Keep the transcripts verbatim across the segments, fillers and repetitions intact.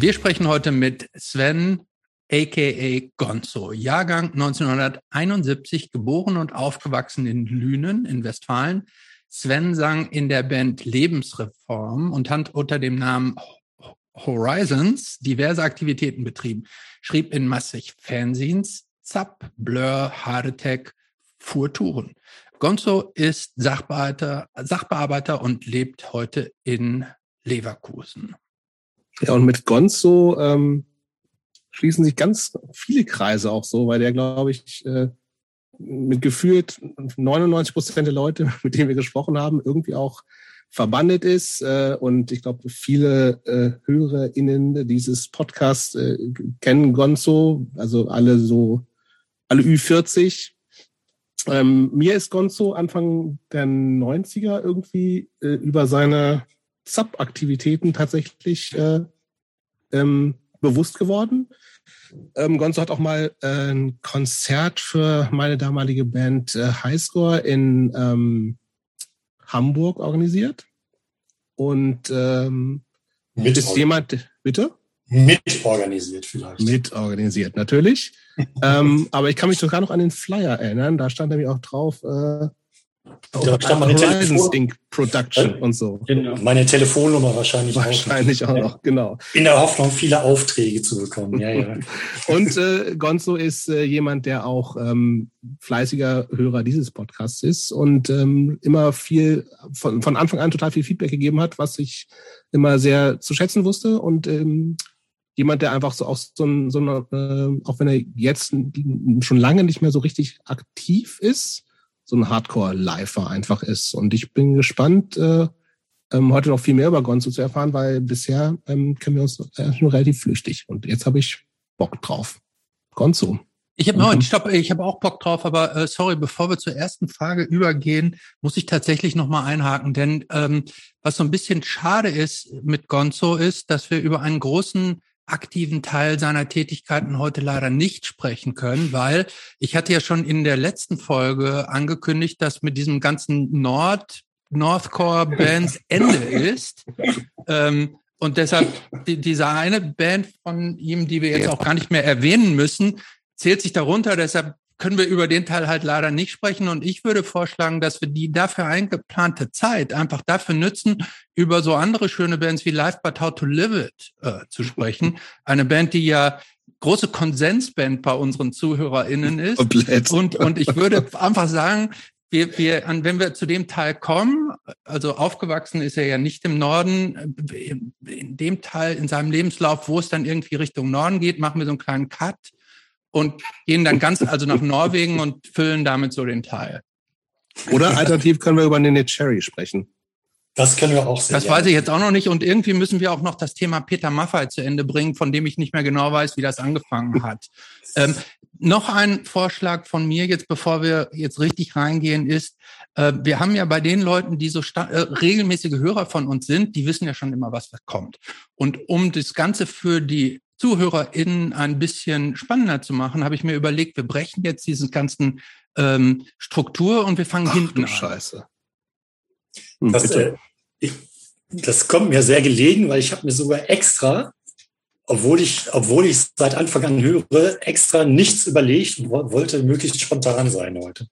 Wir sprechen heute mit Sven, aka Gonzo, Jahrgang neunzehnhunderteinundsiebzig, geboren und aufgewachsen in Lünen in Westfalen. Sven sang in der Band Lebensreform und hat unter dem Namen Horizons diverse Aktivitäten betrieben, schrieb in massig Fanzines, Zapp, Blur, Heart Attack, fuhr Touren. Gonzo ist Sachbearbeiter, Sachbearbeiter und lebt heute in Leverkusen. Ja, und mit Gonzo ähm, schließen sich ganz viele Kreise auch so, weil der, glaube ich, äh, mit gefühlt neunundneunzig Prozent der Leute, mit denen wir gesprochen haben, irgendwie auch verbandet ist. Äh, und ich glaube, viele äh, HörerInnen dieses Podcasts äh, kennen Gonzo, also alle so, alle Ü vierzig. Ähm, mir ist Gonzo Anfang der neunziger irgendwie äh, über seine Sub-Aktivitäten tatsächlich äh, ähm, bewusst geworden. Ähm, Gonzo hat auch mal äh, ein Konzert für meine damalige Band äh, Highscore in ähm, Hamburg organisiert. Und ähm, Mit ist jemand, bitte? Mitorganisiert vielleicht. Mitorganisiert, natürlich. ähm, aber ich kann mich sogar noch an den Flyer erinnern. Da stand nämlich auch drauf, äh, Da stand meine Horizons Telefon- Incorporated. Production und so. Genau. Meine Telefonnummer wahrscheinlich, Wahrscheinlich auch noch, genau. In der Hoffnung, viele Aufträge zu bekommen. Ja, ja. Und äh, Gonzo ist äh, jemand, der auch ähm, fleißiger Hörer dieses Podcasts ist und ähm, immer viel, von, von Anfang an total viel Feedback gegeben hat, was ich immer sehr zu schätzen wusste. Und ähm, jemand, der einfach so auch so ein, so eine, äh, auch wenn er jetzt schon lange nicht mehr so richtig aktiv ist, so ein Hardcore-Lifer einfach ist. Und ich bin gespannt, äh, ähm, heute noch viel mehr über Gonzo zu erfahren, weil bisher ähm, kennen wir uns äh, nur relativ flüchtig. Und jetzt habe ich Bock drauf. Gonzo. Ich habe mhm. stopp, ich habe auch Bock drauf, aber äh, sorry, bevor wir zur ersten Frage übergehen, muss ich tatsächlich nochmal einhaken. Denn ähm, was so ein bisschen schade ist mit Gonzo ist, dass wir über einen großen aktiven Teil seiner Tätigkeiten heute leider nicht sprechen können, weil ich hatte ja schon in der letzten Folge angekündigt, dass mit diesem ganzen Nord, Northcore-Bands Ende ist. Ähm, und deshalb die, diese eine Band von ihm, die wir jetzt auch gar nicht mehr erwähnen müssen, zählt sich darunter. Deshalb können wir über den Teil halt leider nicht sprechen. Und ich würde vorschlagen, dass wir die dafür eingeplante Zeit einfach dafür nutzen, über so andere schöne Bands wie Live But How to Live It äh, zu sprechen. Eine Band, die ja große Konsensband bei unseren ZuhörerInnen ist. Komplett. Und, und ich würde einfach sagen, wir, wir, wenn wir zu dem Teil kommen, also aufgewachsen ist er ja nicht im Norden, in dem Teil in seinem Lebenslauf, wo es dann irgendwie Richtung Norden geht, machen wir so einen kleinen Cut und gehen dann ganz, also nach Norwegen und füllen damit so den Teil. Oder alternativ können wir über Nene Cherry sprechen. Das können wir auch sehr Das gerne. weiß ich jetzt auch noch nicht. Und irgendwie müssen wir auch noch das Thema Peter Maffay zu Ende bringen, von dem ich nicht mehr genau weiß, wie das angefangen hat. ähm, noch ein Vorschlag von mir jetzt, bevor wir jetzt richtig reingehen, ist, äh, wir haben ja bei den Leuten, die so sta- äh, regelmäßige Hörer von uns sind, die wissen ja schon immer, was da kommt. Und um das Ganze für die ZuhörerInnen ein bisschen spannender zu machen, habe ich mir überlegt, wir brechen jetzt diesen ganzen ähm, Struktur und wir fangen Ach, hinten du an. Scheiße. Hm, Das, äh, ich, das kommt mir sehr gelegen, weil ich habe mir sogar extra, obwohl ich, obwohl ich seit Anfang an höre, extra nichts überlegt und wo- wollte möglichst spontan sein heute.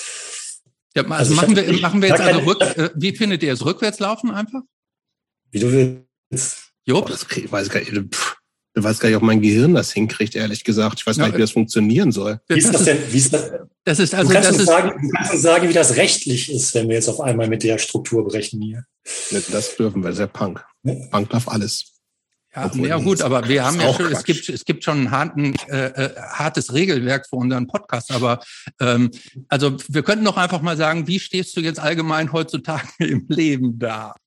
Ja, also, Also ich machen, hab- wir, ich- machen wir jetzt gar also keine- rück, äh, wie findet ihr es? Rückwärts laufen einfach? Wie du willst. Boah, Jupp. das krieg, ich weiß gar nicht, pff, ich weiß gar nicht, ob mein Gehirn das hinkriegt, ehrlich gesagt. Ich weiß gar Ja, nicht, wie das funktionieren soll. Wie ist das ist, denn? Wie ist das? das ist Du also kannst, das uns ist sagen, du kannst uns sagen, wie das rechtlich ist, wenn wir jetzt auf einmal mit der Struktur brechen hier. Das dürfen wir, sehr Punk. Punk darf alles. ja, Obwohl, ja nee, gut, ist- aber wir haben ist ja auch schon, es Quatsch. gibt es gibt schon ein harten, äh, äh, hartes Regelwerk für unseren Podcast, aber ähm, also wir könnten doch einfach mal sagen, wie stehst du jetzt allgemein heutzutage im Leben da?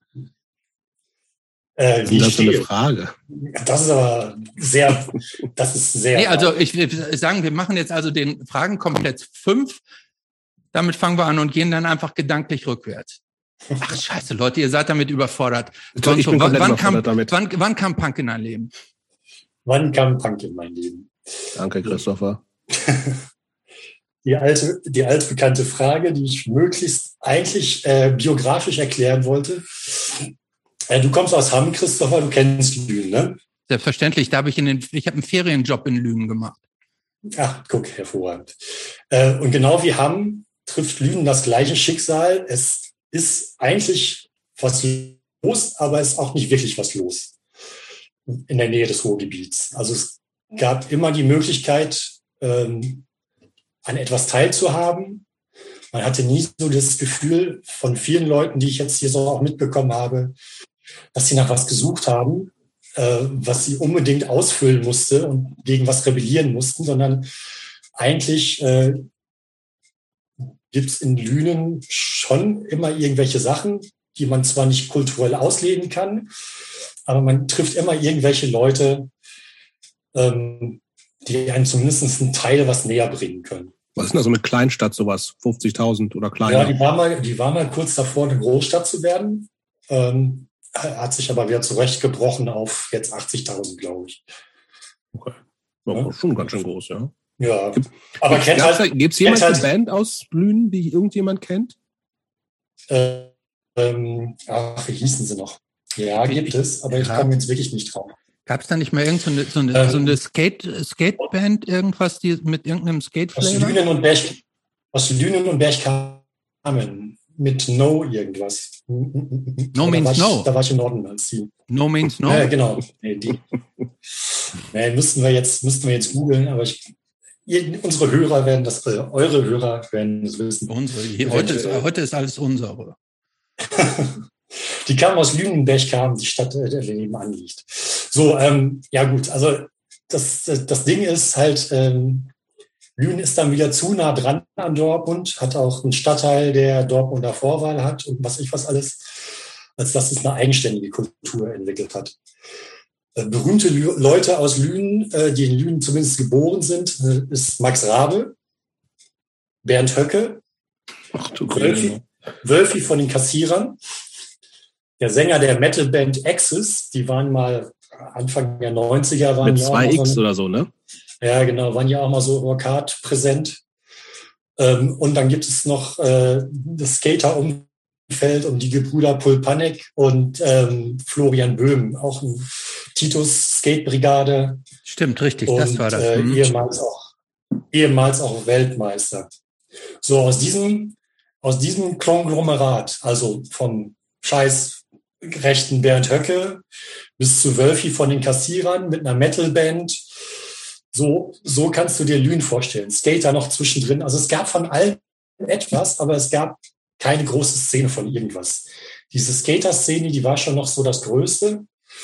Äh, Was wie ist das für eine stehe? Frage? Das ist aber sehr, das ist sehr. Nee, also ich will sagen, wir machen jetzt also den Fragenkomplex fünf. Damit fangen wir an und gehen dann einfach gedanklich rückwärts. Ach scheiße, Leute, ihr seid damit überfordert. Ich Gonzo, bin komplett wann, kam, überfordert damit. wann, wann kam Punk in dein Leben? Wann kam Punk in mein Leben? Danke, Christopher. Die alte, die altbekannte Frage, die ich möglichst eigentlich äh, biografisch erklären wollte. Äh, du kommst aus Hamm, Christopher, du kennst Lünen, ne? Selbstverständlich, da habe ich in den, ich habe einen Ferienjob in Lünen gemacht. Ach, guck, hervorragend. Äh, und genau wie Hamm trifft Lünen das gleiche Schicksal. Es ist eigentlich was los, aber es ist auch nicht wirklich was los in der Nähe des Ruhrgebiets. Also es gab immer die Möglichkeit, ähm, an etwas teilzuhaben. Man hatte nie so das Gefühl von vielen Leuten, die ich jetzt hier so auch mitbekommen habe, dass sie nach was gesucht haben, äh, was sie unbedingt ausfüllen musste und gegen was rebellieren mussten, sondern eigentlich äh, gibt es in Lünen schon immer irgendwelche Sachen, die man zwar nicht kulturell ausleben kann, aber man trifft immer irgendwelche Leute, ähm, die einem zumindest einen Teil was näher bringen können. Was ist denn also mit Kleinstadt sowas? fünfzigtausend oder kleiner? Ja, die war mal, die war mal kurz davor, eine Großstadt zu werden. Ähm, hat sich aber wieder zurechtgebrochen auf jetzt achtzigtausend, glaube ich. Okay. Ja, ja. Schon ganz schön groß, ja. Ja, Gibt, aber gibt, kennt halt... Gibt es jemanden, halt, eine Band aus Lünen, die irgendjemand kennt? Äh, ähm, ach, wie hießen sie noch? Ja, gibt es, aber ich komme jetzt wirklich nicht drauf. Gab es da nicht mal irgend so eine, so eine, ähm, so eine Skate, Skateband, irgendwas, die mit irgendeinem Skate-Flavor? Aus Lünen und Berch, aus Lünen und Berchtesgaden mit No irgendwas. No means ich, no. Da war ich im Norden als Team. No means no? Ja, genau. Nee, die. nee, müssten wir jetzt, müssten wir jetzt googeln, aber ich, ihr, unsere Hörer werden das, äh, eure Hörer werden das wissen. Unsere, hier, heute, ist, heute ist alles unsere. Die kamen aus Lünen, Berchtesgaden, die Stadt, die nebenan liegt. So, ähm, ja gut, also das, das Ding ist halt, ähm, Lünen ist dann wieder zu nah dran an Dortmund, hat auch einen Stadtteil, der Dortmunder Vorwahl hat und was ich was alles, als dass es eine eigenständige Kultur entwickelt hat. Äh, berühmte Lü- Leute aus Lünen, äh, die in Lünen zumindest geboren sind, äh, ist Max Rabe, Bernd Höcke, Ach, du Wölfi, Wölfi von den Kassierern, der Sänger der Metalband Axis, die waren mal Anfang der neunziger. Waren mit ja zwei X so oder so, ne? Ja, genau, waren ja auch mal so Rockart präsent. Ähm, und dann gibt es noch äh, das Skater-Umfeld um die Gebrüder Pulpanek und ähm, Florian Böhm, auch ein Titus Skate-Brigade. Stimmt, richtig, und, das war das. Äh, mhm. ehemals, auch, ehemals auch Weltmeister. So, aus diesem, aus diesem Konglomerat, also vom scheiß rechten Bernd Höcke bis zu Wölfi von den Kassierern mit einer Metalband. So, so kannst du dir Lünen vorstellen. Skater noch zwischendrin. Also es gab von allem etwas, aber es gab keine große Szene von irgendwas. Diese Skater-Szene, die war schon noch so das Größte.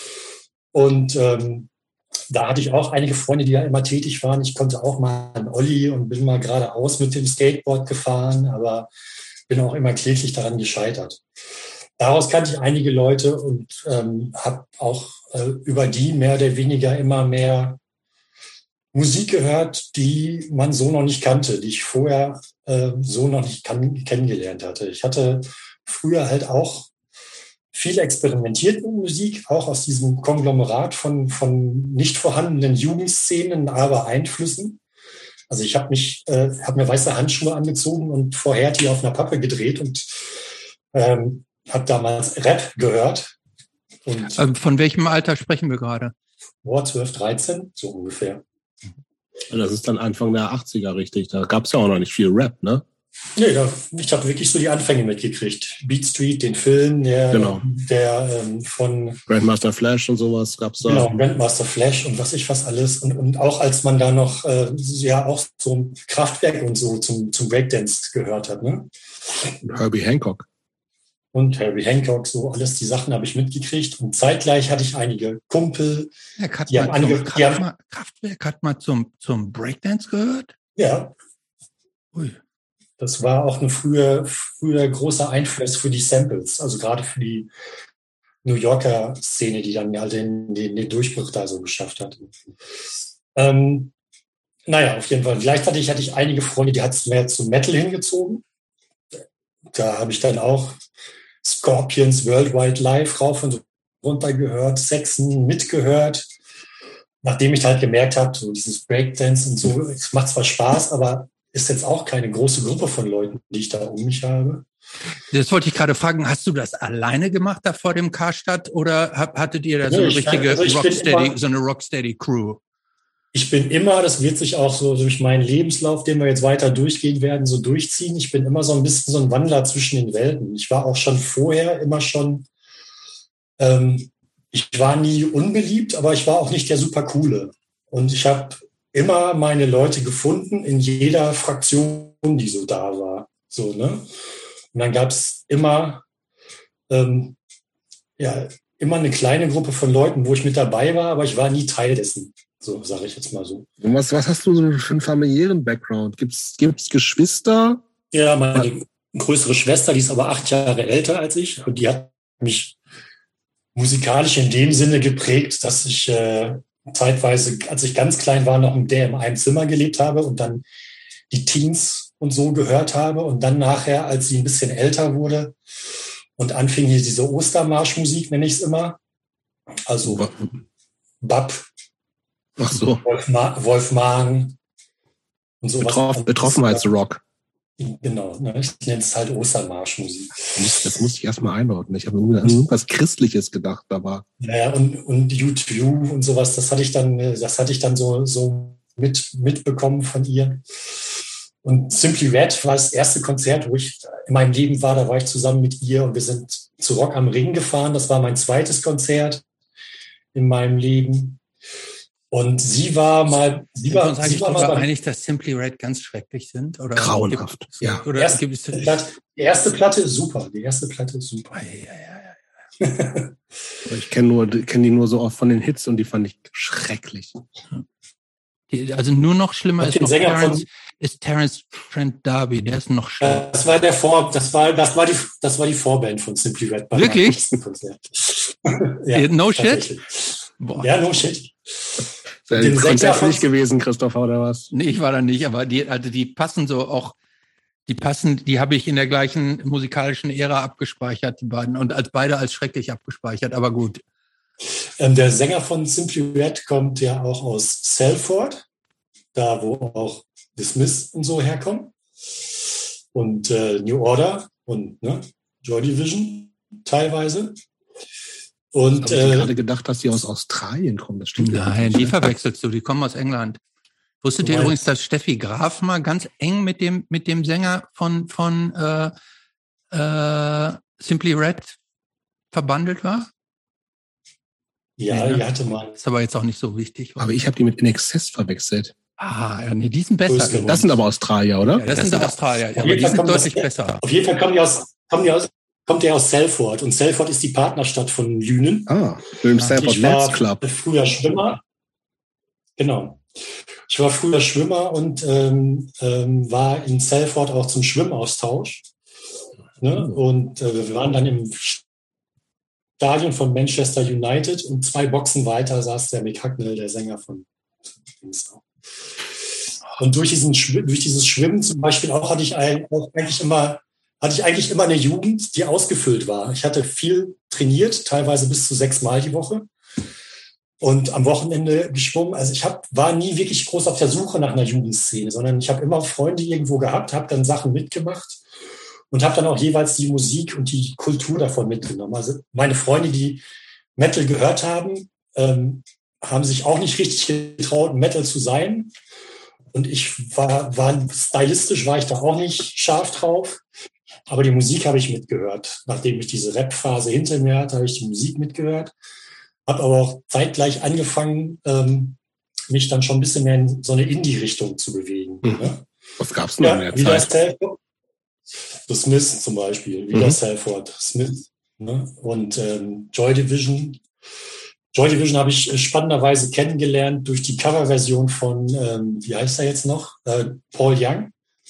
Und ähm, da hatte ich auch einige Freunde, die ja immer tätig waren. Ich konnte auch mal einen Olli und bin mal geradeaus mit dem Skateboard gefahren, aber bin auch immer kläglich daran gescheitert. Daraus kannte ich einige Leute und ähm, habe auch äh, über die mehr oder weniger immer mehr Musik gehört, die man so noch nicht kannte, die ich vorher äh, so noch nicht kann, kennengelernt hatte. Ich hatte früher halt auch viel experimentiert mit Musik, auch aus diesem Konglomerat von, von nicht vorhandenen Jugendszenen, aber Einflüssen. Also ich habe mich, äh, habe mir weiße Handschuhe angezogen und vor Hertie auf einer Pappe gedreht und ähm, habe damals Rap gehört. Und ähm, von welchem Alter sprechen wir gerade? Boah, zwölf, dreizehn, so ungefähr. Das ist dann Anfang der achtziger, richtig. Da gab es ja auch noch nicht viel Rap, ne? Nee, da, ich habe wirklich so die Anfänge mitgekriegt. Beat Street, den Film, der, genau. der ähm, von Grandmaster Flash und sowas gab's da. Genau, Grandmaster Flash und was ich was alles. Und, und auch als man da noch äh, ja auch so Kraftwerk und so zum, zum Breakdance gehört hat, ne? Und Herbie Hancock. Und Herbie Hancock, so alles die Sachen habe ich mitgekriegt. Und zeitgleich hatte ich einige Kumpel. Ja, hat die haben mal zum ange- Kraft, die haben, mal, Kraftwerk hat mal zum, zum Breakdance gehört? Ja. Ui. Das war auch ein früher, früher großer Einfluss für die Samples, also gerade für die New Yorker Szene, die dann halt den, den, den Durchbruch da so geschafft hat. Ähm, naja, auf jeden Fall. Gleichzeitig hatte ich einige Freunde, die hat es mehr zu Metal hingezogen. Da habe ich dann auch Scorpions Worldwide Live rauf und runter gehört, Saxon mitgehört. Nachdem ich halt gemerkt habe, so dieses Breakdance und so, es macht zwar Spaß, aber ist jetzt auch keine große Gruppe von Leuten, die ich da um mich habe. Das wollte ich gerade fragen, hast du das alleine gemacht da vor dem Karstadt oder hab, hattet ihr da so Nee, eine ich- richtige also ich bin Rocksteady, immer- so eine Rocksteady-Crew? Ich bin immer, das wird sich auch so durch meinen Lebenslauf, den wir jetzt weiter durchgehen werden, so durchziehen. Ich bin immer so ein bisschen so ein Wandler zwischen den Welten. Ich war auch schon vorher immer schon, ähm, ich war nie unbeliebt, aber ich war auch nicht der super coole. Und ich habe immer meine Leute gefunden in jeder Fraktion, die so da war. So, ne? Und dann gab es immer, ähm, ja, immer eine kleine Gruppe von Leuten, wo ich mit dabei war, aber ich war nie Teil dessen. So sage ich jetzt mal so. Und was, was hast du so für einen familiären Background? Gibt's, gibt's Geschwister? Ja, meine größere Schwester, die ist aber acht Jahre älter als ich und die hat mich musikalisch in dem Sinne geprägt, dass ich äh, zeitweise, als ich ganz klein war, noch mit der in einem Zimmer gelebt habe und dann die Teens und so gehört habe und dann nachher, als sie ein bisschen älter wurde und anfing hier diese Ostermarschmusik, nenne ich es immer, also Bab, Ach so. Wolf, Ma Wolf Magen und sowas. Betroff, Betroffenheitsrock. Genau, ne? Ich nenne es halt Ostermarschmusik. Das muss ich erstmal einordnen. Ich habe irgendwie an irgendwas Christliches gedacht, da war. Ja, und, und YouTube und sowas, das hatte ich dann, das hatte ich dann so, so mit, mitbekommen von ihr. Und Simply Red war das erste Konzert, wo ich in meinem Leben war, da war ich zusammen mit ihr und wir sind zu Rock am Ring gefahren. Das war mein zweites Konzert in meinem Leben. Und sie war mal, sie Sind wir war, uns sie eigentlich war mal darüber beim- einig, dass Simply Red ganz schrecklich sind? Oder Grauenhaft, gibt- ja. Oder erste gibt es, Platte, die erste Platte ist super. Die erste Platte ist super. Ei, ei, ei, ei. Ich kenne nur, kenn die nur so oft von den Hits und die fand ich schrecklich. Die, also nur noch schlimmer Und ist den noch Sänger Terence, von- ist Terence Trent D'Arby, der ist noch schlimmer. Das war der Vor, das war, das war die, das war die Vorband von Simply Red. bei meinem Wirklich? ersten Konzert. Ja, no shit? tatsächlich. Boah. Ja, no shit. Ist ja Den ein Sänger Konzert für von- dich gewesen, Christopher, oder was? Nee, ich war da nicht, aber die, also die passen so auch, die passen, die habe ich in der gleichen musikalischen Ära abgespeichert, die beiden, und als beide als schrecklich abgespeichert, aber gut. Ähm, der Sänger von Simply Red kommt ja auch aus Salford, da wo auch The Smiths und so herkommen. Und äh, New Order und ne, Joy Division teilweise. Und Aber ich äh, gerade gedacht, dass die aus Australien kommen. Das stimmt ja Nein, nicht. die verwechselst du, die kommen aus England. Wusstet Du ihr meinst- übrigens, dass Steffi Graf mal ganz eng mit dem, mit dem Sänger von, von äh, äh, Simply Red verbandelt war? ja, Nee, ne? die hatte mal. Ist aber jetzt auch nicht so wichtig. Aber ich habe die mit In Excess verwechselt. Ah, ja, nee, die sind besser. Größte geworden. Das sind aber Australier, oder? ja, das, sind Australier, ja, Auf aber jeden die Fall sind kommt das- deutlich besser. Auf jeden Fall kommen die aus, kommen die aus, kommt der aus Salford. Und Salford ist die Partnerstadt von Lünen. Ah, im Stanford Ich war Nets Club. früher Schwimmer. Genau. Ich war früher Schwimmer und ähm, ähm, war in Salford auch zum Schwimmaustausch. Ne? Und äh, wir waren dann im Stadion von Manchester United und zwei Boxen weiter saß der Mick Hucknall, der Sänger von Und durch, diesen, Schw- durch dieses Schwimmen zum Beispiel auch hatte ich ein, auch eigentlich immer hatte ich eigentlich immer eine Jugend, die ausgefüllt war. Ich hatte viel trainiert, teilweise bis zu sechs Mal die Woche. Und am Wochenende geschwommen. Also ich hab, war nie wirklich groß auf der Suche nach einer Jugendszene, sondern ich habe immer Freunde irgendwo gehabt, habe dann Sachen mitgemacht und habe dann auch jeweils die Musik und die Kultur davon mitgenommen. Also meine Freunde, die Metal gehört haben, ähm, haben sich auch nicht richtig getraut, Metal zu sein. Und ich war, war stylistisch war ich da auch nicht scharf drauf. Aber die Musik habe ich mitgehört. Nachdem ich diese Rap-Phase hinter mir hatte, habe ich die Musik mitgehört. Habe aber auch zeitgleich angefangen, ähm, mich dann schon ein bisschen mehr in so eine Indie-Richtung zu bewegen. Mhm. Ne? Was gab's denn in Ja, der wieder Zeit? Salford. The Smiths zum Beispiel. Wieder Mhm. Salford. Smith. Ne? Und ähm, Joy Division. Joy Division habe ich äh, spannenderweise kennengelernt durch die Coverversion von, ähm, wie heißt er jetzt noch? Äh, Paul Young.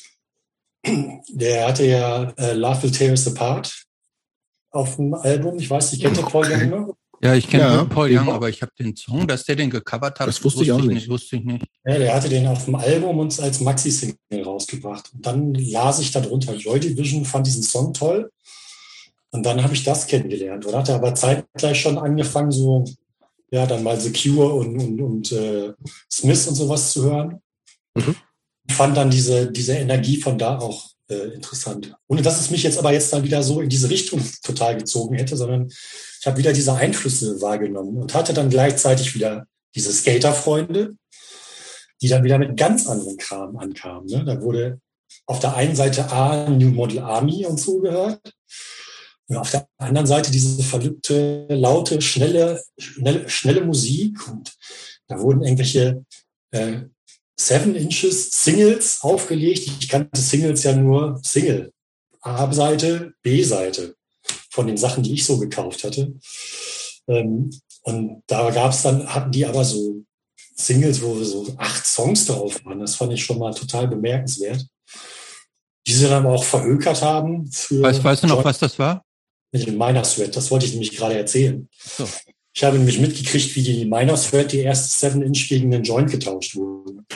Der hatte ja äh, Love Will Tear Us Apart auf dem Album. Ich weiß nicht, kennt ihr Paul Okay. Young noch? Ja, ich kenne Ja. Paul Young, aber ich habe den Song, dass der den gecovert hat. Das wusste ich auch nicht. Wusste ich nicht. Ja, der hatte den auf dem Album und als Maxi-Single rausgebracht. Und dann las ich darunter, Joy Division fand diesen Song toll. Und dann habe ich das kennengelernt. Und hatte aber zeitgleich schon angefangen, so, ja, dann mal The Cure und, und, und äh, Smith und sowas zu hören. Mhm. Fand dann diese, diese Energie von da auch äh, interessant. Ohne dass es mich jetzt aber jetzt dann wieder so in diese Richtung total gezogen hätte, sondern ich habe wieder diese Einflüsse wahrgenommen und hatte dann gleichzeitig wieder diese Skaterfreunde, die dann wieder mit ganz anderen Kram ankamen. Ne? Da wurde auf der einen Seite A, New Model Army und so gehört. Und auf der anderen Seite diese verlückte, laute, schnelle, schnelle, schnelle Musik. Und da wurden irgendwelche äh, Seven Inches Singles aufgelegt. Ich kannte Singles ja nur Single. A-Seite, B-Seite von den Sachen, die ich so gekauft hatte. Ähm, und da gab es dann, hatten die aber so Singles, wo so acht Songs drauf waren. Das fand ich schon mal total bemerkenswert. Die sie dann auch verhökert haben. Für weißt, weißt du noch, was das war? Minor Threat, das wollte ich nämlich gerade erzählen. So. Ich habe nämlich mitgekriegt, wie die Minor Threat, die erste seven Inch gegen den Joint getauscht wurde.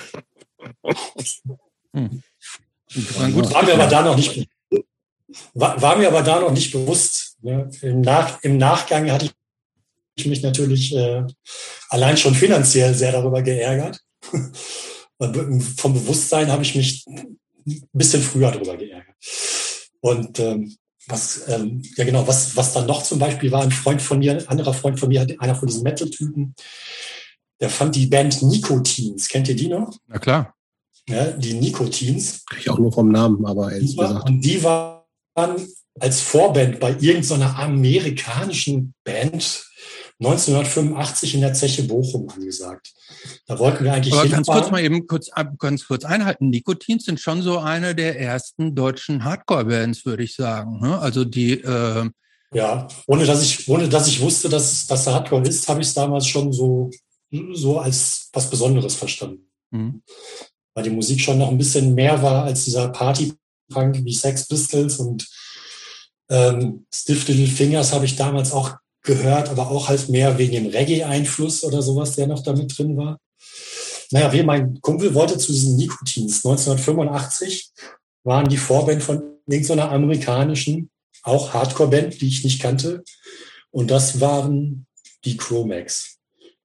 Hm. War, war mir aber da noch nicht, war, war mir aber da noch nicht bewusst. Ne? Im, Nach, Im Nachgang hatte ich mich natürlich äh, allein schon finanziell sehr darüber geärgert. Und vom Bewusstsein habe ich mich ein bisschen früher darüber geärgert. Und ähm, was, ähm, ja genau, was, was dann noch zum Beispiel war, ein Freund von mir, ein anderer Freund von mir, einer von diesen Metal-Typen, der fand die Band Nicotines. Kennt ihr die noch? Na klar. Ja, die Nicotines. Krieg ich auch nur vom Namen, aber ehrlich gesagt. Und die waren als Vorband bei irgendeiner amerikanischen Band neunzehnhundertfünfundachtzig in der Zeche Bochum angesagt. Da wollten wir eigentlich Aber ganz kurz mal eben kurz, ganz kurz einhalten. Nicotines sind schon so eine der ersten deutschen Hardcore-Bands, würde ich sagen. Also die äh ja, ohne dass ich ohne dass ich wusste, dass das Hardcore ist, habe ich es damals schon so so als was Besonderes verstanden. Mhm. Weil die Musik schon noch ein bisschen mehr war als dieser Party-Punk wie Sex Pistols und ähm, Stiff Little Fingers habe ich damals auch gehört, aber auch halt mehr wegen dem Reggae-Einfluss oder sowas, der noch da mit drin war. Naja, wie mein Kumpel wollte zu diesen Nicotines. neunzehnhundertfünfundachtzig waren die Vorband von irgendeiner amerikanischen, auch Hardcore-Band, die ich nicht kannte. Und das waren die Chromax.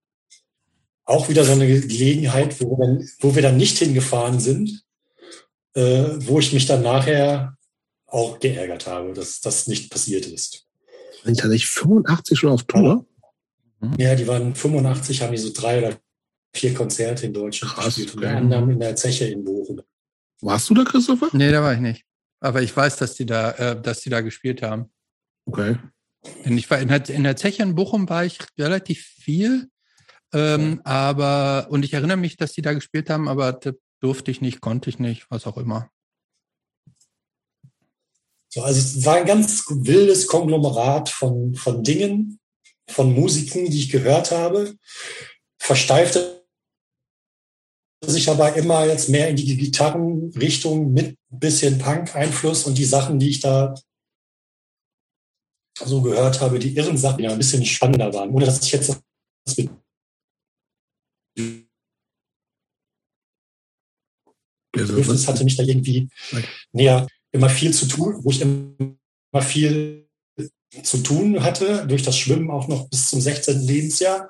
Auch wieder so eine Gelegenheit, wo wir dann, wo wir dann nicht hingefahren sind, äh, wo ich mich dann nachher auch geärgert habe, dass das nicht passiert ist. Sind tatsächlich fünfundachtzig schon auf Tour? Ja, die waren fünfundachtzig, haben die so drei oder vier Konzerte in Deutschland Krass, gespielt. okay. Unter anderem in der Zeche in Bochum. Warst du da, Christopher? Nee, da war ich nicht. Aber ich weiß, dass die da, äh, dass die da gespielt haben. Okay. Denn ich war in der, in der Zeche in Bochum war ich relativ viel. Ähm, ja. Aber, und ich erinnere mich, dass die da gespielt haben, aber das durfte ich nicht, konnte ich nicht, was auch immer. So, also es war ein ganz wildes Konglomerat von, von Dingen, von Musiken, die ich gehört habe, versteifte sich aber immer jetzt mehr in die Gitarrenrichtung mit ein bisschen Punk-Einfluss und die Sachen, die ich da so gehört habe, die irren Sachen, die ja ein bisschen spannender waren, ohne dass ich jetzt das mit das hatte mich da irgendwie näher immer viel zu tun, wo ich immer viel zu tun hatte, durch das Schwimmen auch noch bis zum sechzehnten Lebensjahr.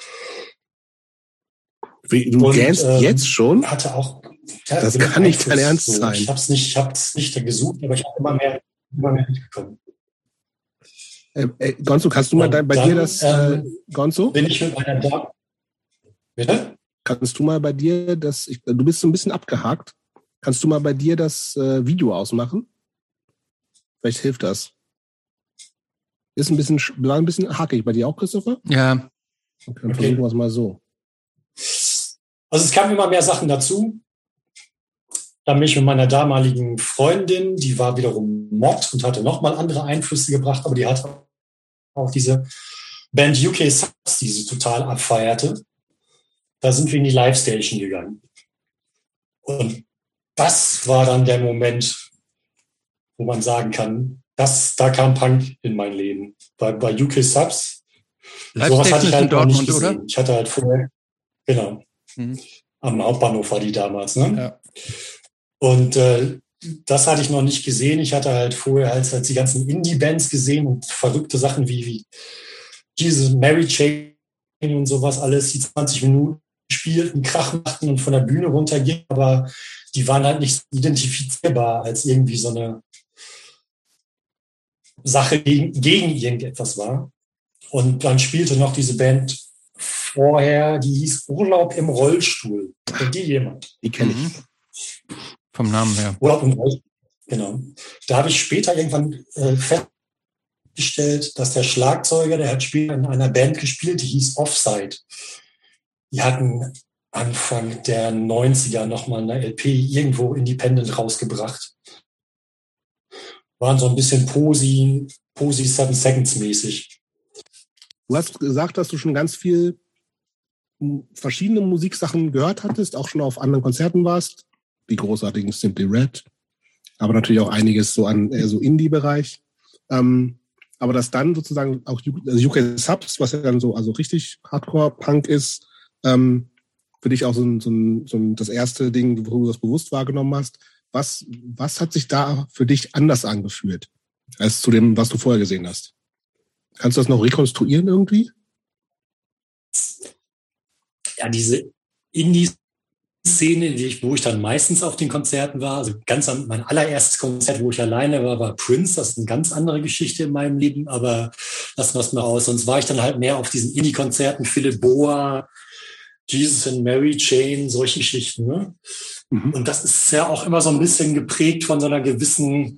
Wie, du und, gähnst ähm, jetzt schon? Hatte auch, ja, das kann nicht dein Ernst so. sein. Ich habe es nicht, ich hab's nicht gesucht, aber ich habe immer mehr, immer mehr mitgekommen. Äh, äh, Gonzo, kannst du mal da, bei dann, dir das, äh, Gonzo? Bin ich mit meiner Dame. Bitte? Kannst du mal bei dir das, ich, du bist so ein bisschen abgehakt. Kannst du mal bei dir das äh, Video ausmachen? Vielleicht hilft das. Ist ein bisschen, ein bisschen hakig. Bei dir auch, Christopher? Ja. Okay, dann okay. Versuchen wir es mal so. Also es kamen immer mehr Sachen dazu. Dann bin ich mit meiner damaligen Freundin, die war wiederum Mod und hatte nochmal andere Einflüsse gebracht, aber die hatte auch diese Band U K Subs, die sie total abfeierte. Da sind wir in die Live-Station gegangen. Und das war dann der Moment, wo man sagen kann, das, da kam Punk in mein Leben. Bei, bei U K Subs, sowas hatte ich halt noch nicht gesehen. Oder? Ich hatte halt vorher, genau, mhm. am Hauptbahnhof war die damals, ne? Ja. Und äh, das hatte ich noch nicht gesehen. Ich hatte halt vorher halt, halt die ganzen Indie-Bands gesehen und verrückte Sachen wie, wie diese Mary Chain und sowas alles, die zwanzig Minuten spielten, Krach machten und von der Bühne runtergingen, aber die waren halt nicht identifizierbar als irgendwie so eine Sache gegen, gegen irgendetwas war. Und dann spielte noch diese Band vorher, die hieß Urlaub im Rollstuhl. Kennt die jemand? Die kenne ich. Vom Namen her. Urlaub im Rollstuhl, genau. Da habe ich später irgendwann äh, festgestellt, dass der Schlagzeuger, der hat später in einer Band gespielt, die hieß Offside. Die hatten Anfang der neunziger nochmal eine L P irgendwo independent rausgebracht. Waren so ein bisschen Posi, Posi Seven Seconds mäßig. Du hast gesagt, dass du schon ganz viel verschiedene Musiksachen gehört hattest, auch schon auf anderen Konzerten warst, die großartigen Simply Red, aber natürlich auch einiges so an eher so Indie-Bereich. Ähm, aber dass dann sozusagen auch also U K Subs, was ja dann so also richtig Hardcore-Punk ist, ähm, für dich auch so ein, so, ein, so ein das erste Ding, wo du das bewusst wahrgenommen hast. Was, was hat sich da für dich anders angefühlt, als zu dem, was du vorher gesehen hast? Kannst du das noch rekonstruieren irgendwie? Ja, diese Indie-Szene, die ich, wo ich dann meistens auf den Konzerten war, also ganz am, mein allererstes Konzert, wo ich alleine war, war Prince. Das ist eine ganz andere Geschichte in meinem Leben, aber lassen wir es mal aus. Sonst war ich dann halt mehr auf diesen Indie-Konzerten, Philipp Boa, Jesus and Mary Chain, solche Geschichten. Ne? Mhm. Und das ist ja auch immer so ein bisschen geprägt von so einer gewissen,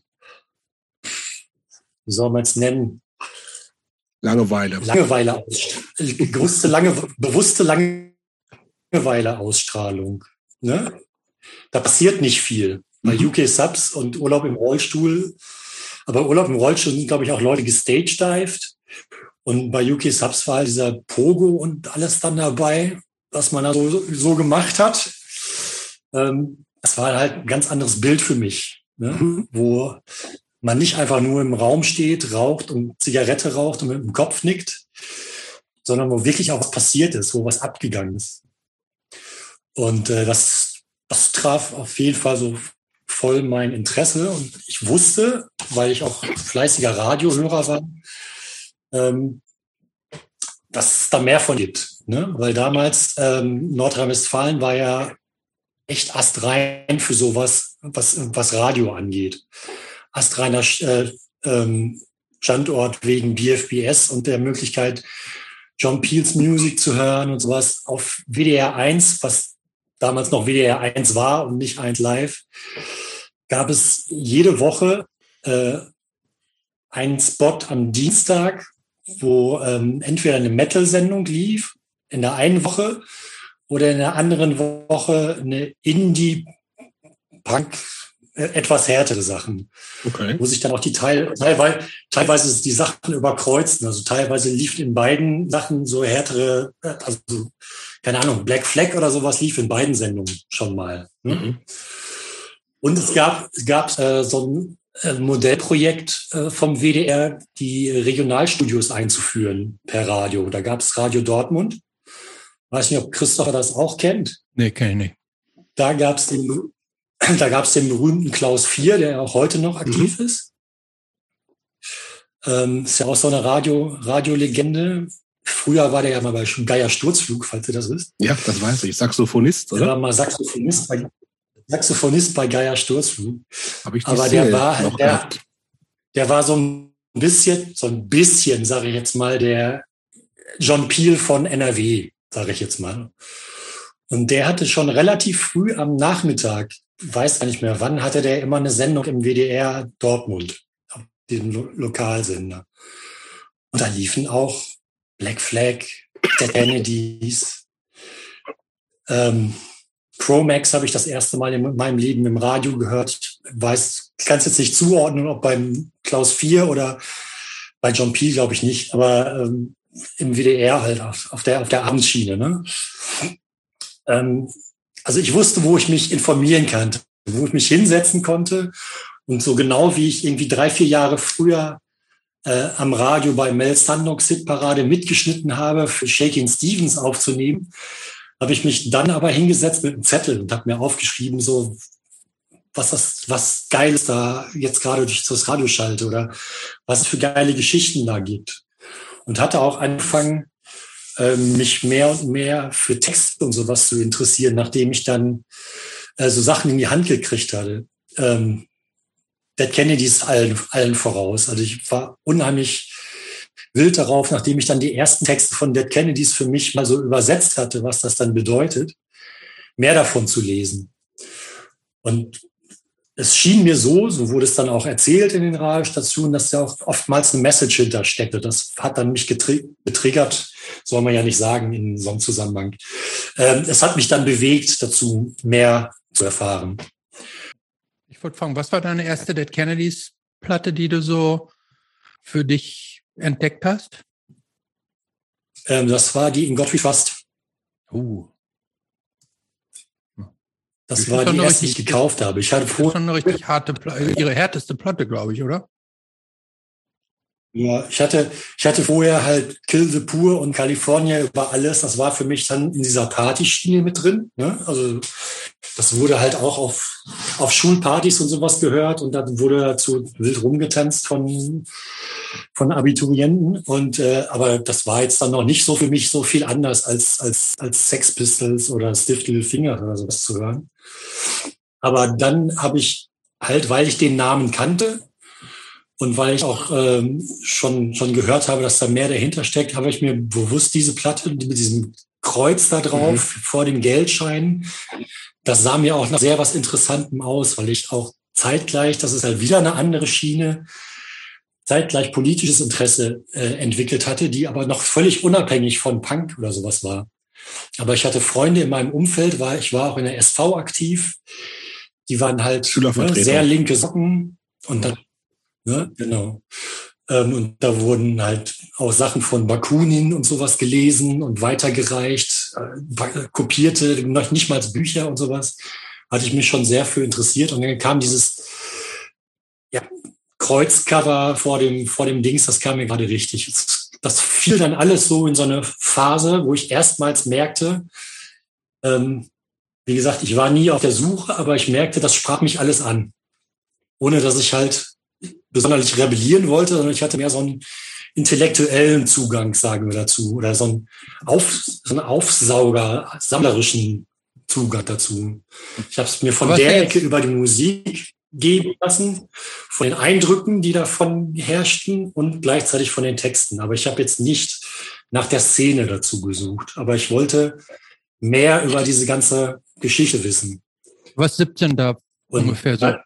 wie soll man es nennen? Langeweile. Langeweile, bewusste, lange, bewusste Langeweile-Ausstrahlung. Ne? Da passiert nicht viel. Bei mhm. U K Subs und Urlaub im Rollstuhl. Aber Urlaub im Rollstuhl sind, glaube ich, auch Leute gestagedived. Und bei U K Subs war dieser Pogo und alles dann dabei, was man da so, so gemacht hat. Ähm, das war halt ein ganz anderes Bild für mich, ne? Mhm. Wo man nicht einfach nur im Raum steht, raucht und Zigarette raucht und mit dem Kopf nickt, sondern wo wirklich auch was passiert ist, wo was abgegangen ist. Und äh, das, das traf auf jeden Fall so voll mein Interesse. Und ich wusste, weil ich auch fleißiger Radiohörer war, ähm, dass es da mehr von gibt. Ne? Weil damals ähm, Nordrhein-Westfalen war ja echt astrein für sowas, was, was Radio angeht. Astreiner äh, ähm, Standort wegen B F B S und der Möglichkeit, John Peels Music zu hören und sowas auf W D R eins, was damals noch W D R eins war und nicht eins live, gab es jede Woche äh, einen Spot am Dienstag, wo ähm, entweder eine Metal-Sendung lief, in der einen Woche, oder in der anderen Woche eine Indie-Punk, etwas härtere Sachen. Okay. Wo sich dann auch die Teil, teilweise, teilweise die Sachen überkreuzten. Also teilweise liefen in beiden Sachen so härtere, also keine Ahnung, Black Flag oder sowas lief in beiden Sendungen schon mal. Ne? Mhm. Und es gab, es gab äh, so ein äh, Modellprojekt äh, vom W D R, die Regionalstudios einzuführen per Radio. Da gab es Radio Dortmund. Weiß nicht, ob Christopher das auch kennt. Nee, kenn ich nicht. Da gab es den Da gab es den berühmten Klaus Vier, der auch heute noch aktiv mhm. ist. Ähm, ist ja auch so eine Radio, Radiolegende. Früher war der ja mal bei Geier Sturzflug, falls ihr das wisst. Ja, das weiß ich. Saxophonist, oder? Der war mal Saxophonist bei, Saxophonist bei Geier Sturzflug. Hab ich die Aber der war, noch der, der war so ein bisschen, so ein bisschen, sage ich jetzt mal, der John Peel von N R W, sage ich jetzt mal. Und der hatte schon relativ früh am Nachmittag, weiß gar nicht mehr wann, hatte der immer eine Sendung im W D R Dortmund, auf dem Lo- Lokalsender. Und da liefen auch Black Flag, Dead Kennedys, ähm, Chromax habe ich das erste Mal in meinem Leben im Radio gehört. Ich weiß, ich kann es jetzt nicht zuordnen, ob beim Klaus Vier oder bei John Peel, glaube ich nicht, aber ähm, im W D R halt auf, auf der auf der Abendschiene, ne? Ähm, also ich wusste, wo ich mich informieren kann, wo ich mich hinsetzen konnte. Und so genau wie ich irgendwie drei, vier Jahre früher äh, am Radio bei Mel Sandocks Hitparade mitgeschnitten habe, für Shakin' Stevens aufzunehmen, habe ich mich dann aber hingesetzt mit einem Zettel und habe mir aufgeschrieben, so was das, was Geiles da jetzt gerade durch das Radio schalte oder was es für geile Geschichten da gibt. Und hatte auch angefangen, äh, mich mehr und mehr für Texte und sowas zu interessieren, nachdem ich dann äh, so Sachen in die Hand gekriegt hatte. Ähm, Dead Kennedys allen, allen voraus. Also ich war unheimlich wild darauf, nachdem ich dann die ersten Texte von Dead Kennedys für mich mal so übersetzt hatte, was das dann bedeutet, mehr davon zu lesen. Und es schien mir so, so wurde es dann auch erzählt in den Radiostationen, dass da auch oftmals eine Message hintersteckte. Das hat dann mich getri- getriggert, soll man ja nicht sagen in so einem Zusammenhang. Ähm, es hat mich dann bewegt, dazu mehr zu erfahren. Ich wollte fragen, was war deine erste Dead Kennedys Platte, die du so für dich entdeckt hast? Ähm, das war die In Gott We Trust. Uh. Das, das war die erste, die ich gekauft habe. Ich hatte vorher schon eine richtig harte Platte, ihre härteste Platte, glaube ich, oder? Ja, ich hatte, ich hatte vorher halt Kill the Poor und California über alles. Das war für mich dann in dieser Partyschiene mit drin. Ne? Also das wurde halt auch auf, auf Schulpartys und sowas gehört und dann wurde dazu wild rumgetanzt von, von Abiturienten. Und äh, aber das war jetzt dann noch nicht so für mich so viel anders als als als Sex Pistols oder Stiff Little Finger oder sowas zu hören. Aber dann habe ich halt, weil ich den Namen kannte und weil ich auch ähm, schon schon gehört habe, dass da mehr dahinter steckt, habe ich mir bewusst diese Platte mit diesem Kreuz da drauf mhm. vor dem Geldschein. Das sah mir auch nach sehr was Interessantem aus, weil ich auch zeitgleich, das ist halt wieder eine andere Schiene, zeitgleich politisches Interesse äh, entwickelt hatte, die aber noch völlig unabhängig von Punk oder sowas war. Aber ich hatte Freunde in meinem Umfeld, war, ich war auch in der S V aktiv, die waren halt ne, sehr linke Socken und dann, ne, genau. Ähm, und da wurden halt auch Sachen von Bakunin und sowas gelesen und weitergereicht, äh, kopierte, noch nicht mal Bücher und sowas. Hatte ich mich schon sehr für interessiert. Und dann kam dieses ja, Kreuzcover vor dem, vor dem Dings, das kam mir gerade richtig. Das, das fiel dann alles so in so eine Phase, wo ich erstmals merkte, ähm, wie gesagt, ich war nie auf der Suche, aber ich merkte, das sprach mich alles an. Ohne dass ich halt besonders rebellieren wollte, sondern ich hatte mehr so einen intellektuellen Zugang, sagen wir dazu, oder so einen, Auf, so einen Aufsauger, sammlerischen Zugang dazu. Ich habe es mir von der Ecke über die Musik geben lassen, von den Eindrücken, die davon herrschten und gleichzeitig von den Texten. Aber ich habe jetzt nicht nach der Szene dazu gesucht. Aber ich wollte mehr über diese ganze Geschichte wissen. Was siebzehn da und, ungefähr so?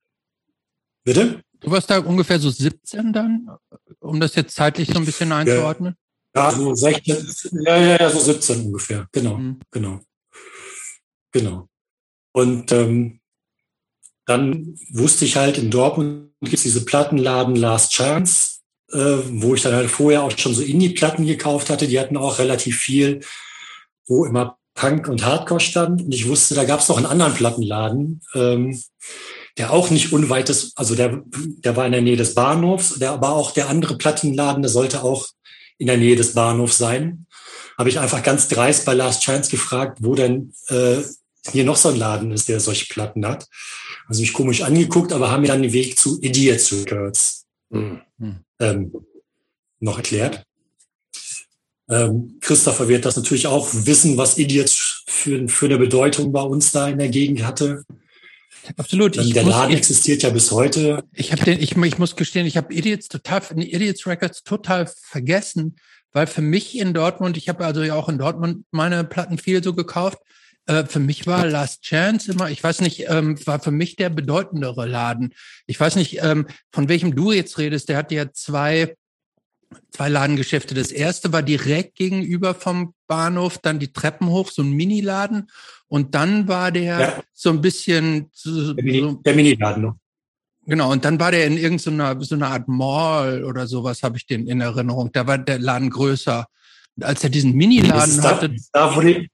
Bitte? Du warst da ungefähr so siebzehn dann, um das jetzt zeitlich so ein bisschen einzuordnen? Ja, so sechzehn, ja, ja, ja, so siebzehn ungefähr. Genau, mhm. genau. Genau. Und ähm, dann wusste ich halt, in Dortmund gibt es diese Plattenladen Last Chance, äh, wo ich dann halt vorher auch schon so Indie-Platten gekauft hatte. Die hatten auch relativ viel, wo immer Punk und Hardcore stand. Und ich wusste, da gab es noch einen anderen Plattenladen, ähm, der auch nicht unweit ist, also der, der war in der Nähe des Bahnhofs, der, aber auch der andere Plattenladen, der sollte auch in der Nähe des Bahnhofs sein. Habe ich einfach ganz dreist bei Last Chance gefragt, wo denn äh, hier noch so ein Laden ist, der solche Platten hat. Also mich komisch angeguckt, aber haben mir dann den Weg zu Idiots Records mhm. ähm, noch erklärt. Ähm, Christopher wird das natürlich auch wissen, was Idiots für, für eine Bedeutung bei uns da in der Gegend hatte. Absolut. Ich der muss, Laden ich, existiert ja bis heute. Ich habe den, ich, ich muss gestehen, ich habe Idiots total, Idiots Records total vergessen, weil für mich in Dortmund, ich habe also ja auch in Dortmund meine Platten viel so gekauft. Äh, für mich war Last Chance immer, ich weiß nicht, ähm, war für mich der bedeutendere Laden. Ich weiß nicht, ähm, von welchem du jetzt redest. Der hat ja zwei zwei Ladengeschäfte. Das erste war direkt gegenüber vom Bahnhof, dann die Treppen hoch, so ein Miniladen. Und dann war der ja. so ein bisschen... So, der, Mini, der Miniladen noch. Genau, und dann war der in irgendeiner so einer Art Mall oder sowas, habe ich den in Erinnerung. Da war der Laden größer. Und als er diesen Miniladen da, hatte... Da wurde,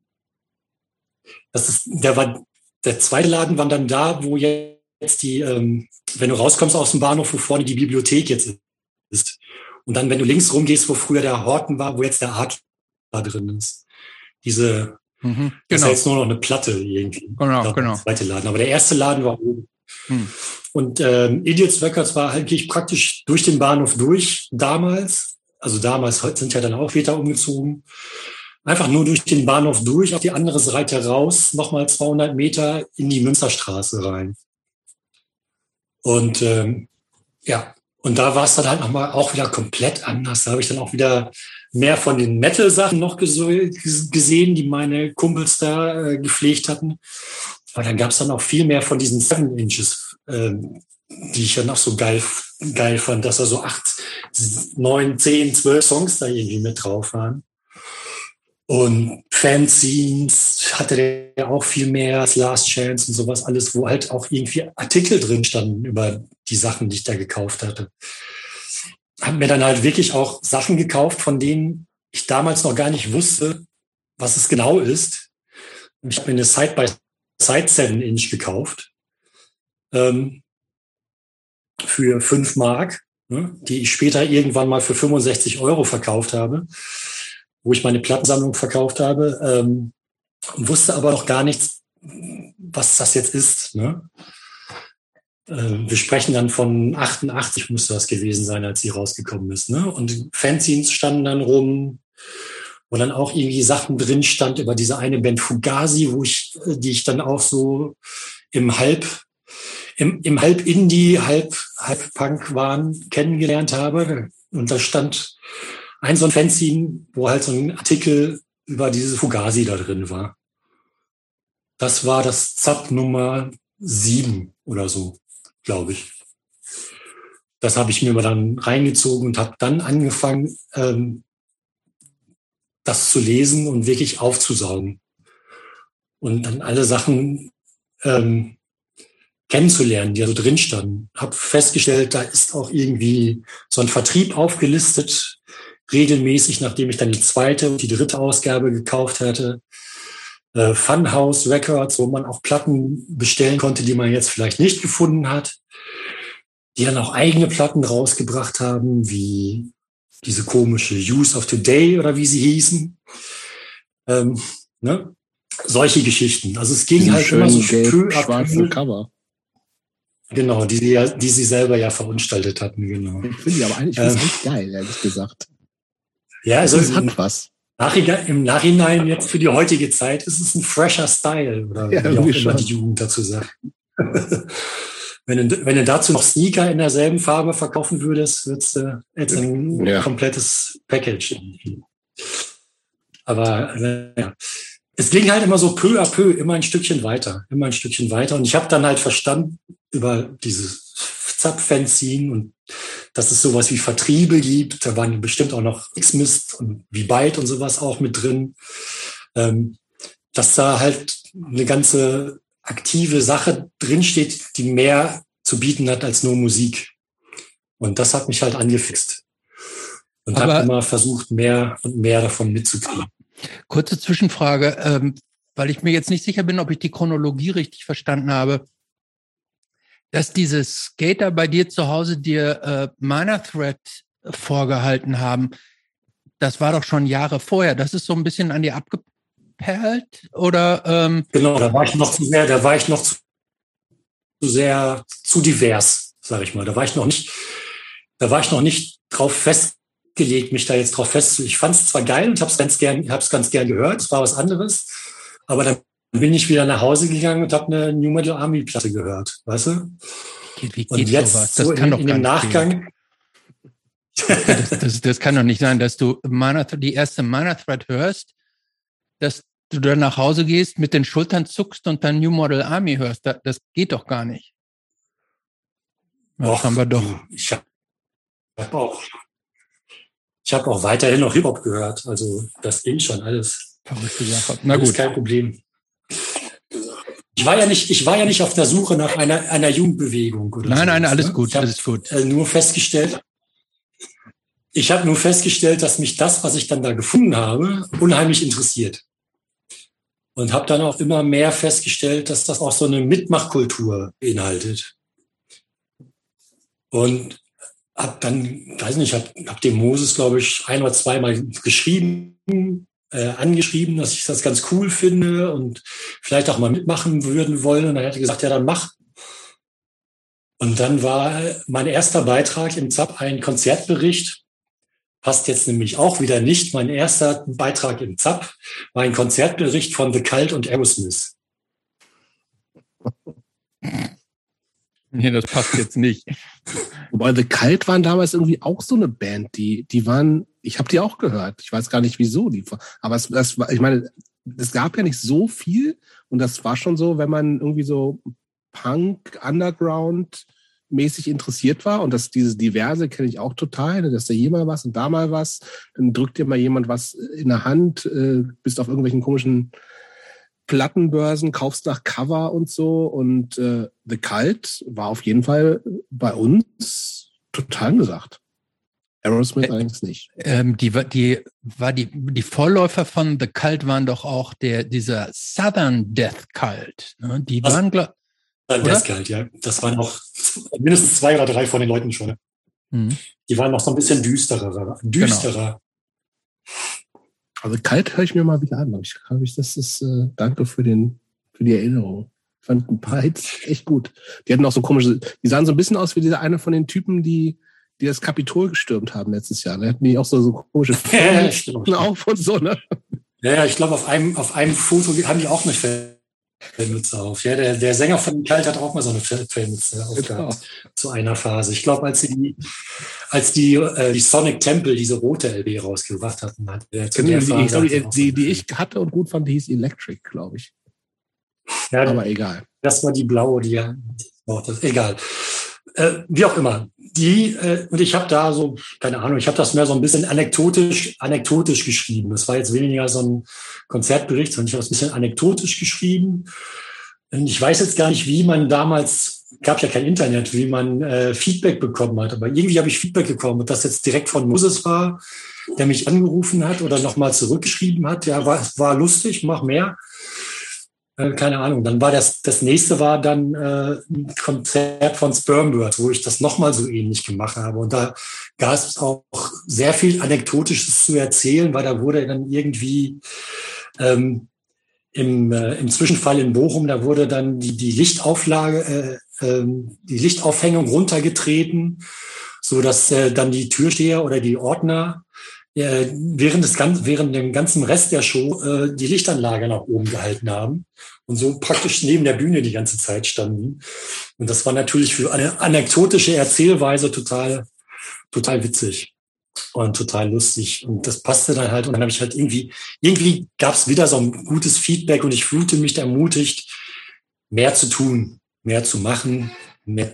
das ist, der, war, der zweite Laden war dann da, wo jetzt die, ähm, wenn du rauskommst aus dem Bahnhof, wo vorne die Bibliothek jetzt ist. Und dann, wenn du links rumgehst, wo früher der Horten war, wo jetzt der Art da drin ist. Diese, mhm, genau. Das ist jetzt nur noch eine Platte irgendwie. Genau, glaub, genau. Der zweite Laden. Aber der erste Laden war oben. Hm. Und ähm, Idiots Records war eigentlich praktisch durch den Bahnhof durch damals. also damals sind ja dann auch wieder umgezogen, einfach nur durch den Bahnhof durch, auf die andere Seite raus, nochmal zweihundert Meter in die Münsterstraße rein. Und ähm, ja, und da war es dann halt nochmal auch wieder komplett anders. Da habe ich dann auch wieder mehr von den Metal-Sachen noch gesehen, die meine Kumpels da äh, gepflegt hatten. Aber dann gab es dann auch viel mehr von diesen Seven Inches, äh, die ich dann auch so geil, geil fand, dass da so acht, neun, zehn, zwölf Songs da irgendwie mit drauf waren. Und Fanzines hatte der auch viel mehr als Last Chance und sowas alles, wo halt auch irgendwie Artikel drin standen über die Sachen, die ich da gekauft hatte. Hab mir dann halt wirklich auch Sachen gekauft, von denen ich damals noch gar nicht wusste, was es genau ist. Ich habe mir eine Side-by-Side seven Inch gekauft ähm, für fünf Mark, ne, die ich später irgendwann mal für fünfundsechzig Euro verkauft habe, wo ich meine Plattensammlung verkauft habe, ähm, wusste aber noch gar nichts, was das jetzt ist. Ne? Äh, wir sprechen dann von achtundachtzig, müsste das gewesen sein, als sie rausgekommen ist. Ne? Und Fanzines standen dann rum, wo dann auch irgendwie Sachen drin stand über diese eine Band Fugazi, wo ich, die ich dann auch so im Halb, im, im Halb Indie, Halb, Halb Punk waren, kennengelernt habe. Und da stand ein so ein Fanzine, wo halt so ein Artikel über diese Fugazi da drin war. Das war das Zap Nummer sieben oder so, glaube ich. Das habe ich mir mal dann reingezogen und habe dann angefangen, ähm, das zu lesen und wirklich aufzusaugen. Und dann alle Sachen ähm, kennenzulernen, die da so drin standen. Habe festgestellt, da ist auch irgendwie so ein Vertrieb aufgelistet, regelmäßig, nachdem ich dann die zweite und die dritte Ausgabe gekauft hatte. Äh, Funhouse Records, wo man auch Platten bestellen konnte, die man jetzt vielleicht nicht gefunden hat, die dann auch eigene Platten rausgebracht haben, wie diese komische Use of Today oder wie sie hießen. Ähm, ne? Solche Geschichten. Also es ging Diesen halt immer so gelb, schwarzen Cover. Genau, die sie, ja, die sie selber ja verunstaltet hatten, genau. Ich finde die aber eigentlich, ähm, eigentlich geil, ehrlich gesagt. Ja, also das hat was. Nachhinein, im Nachhinein jetzt für die heutige Zeit ist es ein fresher Style, oder ja, wie auch immer schon. die Jugend dazu sagt. wenn, du, wenn du dazu noch Sneaker in derselben Farbe verkaufen würdest, würdest du jetzt ein ja. komplettes Package. Aber äh, ja. Es ging halt immer so peu à peu, immer ein Stückchen weiter, immer ein Stückchen weiter. Und ich habe dann halt verstanden über dieses Zap-Fanzine und dass es sowas wie Vertriebe gibt. Da waren bestimmt auch noch X-Mist und V-Byte und sowas auch mit drin. Ähm, dass da halt eine ganze aktive Sache drinsteht, die mehr zu bieten hat als nur Musik. Und das hat mich halt angefixt. Und habe immer versucht, mehr und mehr davon mitzukriegen. Kurze Zwischenfrage, ähm, weil ich mir jetzt nicht sicher bin, ob ich die Chronologie richtig verstanden habe. Dass diese Skater bei dir zu Hause dir äh, Minor Threat vorgehalten haben, das war doch schon Jahre vorher. Das ist so ein bisschen an dir abgeperlt, oder? Ähm genau, da war ich noch zu sehr, da war ich noch zu, zu sehr, zu divers, sage ich mal. Da war ich noch nicht, da war ich noch nicht drauf festgelegt, mich da jetzt drauf festzulegen. Ich fand es zwar geil und habe es ganz gern, habe es ganz gern gehört. Es war was anderes, aber dann bin ich wieder nach Hause gegangen und habe eine New Metal Army Platte gehört, weißt du? Wie geht und jetzt sowas? Das so kann in, doch in gar dem nicht Nachgang. das, das, das kann doch nicht sein, dass du Minor, die erste Minor Threat hörst, dass du dann nach Hause gehst, mit den Schultern zuckst und dann New Model Army hörst. Das, das geht doch gar nicht. Das Och, haben wir doch. Ich habe hab auch, ich hab auch weiterhin noch Hip-Hop gehört. Also das ging schon alles. Verrückte Sache. Na gut. gut. Kein Problem. Ich war ja nicht, ich war ja nicht auf der Suche nach einer, einer Jugendbewegung. Oder nein, sowas, nein, alles ne? gut, ich hab, alles gut. Äh, nur festgestellt, ich habe nur festgestellt, dass mich das, was ich dann da gefunden habe, unheimlich interessiert. Und habe dann auch immer mehr festgestellt, dass das auch so eine Mitmachkultur beinhaltet. Und habe dann, weiß nicht, habe hab dem Moses, glaube ich, ein oder zweimal geschrieben, äh, angeschrieben, dass ich das ganz cool finde und vielleicht auch mal mitmachen würden wollen. Und er hat gesagt, ja, dann mach. Und dann war mein erster Beitrag im Zap ein Konzertbericht, passt jetzt nämlich auch wieder nicht. Mein erster Beitrag im Zap war ein Konzertbericht von The Cult und Aerosmith. Nee, das passt jetzt nicht. Wobei The Cult waren damals irgendwie auch so eine Band, die, die waren, ich habe die auch gehört. Ich weiß gar nicht wieso, die, aber es, das war, ich meine, es gab ja nicht so viel und das war schon so, wenn man irgendwie so Punk, Underground mäßig interessiert war und das, dieses Diverse kenne ich auch total, dass da hier mal was und da mal was, dann drückt dir mal jemand was in der Hand, äh, bist auf irgendwelchen komischen Plattenbörsen, kaufst nach Cover und so und äh, The Cult war auf jeden Fall bei uns total gesagt. Aerosmith äh, allerdings nicht. Ähm, die, die, war die, die Vorläufer von The Cult waren doch auch der, dieser Southern Death Cult. Ne? Die Was? waren, glaub, Death Cult, ja. Das waren auch mindestens zwei oder drei von den Leuten schon. Ne? Mhm. Die waren noch so ein bisschen düsterer. Düsterer. Genau. Also Kalt höre ich mir mal wieder an. Ich glaube, ich, das ist äh, danke für den für die Erinnerung. Ich fand ein paar Hits echt gut. Die hatten auch so komische, die sahen so ein bisschen aus wie dieser eine von den Typen, die die das Kapitol gestürmt haben letztes Jahr. Da hatten die auch so, so komische Fäden auf und so, ne? Ja, ja, ich glaube, auf einem auf einem Foto haben die auch eine Fellmütze auf. Ja, der, der Sänger von Kalt hat auch mal so eine Fellmütze auf genau. Zu einer Phase. Ich glaube, als sie als die äh, die Sonic Temple diese rote L P rausgebracht hatten, hat der zu der die, Phase die, die, die, die ich hatte und gut fand, die hieß Electric, glaube ich. Ja, aber egal. Das war die blaue, die ja, oh, das, egal. Äh, wie auch immer. Die äh, und ich habe da so, keine Ahnung, ich habe das mehr so ein bisschen anekdotisch, anekdotisch geschrieben. Das war jetzt weniger so ein Konzertbericht, sondern ich habe es ein bisschen anekdotisch geschrieben. Und ich weiß jetzt gar nicht, wie man damals, gab ja kein Internet, wie man äh, Feedback bekommen hat. Aber irgendwie habe ich Feedback bekommen, ob das jetzt direkt von Moses war, der mich angerufen hat oder nochmal zurückgeschrieben hat. Ja, war, war lustig, mach mehr. Äh, keine Ahnung. Dann war das, das nächste war dann äh, ein Konzert von Spermbird, wo ich das nochmal so ähnlich gemacht habe. Und da gab es auch sehr viel Anekdotisches zu erzählen, weil da wurde dann irgendwie ähm, im, äh, im Zwischenfall in Bochum, da wurde dann die, die Lichtauflage, äh, äh, die Lichtaufhängung runtergetreten, so dass äh, dann die Türsteher oder die Ordner äh, während des ganzen, während dem ganzen Rest der Show äh, die Lichtanlage nach oben gehalten haben und so praktisch neben der Bühne die ganze Zeit standen. Und das war natürlich für eine anekdotische Erzählweise total, total witzig und total lustig. Und das passte dann halt. Und dann habe ich halt irgendwie, irgendwie gab es wieder so ein gutes Feedback und ich fühlte mich ermutigt, mehr zu tun, mehr zu machen, mehr,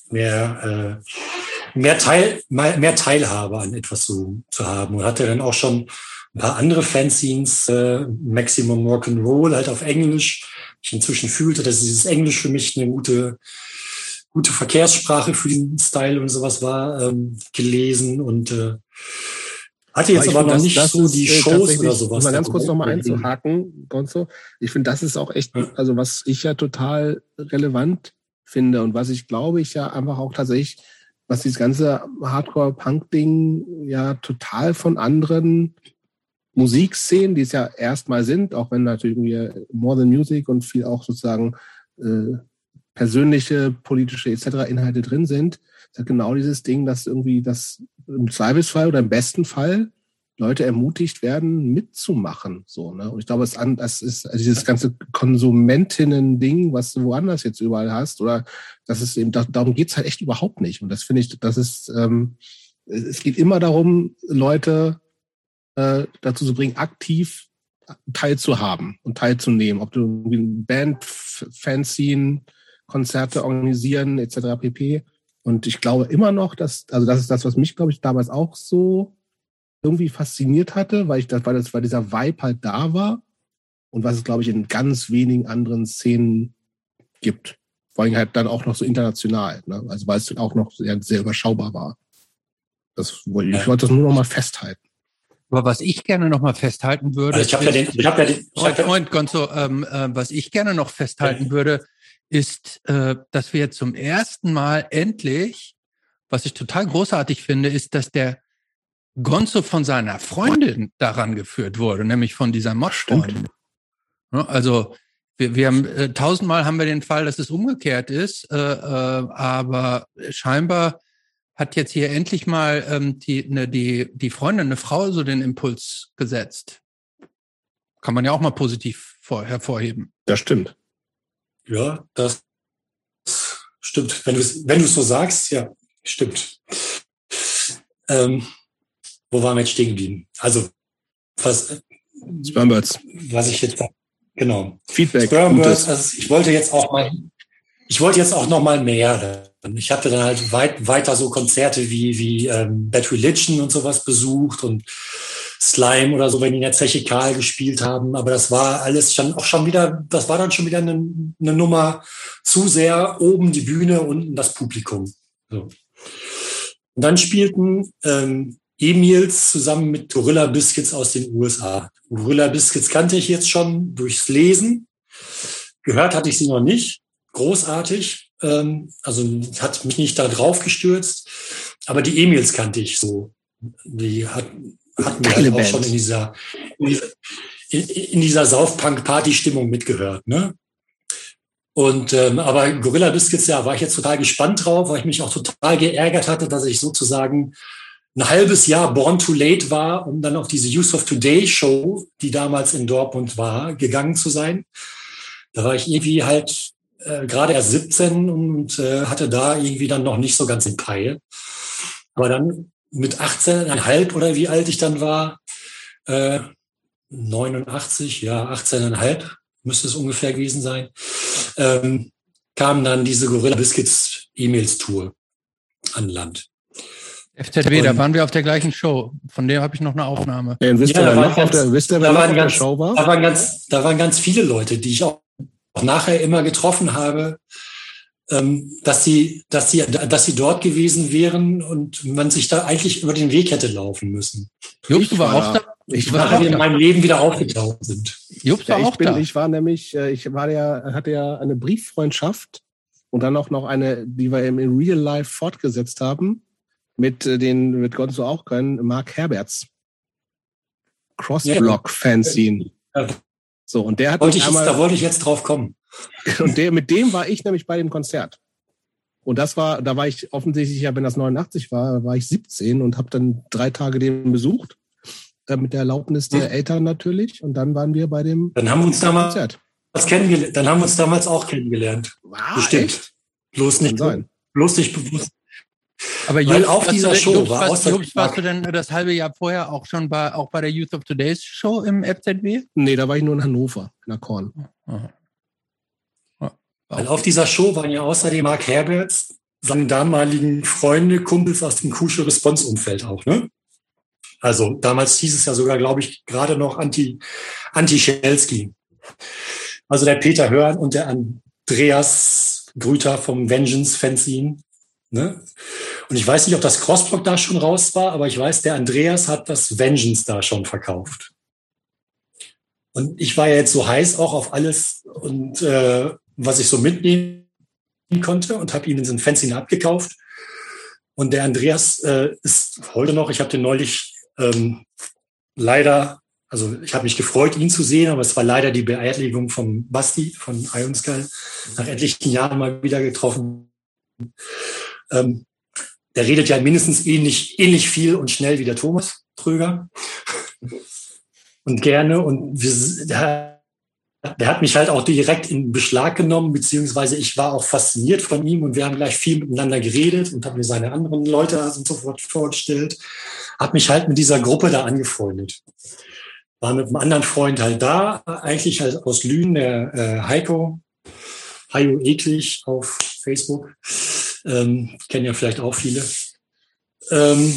mehr, äh, mehr Teil, mehr Teilhabe an etwas zu, zu haben. Und hatte dann auch schon ein paar andere Fanzines, äh, Maximum Rock'n'Roll, halt auf Englisch. Ich inzwischen fühlte, dass dieses Englisch für mich eine gute, gute Verkehrssprache für den Style und sowas war, ähm, gelesen und äh, hatte jetzt aber, aber noch das, nicht das so die ist, Shows oder sowas. Um mal ganz kurz nochmal einzuhaken, Gonzo. Ich finde, das ist auch echt, also was ich ja total relevant finde und was ich glaube ich ja einfach auch tatsächlich, was dieses ganze Hardcore-Punk-Ding ja total von anderen Musikszenen, die es ja erstmal sind, auch wenn natürlich irgendwie More Than Music und viel auch sozusagen äh, persönliche, politische et cetera Inhalte drin sind, ist ja genau dieses Ding, dass irgendwie das im Zweifelsfall oder im besten Fall Leute ermutigt werden, mitzumachen. So, ne? Und ich glaube, es an, das ist also dieses ganze Konsumentinnen-Ding, was du woanders jetzt überall hast, oder das ist eben, darum geht's halt echt überhaupt nicht. Und das finde ich, das ist, ähm, es geht immer darum, Leute äh, dazu zu bringen, aktiv teilzuhaben und teilzunehmen. Ob du irgendwie eine Band, Fanzine, Konzerte organisieren, et cetera pp. Und ich glaube immer noch, dass, also das ist das, was mich, glaube ich, damals auch so irgendwie fasziniert hatte, weil ich das, weil das, weil dieser Vibe halt da war und was es, glaube ich, in ganz wenigen anderen Szenen gibt. Vor allem halt dann auch noch so international, ne? Also weil es auch noch sehr, sehr überschaubar war. Das wollte ich, ich wollte das nur noch mal festhalten. Aber was ich gerne noch mal festhalten würde, also ich habe ja den, ich habe ja den, Freund, Freund Gonzo, ähm, äh, was ich gerne noch festhalten ja. würde, ist, äh, dass wir zum ersten Mal endlich, was ich total großartig finde, ist, dass der Gonzo von seiner Freundin daran geführt wurde, nämlich von dieser Mod-Freundin. Also wir, wir haben äh, tausendmal haben wir den Fall, dass es umgekehrt ist, äh, äh, aber scheinbar hat jetzt hier endlich mal ähm, die, ne, die, die Freundin, eine Frau so den Impuls gesetzt. Kann man ja auch mal positiv vor, hervorheben. Das stimmt. Ja, das stimmt. Wenn du es wenn du es so sagst, ja, stimmt. Ähm, wo waren wir jetzt stehen geblieben? Also, was, Spermbirds. was ich jetzt, genau. Feedback. Spermbirds, also ich wollte jetzt auch mal, ich wollte jetzt auch noch mal mehr. Ich hatte dann halt weit, weiter so Konzerte wie, wie ähm, Bad Religion und sowas besucht und Slime oder so, wenn die in der Zeche Karl gespielt haben. Aber das war alles schon auch schon wieder, das war dann schon wieder eine, eine Nummer zu sehr oben die Bühne, unten das Publikum. So. Und dann spielten ähm, Emils zusammen mit Gorilla Biscuits aus den U S A. Gorilla Biscuits kannte ich jetzt schon durchs Lesen. Gehört hatte ich sie noch nicht. Großartig. Ähm, also hat mich nicht da drauf gestürzt. Aber die Emils kannte ich so. Die hat, hatten mir halt auch Band. schon in dieser, in dieser, in, in dieser Saufpunk-Party-Stimmung mitgehört. Ne? Und ähm, aber Gorilla Biscuits, ja, war ich jetzt total gespannt drauf, weil ich mich auch total geärgert hatte, dass ich sozusagen ein halbes Jahr Born Too Late war, um dann auf diese Youth of Today Show, die damals in Dortmund war, gegangen zu sein. Da war ich irgendwie halt äh, gerade erst siebzehn und äh, hatte da irgendwie dann noch nicht so ganz in Peil. Aber dann mit achtzehn Komma fünf oder wie alt ich dann war, äh, neunundachtzig, ja, achtzehn Komma fünf müsste es ungefähr gewesen sein, ähm, kam dann diese Gorilla Biscuits E-Mails Tour an Land. F Z W, und da waren wir auf der gleichen Show. Von der habe ich noch eine Aufnahme. Ja, wisst ihr, ja, wer noch auf der, wisst ihr, wer noch auf der Show war? Da waren, ganz, da waren ganz viele Leute, die ich auch, auch nachher immer getroffen habe, ähm, dass sie, dass sie, dass sie dort gewesen wären und man sich da eigentlich über den Weg hätte laufen müssen. Jupp, du war auch da. Ich war nachher in meinem Leben wieder aufgetaucht sind. Jupp war ja, ich auch bin, da. Ich war nämlich, ich war ja, hatte ja eine Brieffreundschaft und dann auch noch eine, die wir im Real Life fortgesetzt haben. Mit den, mit Gonzo auch können, Mark Herberts. Crossblock-Fanzine. Ja. So, und der hat wollte ich einmal, jetzt, da wollte ich jetzt drauf kommen. Und der, mit dem war ich nämlich bei dem Konzert. Und das war, da war ich offensichtlich, ja, wenn das neunundachtzig war, war ich siebzehn und habe dann drei Tage den besucht. Äh, mit der Erlaubnis der hm. Eltern natürlich. Und dann waren wir bei dem Dann haben wir uns damals, Konzert. kennengelernt. Dann haben wir uns damals auch kennengelernt. Wow, bestimmt. Echt? Bloß nicht, sein. bloß nicht bewusst. Aber Weil Jobs, auf dieser du, Show Jobs, war warst, Jobs, warst du denn das halbe Jahr vorher auch schon bei, auch bei der Youth of Today's Show im F Z W? Nee, da war ich nur in Hannover, in der Korn. Aha. Weil auf dieser Show waren ja außerdem Mark Herberts, seine damaligen Freunde, Kumpels aus dem Kusche-Response-Umfeld auch, ne? Also damals hieß es ja sogar, glaube ich, gerade noch Anti, Anti-Schelski. Also der Peter Hörn und der Andreas Grüter vom Vengeance-Fanzine. Ne? Und ich weiß nicht, ob das Crossblock da schon raus war, aber ich weiß, der Andreas hat das Vengeance da schon verkauft. Und ich war ja jetzt so heiß auch auf alles und äh, was ich so mitnehmen konnte und habe ihn in so ein Fanzine abgekauft. Und der Andreas äh, ist heute noch, ich habe den neulich ähm, leider, also ich habe mich gefreut, ihn zu sehen, aber es war leider die Beerdigung von Basti, von Iron Skull, nach etlichen Jahren mal wieder getroffen. Ähm, der redet ja mindestens ähnlich, ähnlich viel und schnell wie der Thomas Tröger. Und gerne. Und wir, der, der hat mich halt auch direkt in Beschlag genommen, beziehungsweise ich war auch fasziniert von ihm und wir haben gleich viel miteinander geredet und habe mir seine anderen Leute und so fort vorgestellt. Hab mich halt mit dieser Gruppe da angefreundet. War mit einem anderen Freund halt da, eigentlich halt aus Lünen, der äh, Heiko, Heiko Eklig auf Facebook. Ähm, kennen ja vielleicht auch viele. Ähm,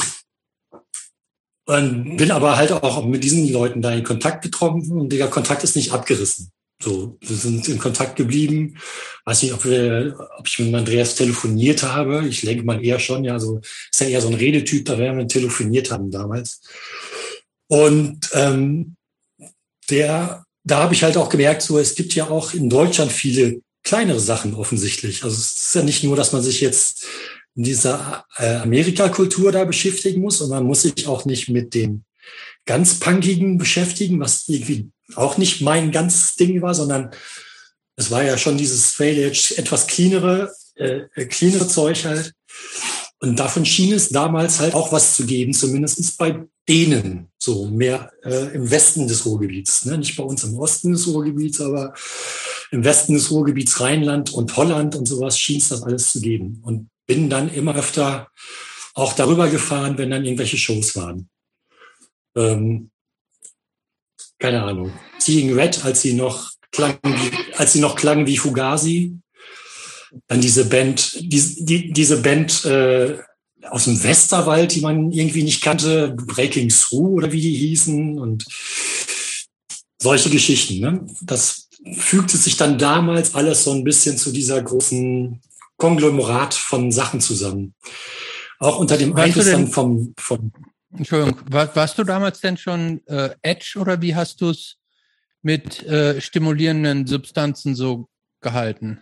und bin aber halt auch mit diesen Leuten da in Kontakt getroffen und der Kontakt ist nicht abgerissen. So, wir sind in Kontakt geblieben. Weiß nicht, ob wir, ob ich mit Andreas telefoniert habe. Ich denke mal eher schon, ja, so ist ja eher so ein Redetyp, da werden wir telefoniert haben damals. Und ähm, der, da habe ich halt auch gemerkt, so es gibt ja auch in Deutschland viele kleinere Sachen offensichtlich. Also es ist ja nicht nur, dass man sich jetzt in dieser äh, Amerikakultur da beschäftigen muss und man muss sich auch nicht mit dem ganz Punkigen beschäftigen, was irgendwie auch nicht mein ganzes Ding war, sondern es war ja schon dieses Straight Edge, etwas cleanere, äh, cleanere Zeug halt. Und davon schien es damals halt auch was zu geben, zumindest bei denen, so mehr äh, im Westen des Ruhrgebiets. Ne? Nicht bei uns im Osten des Ruhrgebiets, aber im Westen des Ruhrgebiets, Rheinland und Holland und sowas schien es das alles zu geben. Und bin dann immer öfter auch darüber gefahren, wenn dann irgendwelche Shows waren. Ähm, keine Ahnung. Seeing Red, als sie noch klangen wie, als sie noch klangen wie Fugazi. Dann diese Band, die, die, diese Band äh, aus dem Westerwald, die man irgendwie nicht kannte, Breaking Through oder wie die hießen und solche Geschichten. Ne? Das fügte sich dann damals alles so ein bisschen zu dieser großen Konglomerat von Sachen zusammen. Auch unter dem Einfluss dann vom, vom Entschuldigung, war, warst du damals denn schon äh, Edge oder wie hast du es mit äh, stimulierenden Substanzen so gehalten?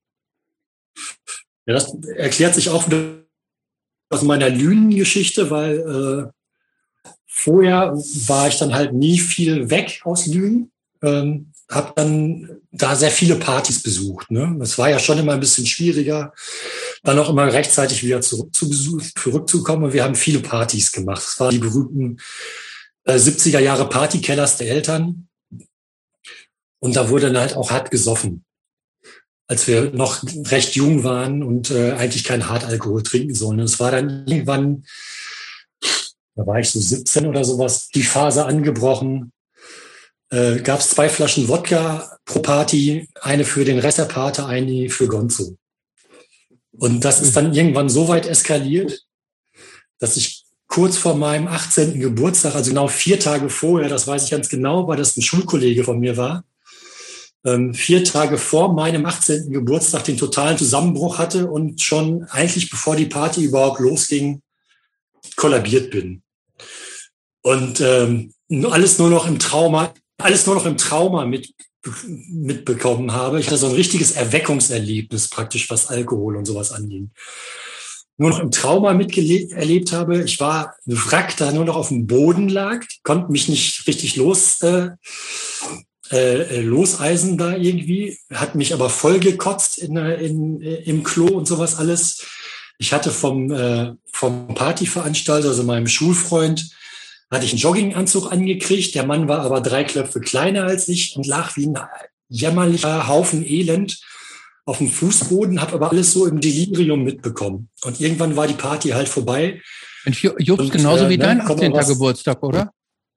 Ja, das erklärt sich auch wieder aus meiner Lünen-Geschichte, weil äh, vorher war ich dann halt nie viel weg aus Lünen. Ähm, habe dann da sehr viele Partys besucht. Ne? Das war ja schon immer ein bisschen schwieriger, dann auch immer rechtzeitig wieder zurück zu besuch, zurückzukommen. Und wir haben viele Partys gemacht. Das waren die berühmten äh, siebziger Jahre Partykellers der Eltern. Und da wurde dann halt auch hart gesoffen, als wir noch recht jung waren und äh, eigentlich keinen Hartalkohol trinken sollen. Und es war dann irgendwann, da war ich so siebzehn oder sowas, die Phase angebrochen. Äh, gab es zwei Flaschen Wodka pro Party, eine für den Rest der Party, eine für Gonzo. Und das ist dann irgendwann so weit eskaliert, dass ich kurz vor meinem achtzehnten Geburtstag, also genau vier Tage vorher, das weiß ich ganz genau, weil das ein Schulkollege von mir war, ähm, vier Tage vor meinem achtzehnten Geburtstag den totalen Zusammenbruch hatte und schon eigentlich, bevor die Party überhaupt losging, kollabiert bin. Und ähm, alles nur noch im Trauma, alles nur noch im Trauma mit, mitbekommen habe. Ich hatte so ein richtiges Erweckungserlebnis praktisch, was Alkohol und sowas anging. Nur noch im Trauma miterlebt habe. Ich war ein Wrack, da nur noch auf dem Boden lag, konnte mich nicht richtig los, äh, äh, loseisen da irgendwie, hat mich aber voll gekotzt in, in, im Klo und sowas alles. Ich hatte vom, äh, vom Partyveranstalter, also meinem Schulfreund, hatte ich einen Jogginganzug angekriegt. Der Mann war aber drei Köpfe kleiner als ich und lag wie ein jämmerlicher Haufen Elend auf dem Fußboden, habe aber alles so im Delirium mitbekommen. Und irgendwann war die Party halt vorbei. Und Jux, genauso äh, wie dein achtzehnten Geburtstag, oder?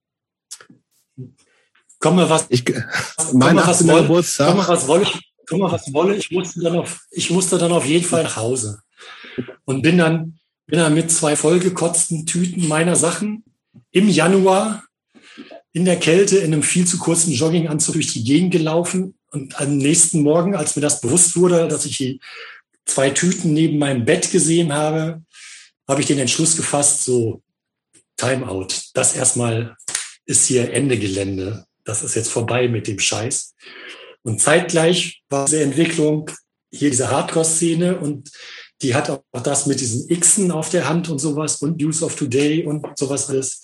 Komm mal was, ich, mein was wolle, Geburtstag. Komm mal was wolle, komm mal was wolle. Ich musste dann auf, ich musste dann auf jeden Fall nach Hause und bin dann, bin dann mit zwei vollgekotzten Tüten meiner Sachen im Januar in der Kälte in einem viel zu kurzen Jogginganzug durch die Gegend gelaufen. Und am nächsten Morgen, als mir das bewusst wurde, dass ich die zwei Tüten neben meinem Bett gesehen habe, habe ich den Entschluss gefasst, so Timeout. Das erstmal ist hier Ende Gelände. Das ist jetzt vorbei mit dem Scheiß. Und zeitgleich war diese Entwicklung hier diese Hardcore-Szene und die hat auch das mit diesen Xen auf der Hand und sowas und News of Today und sowas alles.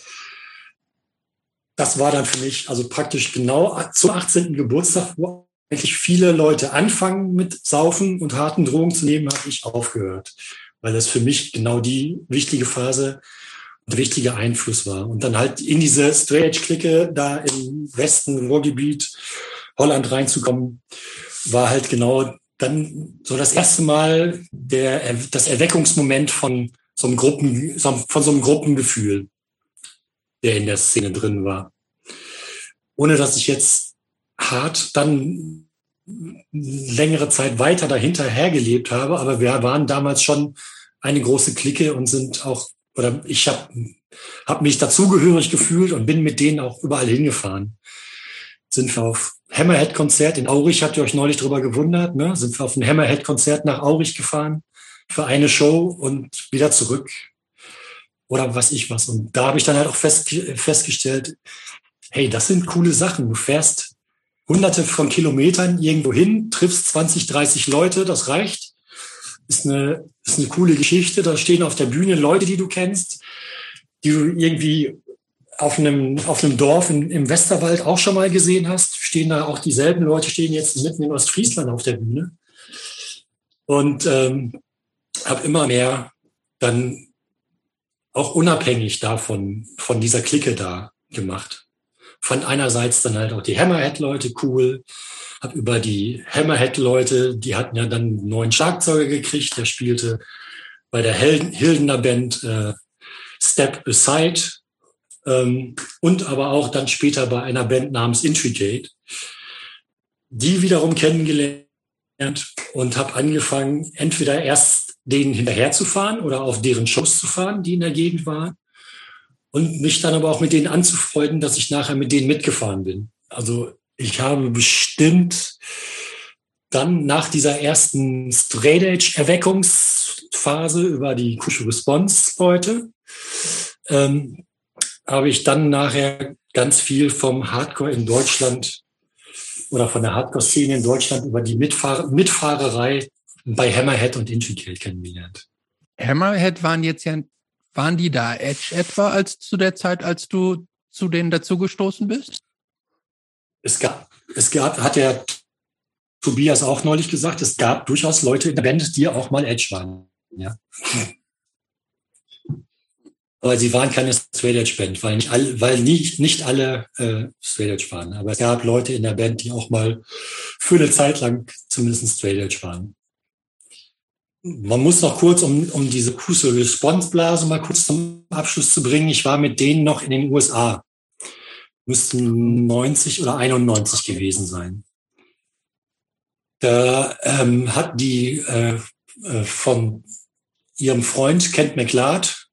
Das war dann für mich also praktisch genau zum achtzehnten Geburtstag, wo eigentlich viele Leute anfangen mit Saufen und harten Drogen zu nehmen, habe ich aufgehört. Weil das für mich genau die wichtige Phase und wichtiger Einfluss war. Und dann halt in diese Straight-Edge-Clique da im Westen, Ruhrgebiet, Holland reinzukommen, war halt genau dann so das erste Mal der, das Erweckungsmoment von so einem Gruppen, von so einem Gruppengefühl, der in der Szene drin war. Ohne dass ich jetzt hart dann längere Zeit weiter dahinter hergelebt habe, aber wir waren damals schon eine große Clique und sind auch, oder ich habe hab mich dazugehörig gefühlt und bin mit denen auch überall hingefahren. Sind wir auf Hammerhead-Konzert in Aurich, habt ihr euch neulich drüber gewundert, ne? Sind wir auf ein Hammerhead-Konzert nach Aurich gefahren für eine Show und wieder zurück oder was ich was. Und da habe ich dann halt auch fest, festgestellt, hey, das sind coole Sachen. Du fährst hunderte von Kilometern irgendwo hin, triffst zwanzig, dreißig Leute, das reicht. Ist eine, ist eine coole Geschichte. Da stehen auf der Bühne Leute, die du kennst, die du irgendwie auf einem, auf einem Dorf in, im Westerwald auch schon mal gesehen hast. Stehen da auch dieselben Leute, stehen jetzt mitten in Ostfriesland auf der Bühne. Und ähm, habe immer mehr dann auch unabhängig davon, von dieser Clique da gemacht. Fand einerseits dann halt auch die Hammerhead-Leute cool, hab über die Hammerhead-Leute, die hatten ja dann einen neuen Schlagzeuger gekriegt, der spielte bei der Hildener Band äh, Step Aside ähm, und aber auch dann später bei einer Band namens Intricate. Die wiederum kennengelernt und habe angefangen, entweder erst denen hinterherzufahren oder auf deren Shows zu fahren, die in der Gegend waren. Und mich dann aber auch mit denen anzufreunden, dass ich nachher mit denen mitgefahren bin. Also ich habe bestimmt dann nach dieser ersten Straight-Edge-Erweckungsphase über die Crucial Response-Leute, ähm, habe ich dann nachher ganz viel vom Hardcore in Deutschland oder von der Hardcore-Szene in Deutschland über die Mitfahr- Mitfahrerei bei Hammerhead und Intricate kennengelernt. Hammerhead waren jetzt ja, waren die da Edge etwa als zu der Zeit, als du zu denen dazugestoßen bist? Es gab, es gab, hat der Tobias auch neulich gesagt, es gab durchaus Leute in der Band, die auch mal Edge waren. Ja. Aber sie waren keine Straight Edge Band, weil nicht alle, weil nicht, nicht alle äh, Straight Edge waren. Aber es gab Leute in der Band, die auch mal für eine Zeit lang zumindest Straight Edge waren. Man muss noch kurz, um, um diese Crucial Response Blase mal kurz zum Abschluss zu bringen. Ich war mit denen noch in den U S A. Müssten neunzig oder einundneunzig gewesen sein. Da ähm, hat die äh, äh, von ihrem Freund Kent McLeod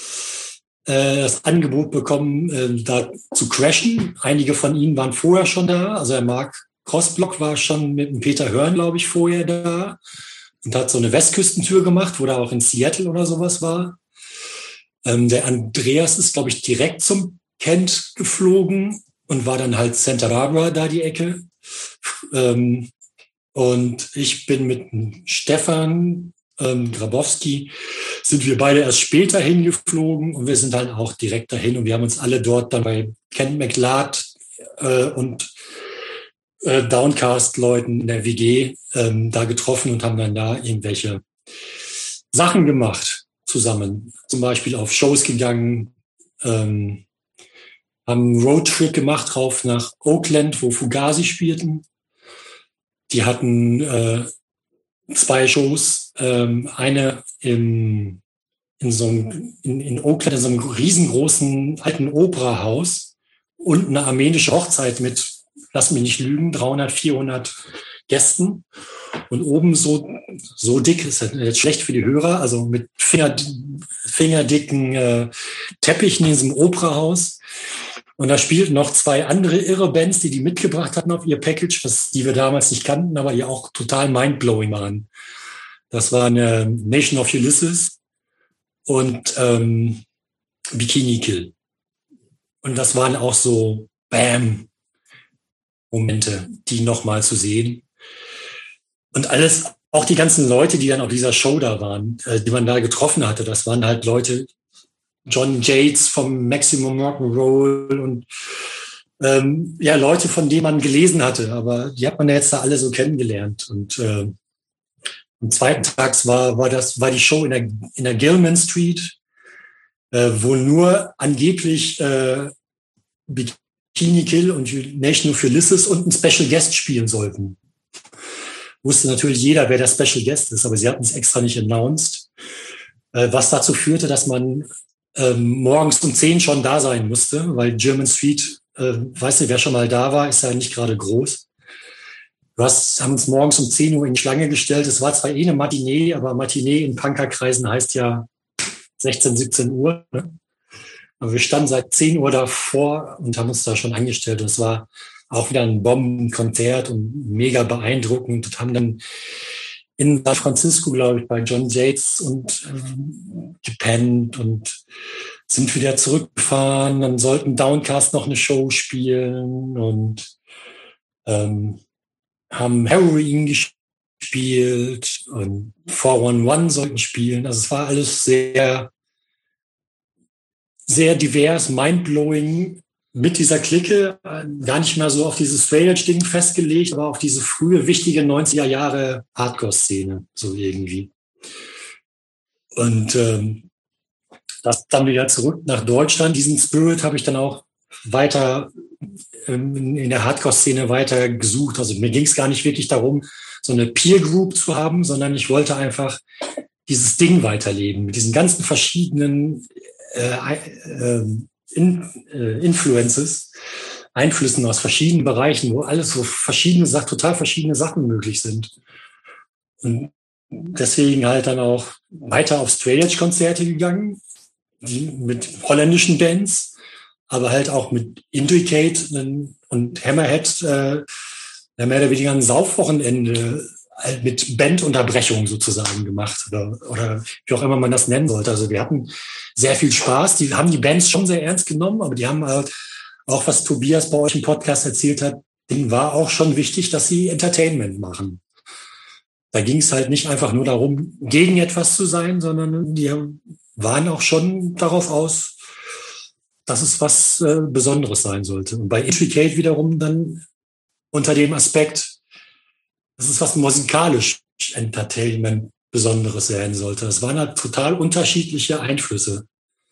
äh, das Angebot bekommen, äh, da zu crashen. Einige von ihnen waren vorher schon da. Also der Mark Crossblock war schon mit dem Peter Hörn, glaube ich, vorher da und hat so eine Westküstentür gemacht, wo er auch in Seattle oder sowas war. Ähm, der Andreas ist, glaube ich, direkt zum Kent geflogen und war dann halt Santa Barbara da die Ecke. Ähm, und ich bin mit Stefan ähm, Grabowski, sind wir beide erst später hingeflogen und wir sind halt auch direkt dahin und wir haben uns alle dort dann bei Kent McLeod äh, und äh, Downcast-Leuten in der W G ähm, da getroffen und haben dann da irgendwelche Sachen gemacht zusammen. Zum Beispiel auf Shows gegangen, ähm, haben einen Roadtrip gemacht rauf nach Oakland, wo Fugazi spielten. Die hatten äh, zwei Shows, ähm, eine im, in so einem, in, in Oakland, in so einem riesengroßen alten Operahaus und eine armenische Hochzeit mit, lass mich nicht lügen, dreihundert, vierhundert Gästen. Und oben so, so dick, ist jetzt schlecht für die Hörer, also mit Finger, fingerdicken äh, Teppichen in diesem Operahaus. Und da spielten noch zwei andere irre Bands, die die mitgebracht hatten auf ihr Package, das, die wir damals nicht kannten, aber die auch total mindblowing waren. Das waren äh, Nation of Ulysses und ähm, Bikini Kill. Und das waren auch so Bam-Momente, die nochmal zu sehen. Und alles, auch die ganzen Leute, die dann auf dieser Show da waren, äh, die man da getroffen hatte, das waren halt Leute, John Yates vom Maximum Rock'n'Roll und ähm, ja, Leute, von denen man gelesen hatte, aber die hat man ja jetzt da alle so kennengelernt. Und äh, am zweiten Tag war, war das, war die Show in der, in der Gilman Street, äh, wo nur angeblich äh, Bikini Kill und Nation of Ulysses und ein Special Guest spielen sollten. Wusste natürlich jeder, wer der Special Guest ist, aber sie hatten es extra nicht announced, äh, was dazu führte, dass man ähm, morgens um zehn schon da sein musste, weil German Street, äh, weißt du, wer schon mal da war, ist ja nicht gerade groß. Wir haben uns morgens um zehn Uhr in die Schlange gestellt. Es war zwar eh eine Matinee, aber Matinee in Punkerkreisen heißt ja sechzehn, siebzehn Uhr. Ne? Aber wir standen seit zehn Uhr davor und haben uns da schon angestellt. Und es war auch wieder ein Bombenkonzert und mega beeindruckend und haben dann in San Francisco, glaube ich, bei John Yates und ähm, gepennt und sind wieder zurückgefahren. Dann sollten Downcast noch eine Show spielen und ähm, haben Heroin gespielt und vier eins eins sollten spielen. Also es war alles sehr, sehr divers, mindblowing, mit dieser Clique, gar nicht mehr so auf dieses Straight-Edge-Ding festgelegt, aber auf diese frühe, wichtige neunziger Jahre Hardcore-Szene, so irgendwie. Und ähm, das dann wieder zurück nach Deutschland. Diesen Spirit habe ich dann auch weiter ähm, in der Hardcore-Szene weiter gesucht. Also mir ging es gar nicht wirklich darum, so eine Peer-Group zu haben, sondern ich wollte einfach dieses Ding weiterleben mit diesen ganzen verschiedenen äh, äh, in, äh, Influences, Einflüssen aus verschiedenen Bereichen, wo alles so verschiedene, total verschiedene Sachen möglich sind. Und deswegen halt dann auch weiter auf Straight-Edge-Konzerte gegangen, die mit holländischen Bands, aber halt auch mit Intricate und Hammerhead, äh, mehr oder weniger ein Saufwochenende halt mit Bandunterbrechung sozusagen gemacht oder, oder wie auch immer man das nennen sollte. Also wir hatten sehr viel Spaß. Die haben die Bands schon sehr ernst genommen, aber die haben halt auch, was Tobias bei euch im Podcast erzählt hat, denen war auch schon wichtig, dass sie Entertainment machen. Da ging es halt nicht einfach nur darum, gegen etwas zu sein, sondern die waren auch schon darauf aus, dass es was äh, Besonderes sein sollte. Und bei Intricate wiederum dann unter dem Aspekt, dass es was musikalisch Entertainment Besonderes sein sollte. Das waren halt total unterschiedliche Einflüsse.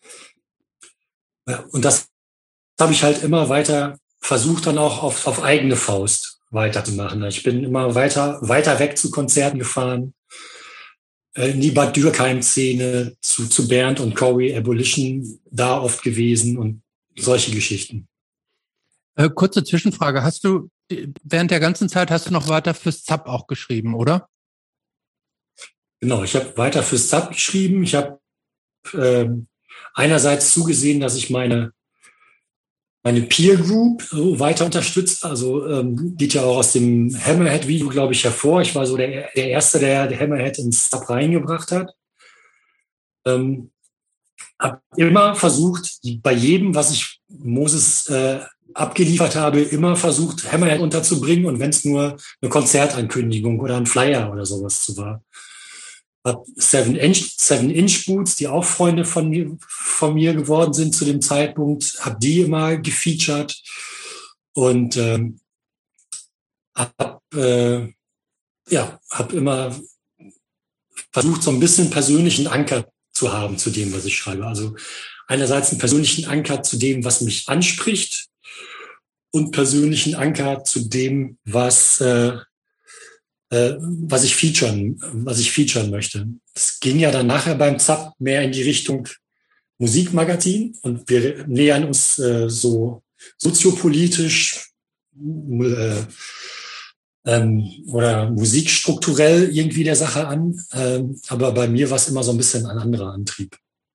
Ja, und das habe ich halt immer weiter versucht, dann auch auf, auf eigene Faust weiterzumachen. Ich bin immer weiter, weiter weg zu Konzerten gefahren, in die Bad Dürkheim-Szene, zu, zu Bernd und Corey Abolition da oft gewesen und solche Geschichten. Äh, kurze Zwischenfrage. Hast du, während der ganzen Zeit hast du noch weiter fürs Z A P auch geschrieben, oder? Genau, ich habe weiter fürs Z A P geschrieben. Ich habe äh, einerseits zugesehen, dass ich meine meine Peer Group so weiter unterstützt. Also ähm, geht ja auch aus dem Hammerhead-Video, glaube ich, hervor. Ich war so der, der Erste, der, der Hammerhead ins Z A P reingebracht hat. Ähm, habe immer versucht, bei jedem, was ich Moses äh, abgeliefert habe, immer versucht, Hammerhead unterzubringen. Und wenn es nur eine Konzertankündigung oder ein Flyer oder sowas zu war. Hab Seven Inch, Seven Inch Boots, die auch Freunde von mir, von mir geworden sind zu dem Zeitpunkt, habe die immer gefeatured und ähm, hab, äh, ja, hab immer versucht, so ein bisschen persönlichen Anker zu haben zu dem, was ich schreibe. Also einerseits einen persönlichen Anker zu dem, was mich anspricht und persönlichen Anker zu dem, was äh, was ich featuren, was ich featuren möchte. Es ging ja dann nachher beim Z A P mehr in die Richtung Musikmagazin und wir nähern uns äh, so soziopolitisch äh, ähm, oder musikstrukturell irgendwie der Sache an. Ähm, aber bei mir war es immer so ein bisschen ein anderer Antrieb.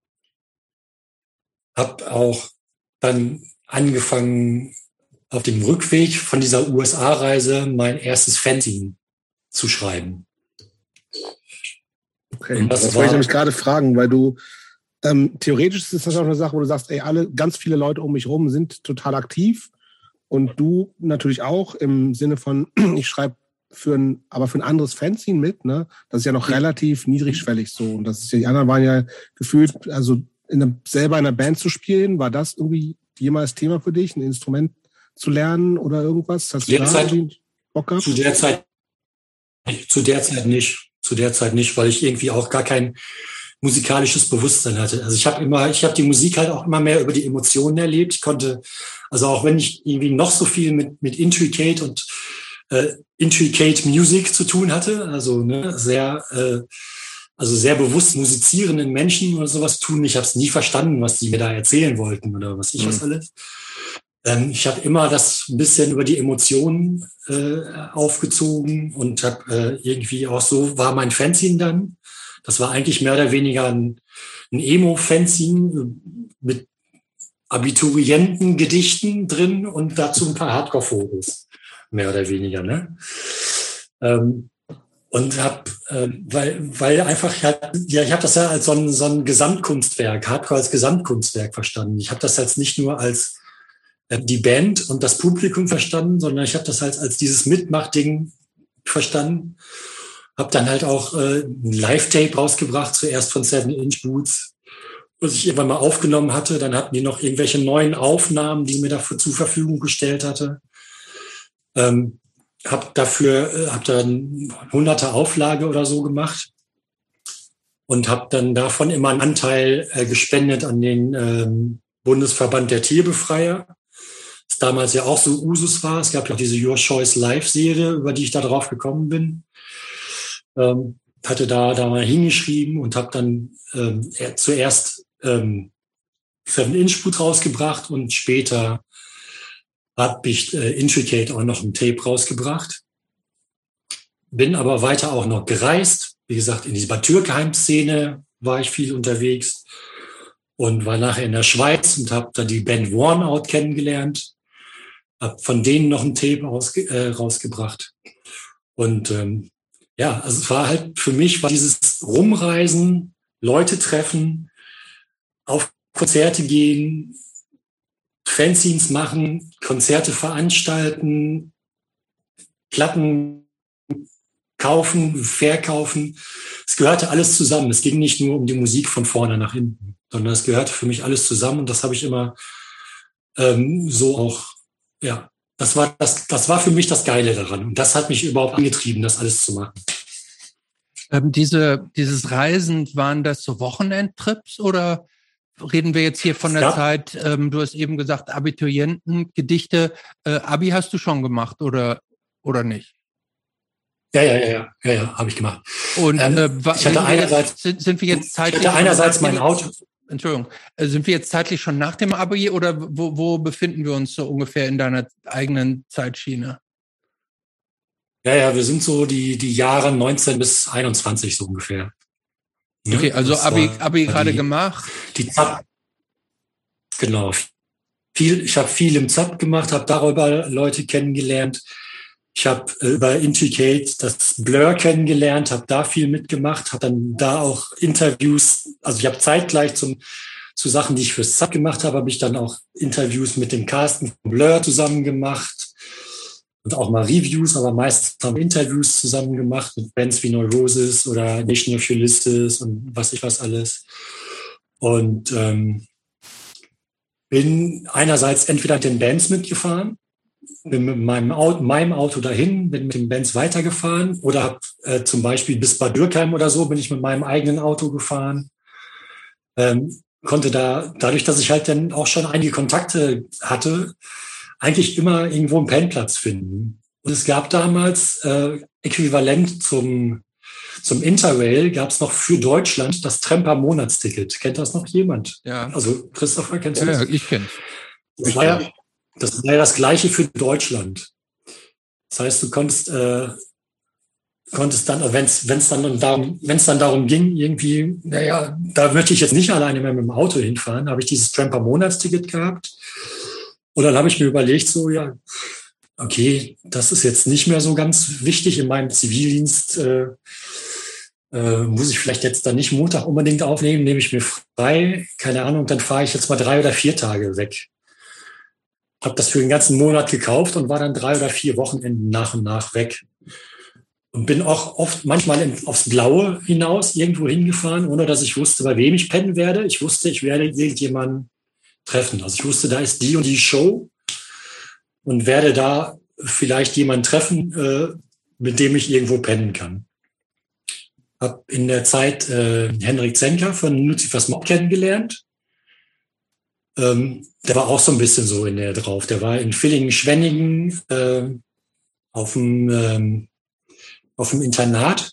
Hab auch dann angefangen, auf dem Rückweg von dieser U S A-Reise mein erstes Fanzine zu schreiben. Okay, das, das wollte ich nämlich gerade fragen, weil du ähm, theoretisch ist das auch eine Sache, wo du sagst, ey, alle, ganz viele Leute um mich rum sind total aktiv und du natürlich auch im Sinne von, ich schreibe für ein, aber für ein anderes Fanzine mit, ne? Das ist ja noch relativ niedrigschwellig so und das ist ja, die anderen waren ja gefühlt, also in einer, selber in einer Band zu spielen, war das irgendwie jemals Thema für dich, ein Instrument zu lernen oder irgendwas? Hast du da Zeit, irgendwie Bock gehabt? Zu der Zeit Zu der Zeit nicht, zu der Zeit nicht, weil ich irgendwie auch gar kein musikalisches Bewusstsein hatte. Also ich habe immer, ich habe die Musik halt auch immer mehr über die Emotionen erlebt. Ich konnte, also auch wenn ich irgendwie noch so viel mit mit Intricate und äh, Intricate Music zu tun hatte, also ne, sehr, äh, also sehr bewusst musizierenden Menschen oder sowas tun. Ich habe es nie verstanden, was die mir da erzählen wollten oder was ich mhm. was alles. Ich habe immer das ein bisschen über die Emotionen äh, aufgezogen und habe äh, irgendwie auch so, war mein Fanzine dann. Das war eigentlich mehr oder weniger ein, ein Emo-Fanzine mit Abiturientengedichten drin und dazu ein paar Hardcore-Fotos, mehr oder weniger. Ne? Ähm, und habe, äh, weil, weil einfach, halt, ja, ich habe das ja als so ein, so ein Gesamtkunstwerk, Hardcore als Gesamtkunstwerk verstanden. Ich habe das jetzt nicht nur als die Band und das Publikum verstanden, sondern ich habe das halt als dieses Mitmachding verstanden. Habe dann halt auch äh, ein Live-Tape rausgebracht, zuerst von Seven Inch Boots, was ich irgendwann mal aufgenommen hatte. Dann hatten die noch irgendwelche neuen Aufnahmen, die mir dafür zur Verfügung gestellt hatte. Ähm, habe dafür, äh, habe dann hunderte Auflage oder so gemacht. und habe dann davon immer einen Anteil äh, gespendet an den ähm, Bundesverband der Tierbefreier. Das damals ja auch so Usus war. Es gab ja auch diese Your Choice Live-Serie, über die ich da drauf gekommen bin. Ähm, hatte da, da mal hingeschrieben und habe dann ähm, zuerst ähm, Seven Inch Boot rausgebracht und später habe ich äh, Intricate auch noch ein Tape rausgebracht. Bin aber weiter auch noch gereist. Wie gesagt, in dieser Türkheim-Szene war ich viel unterwegs und war nachher in der Schweiz und habe dann die Band Wornout kennengelernt. Habe von denen noch ein Tape rausge- äh, rausgebracht. Und ähm, ja, also es war halt für mich war dieses Rumreisen, Leute treffen, auf Konzerte gehen, Fanzines machen, Konzerte veranstalten, Platten kaufen, verkaufen. Es gehörte alles zusammen. Es ging nicht nur um die Musik von vorne nach hinten, sondern es gehörte für mich alles zusammen. Und das habe ich immer ähm, so auch, ja, das war das, das war für mich das Geile daran. Und das hat mich überhaupt angetrieben, das alles zu machen. Ähm, diese, dieses Reisen, waren das so Wochenendtrips oder reden wir jetzt hier von der Ja. Zeit, ähm, du hast eben gesagt, Abiturienten, Gedichte, äh, Abi hast du schon gemacht oder, oder nicht? Ja, ja, ja, ja, ja, ja habe ich gemacht. Und Ähm, äh, wa- ich hatte reden wir einerseits, jetzt, sind, sind wir jetzt zeitlich ich hatte einerseits schon nach mein dem- Auto. Entschuldigung, äh, sind wir jetzt zeitlich schon nach dem Abi oder wo, wo befinden wir uns so ungefähr in deiner eigenen Zeitschiene? Ja, ja, wir sind so die, die Jahre neunzehn bis einundzwanzig so ungefähr. Ne? Okay, also Das Abi, war Abi gerade die- gemacht. Die Z A P, genau. Viel, ich habe viel im Z A P gemacht, habe darüber Leute kennengelernt. Ich habe äh, über Intricate das Blur kennengelernt, habe da viel mitgemacht, habe dann da auch Interviews, also ich habe zeitgleich zum, zu Sachen, die ich fürs Z A P gemacht habe, habe ich dann auch Interviews mit dem Carsten von Blur zusammen gemacht und auch mal Reviews, aber meistens haben wir Interviews zusammen gemacht mit Bands wie Neurosis oder Nation of Ulysses und was ich was alles. Und ähm, bin einerseits entweder mit den Bands mitgefahren, bin mit meinem Auto, meinem Auto dahin, bin mit den Bands weitergefahren oder habe äh, zum Beispiel bis Bad Dürkheim oder so bin ich mit meinem eigenen Auto gefahren. Ähm, konnte da, dadurch, dass ich halt dann auch schon einige Kontakte hatte, eigentlich immer irgendwo einen Pennplatz finden. Und es gab damals äh, äquivalent zum, zum Interrail, gab es noch für Deutschland das Tremper-Monatsticket. Kennt das noch jemand? Ja, Also Christopher, kennst du ja, das? ja, ich kenn's. Das war ja, das war ja das Gleiche für Deutschland. Das heißt, du konntest, äh, konntest dann, wenn es wenn es dann darum, wenn es dann darum ging, irgendwie, naja, da möchte ich jetzt nicht alleine mehr mit dem Auto hinfahren, habe ich dieses Tramper-Monatsticket gehabt. Und dann habe ich mir überlegt, so, ja, okay, das ist jetzt nicht mehr so ganz wichtig in meinem Zivildienst. Äh, äh, muss ich vielleicht jetzt dann nicht Montag unbedingt aufnehmen, nehme ich mir frei, keine Ahnung, dann fahre ich jetzt mal drei oder vier Tage weg. Habe das für den ganzen Monat gekauft und war dann drei oder vier Wochenenden nach und nach weg. Und bin auch oft manchmal in, aufs Blaue hinaus irgendwo hingefahren, ohne dass ich wusste, bei wem ich pennen werde. Ich wusste, ich werde irgendjemanden treffen. Also ich wusste, da ist die und die Show und werde da vielleicht jemanden treffen, äh, mit dem ich irgendwo pennen kann. Hab in der Zeit äh, Henrik Zenker von Lucifers Mob kennengelernt. Ähm, der war auch so ein bisschen so in der drauf. Der war in Villingen-Schwenningen äh, auf dem ähm, auf dem Internat.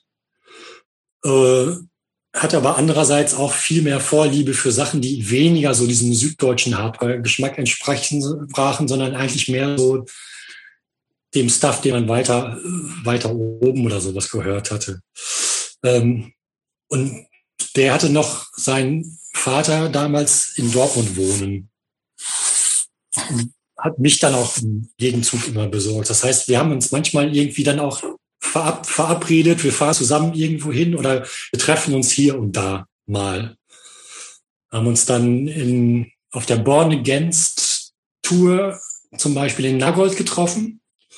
Äh, hat aber andererseits auch viel mehr Vorliebe für Sachen, die weniger so diesem süddeutschen Hardcore-Geschmack entsprachen, sondern eigentlich mehr so dem Stuff, den man weiter, weiter oben oder sowas gehört hatte. Ähm, und der hatte noch seinen Vater damals in Dortmund wohnen. Und hat mich dann auch im Gegenzug immer besorgt. Das heißt, wir haben uns manchmal irgendwie dann auch verab, verabredet, wir fahren zusammen irgendwo hin oder wir treffen uns hier und da mal. Haben uns dann in, auf der Born Against Tour zum Beispiel in Nagold getroffen,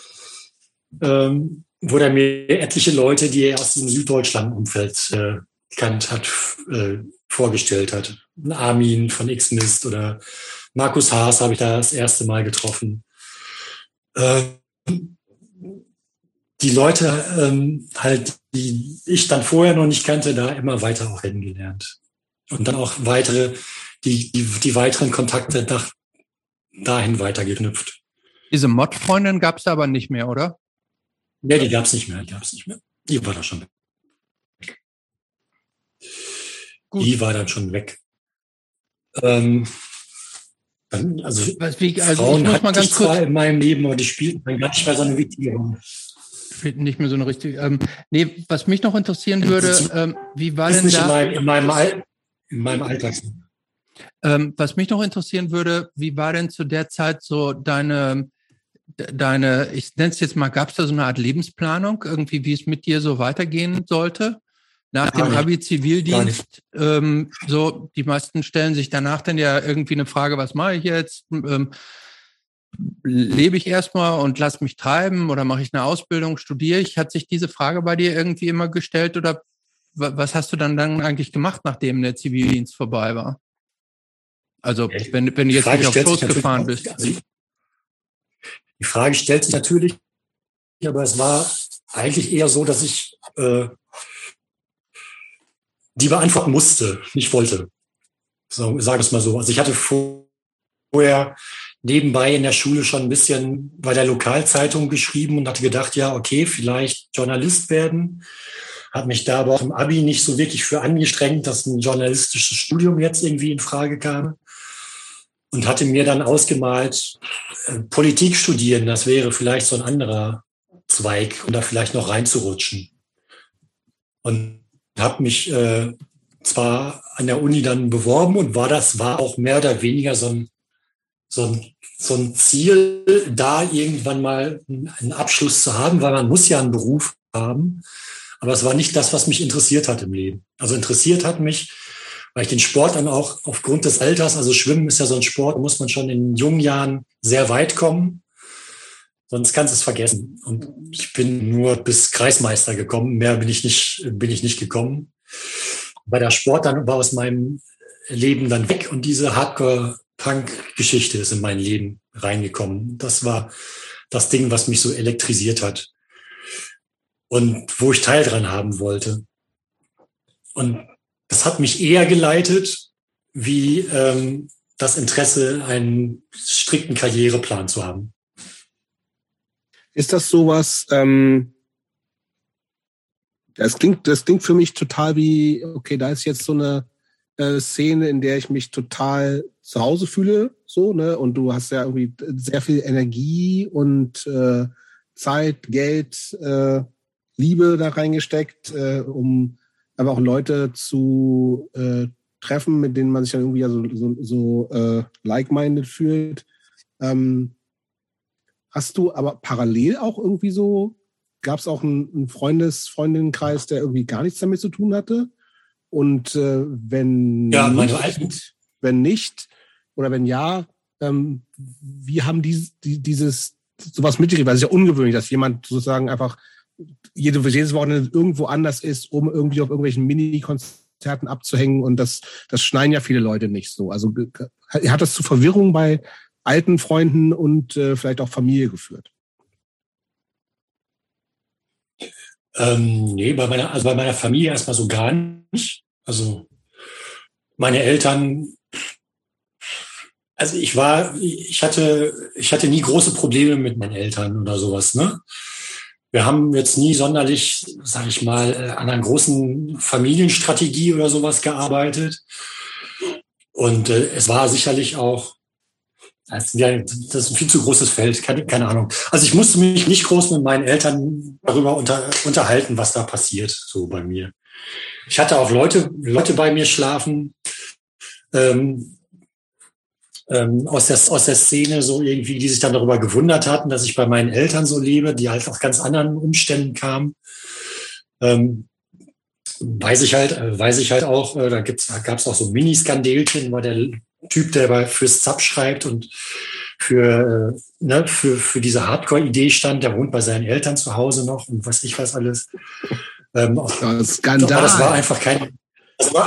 ähm, wo er mir etliche Leute, die er aus dem Süddeutschland-Umfeld äh, kannt hat, äh, vorgestellt hat. Armin von X-Mist oder Markus Haas habe ich da das erste Mal getroffen. Äh, die Leute ähm, halt, die ich dann vorher noch nicht kannte, da immer weiter auch kennengelernt. Und dann auch weitere, die, die, die weiteren Kontakte nach, dahin weiter geknüpft. Diese Mod-Freundin gab es aber nicht mehr, oder? Nee, die gab es nicht mehr, die gab es nicht mehr. Die war da schon weg. Gut. Die war dann schon weg. Ähm, dann, also, Was, wie, also Frauen ich muss mal ganz kurz zwar in meinem Leben, aber die spielten dann gar nicht mehr so eine wichtige Rolle. Nicht mehr so eine richtige. Ähm, nee, was mich noch interessieren würde, ähm, wie war ist denn nicht da? In meinem, in meinem, Al in meinem Alltag. Ähm, was mich noch interessieren würde, wie war denn zu der Zeit so deine, deine, ich nenne es jetzt mal, gab es da so eine Art Lebensplanung, irgendwie, wie es mit dir so weitergehen sollte? Nach Gar dem nicht. Abi-Zivildienst, ähm, so, die meisten stellen sich danach dann ja irgendwie eine Frage, was mache ich jetzt? Ähm, lebe ich erstmal und lass mich treiben oder mache ich eine Ausbildung, studiere ich? Hat sich diese Frage bei dir irgendwie immer gestellt oder was hast du dann, dann eigentlich gemacht, nachdem der Zivildienst vorbei war? Also, wenn, wenn du jetzt nicht auf Kurs gefahren bist. Also die Frage stellt sich natürlich, aber es war eigentlich eher so, dass ich äh, die beantworten musste, nicht wollte. So, sage es mal so. Also ich hatte vorher nebenbei in der Schule schon ein bisschen bei der Lokalzeitung geschrieben und hatte gedacht, ja, okay, vielleicht Journalist werden. Habe mich da aber auch im Abi nicht so wirklich für angestrengt, dass ein journalistisches Studium jetzt irgendwie in Frage kam. Und hatte mir dann ausgemalt, äh, Politik studieren, das wäre vielleicht so ein anderer Zweig, um da vielleicht noch reinzurutschen. Und habe mich äh, zwar an der Uni dann beworben und war das war auch mehr oder weniger so ein, so ein, so ein Ziel, da irgendwann mal einen Abschluss zu haben, weil man muss ja einen Beruf haben. Aber es war nicht das, was mich interessiert hat im Leben. Also interessiert hat mich, weil ich den Sport dann auch aufgrund des Alters, also Schwimmen ist ja so ein Sport, da muss man schon in jungen Jahren sehr weit kommen. Sonst kannst du es vergessen. Und ich bin nur bis Kreismeister gekommen. Mehr bin ich nicht, bin ich nicht gekommen. Bei der Sport dann war aus meinem Leben dann weg und diese Hardcore-Punk-Geschichte ist in mein Leben reingekommen. Das war das Ding, was mich so elektrisiert hat und wo ich Teil dran haben wollte. Und das hat mich eher geleitet, wie ähm, das Interesse, einen strikten Karriereplan zu haben. Ist das sowas, ähm, das klingt, das klingt für mich total wie, okay, da ist jetzt so eine äh, Szene, in der ich mich total zu Hause fühle, so, ne, und du hast ja irgendwie sehr viel Energie und äh, Zeit, Geld, äh, Liebe da reingesteckt, äh, um aber auch Leute zu äh, treffen, mit denen man sich dann irgendwie ja so, so, so äh, like-minded fühlt. Ähm, hast du aber parallel auch irgendwie so, gab es auch einen, einen Freundes-, Freundinnenkreis, der irgendwie gar nichts damit zu tun hatte? Und äh, wenn ja, nicht, meine Alten. wenn nicht oder wenn ja, ähm, wie haben die, die dieses sowas mitgekriegt? Weil es ist ja ungewöhnlich, dass jemand sozusagen einfach jede, jedes Wochenende irgendwo anders ist, um irgendwie auf irgendwelchen Mini-Konzerten abzuhängen. Und das, das schneiden ja viele Leute nicht so. Also hat das zu Verwirrung bei alten Freunden und äh, vielleicht auch Familie geführt? Ähm, nee, bei meiner, also bei meiner Familie erstmal so gar nicht. Also meine Eltern, also ich war, ich hatte, ich hatte nie große Probleme mit meinen Eltern oder sowas, ne? Wir haben jetzt nie sonderlich, sage ich mal, an einer großen Familienstrategie oder sowas gearbeitet. Und äh, es war sicherlich auch, das ist ein viel zu großes Feld, keine, keine Ahnung. Also ich musste mich nicht groß mit meinen Eltern darüber unter, unterhalten, was da passiert, so bei mir. Ich hatte auch Leute, Leute bei mir schlafen, ähm, ähm, aus der, aus der Szene so irgendwie, die sich dann darüber gewundert hatten, dass ich bei meinen Eltern so lebe, die halt aus ganz anderen Umständen kamen. Ähm, weiß ich halt, äh, weiß ich halt auch, äh, da gibt's, da gab's auch so Mini-Skandelchen, weil der Typ, der bei fürs Zap schreibt und für, äh, ne, für, für diese Hardcore-Idee stand, der wohnt bei seinen Eltern zu Hause noch und was ich was alles. Ähm, das Skandal. Aber das war einfach kein, das war,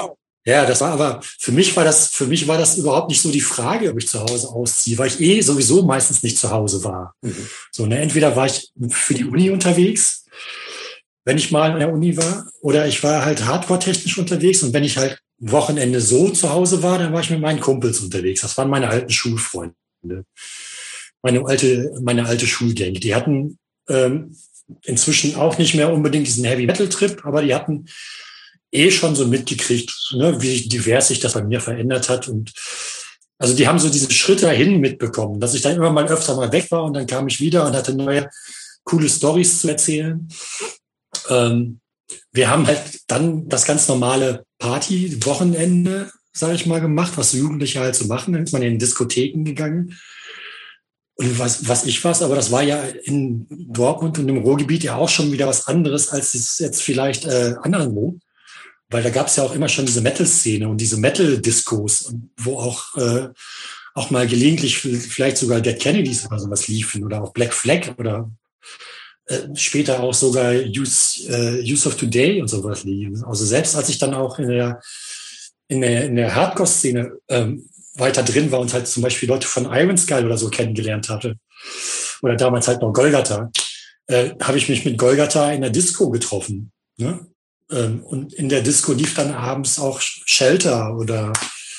Ja, das war aber, für mich war das, für mich war das überhaupt nicht so die Frage, ob ich zu Hause ausziehe, weil ich eh sowieso meistens nicht zu Hause war. Mhm. So, ne, entweder war ich für die Uni unterwegs, wenn ich mal an der Uni war, oder ich war halt hardcore-technisch unterwegs, und wenn ich halt Wochenende so zu Hause war, dann war ich mit meinen Kumpels unterwegs. Das waren meine alten Schulfreunde. Meine alte, meine alte Schulgang. Die hatten ähm, inzwischen auch nicht mehr unbedingt diesen Heavy-Metal-Trip, aber die hatten eh schon so mitgekriegt, ne, wie divers sich das bei mir verändert hat. Und also die haben so diese Schritte dahin mitbekommen, dass ich dann immer mal öfter mal weg war, und dann kam ich wieder und hatte neue coole Storys zu erzählen. Ähm, wir haben halt dann das ganz normale Party-Wochenende, sage ich mal, gemacht, was Jugendliche halt so machen. Dann ist man in Diskotheken gegangen. Und was, was ich was, aber das war ja in Dortmund und im Ruhrgebiet ja auch schon wieder was anderes, als es jetzt vielleicht äh, anderswo. Weil da gab es ja auch immer schon diese Metal-Szene und diese Metal-Diskos, wo auch, äh, auch mal gelegentlich vielleicht sogar Dead Kennedys oder sowas liefen oder auch Black Flag oder äh, später auch sogar Use, äh, Use of Today und sowas liefen. Also selbst als ich dann auch in der, in der, in der Hardcore-Szene ähm, weiter drin war und halt zum Beispiel Leute von Iron Skull oder so kennengelernt hatte, oder damals halt noch Golgatha, äh, habe ich mich mit Golgatha in der Disco getroffen, ne? Und in der Disco lief dann abends auch Shelter oder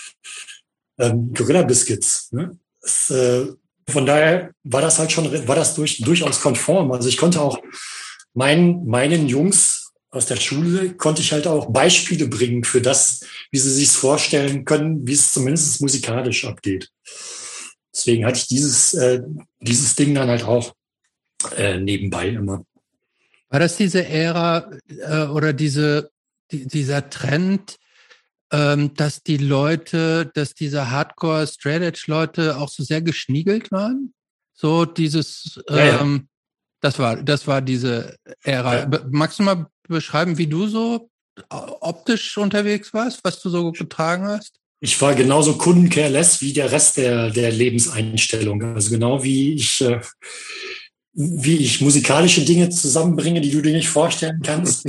ähm, Gorilla Biscuits. Ne? Das, äh, von daher war das halt schon, war das durch, durchaus konform. Also ich konnte auch meinen, meinen Jungs aus der Schule, konnte ich halt auch Beispiele bringen für das, wie sie sich vorstellen können, wie es zumindest musikalisch abgeht. Deswegen hatte ich dieses, äh, dieses Ding dann halt auch äh, nebenbei immer. War das diese Ära äh, oder diese die, dieser Trend, ähm, dass die Leute, dass diese Hardcore-Straight-Edge-Leute auch so sehr geschniegelt waren? So dieses, ähm, ja, ja. das war das war diese Ära. Ja. Magst du mal beschreiben, wie du so optisch unterwegs warst, was du so getragen hast? Ich war genauso kundencareless wie der Rest der der Lebenseinstellung. Also genau wie ich äh, wie ich musikalische Dinge zusammenbringe, die du dir nicht vorstellen kannst.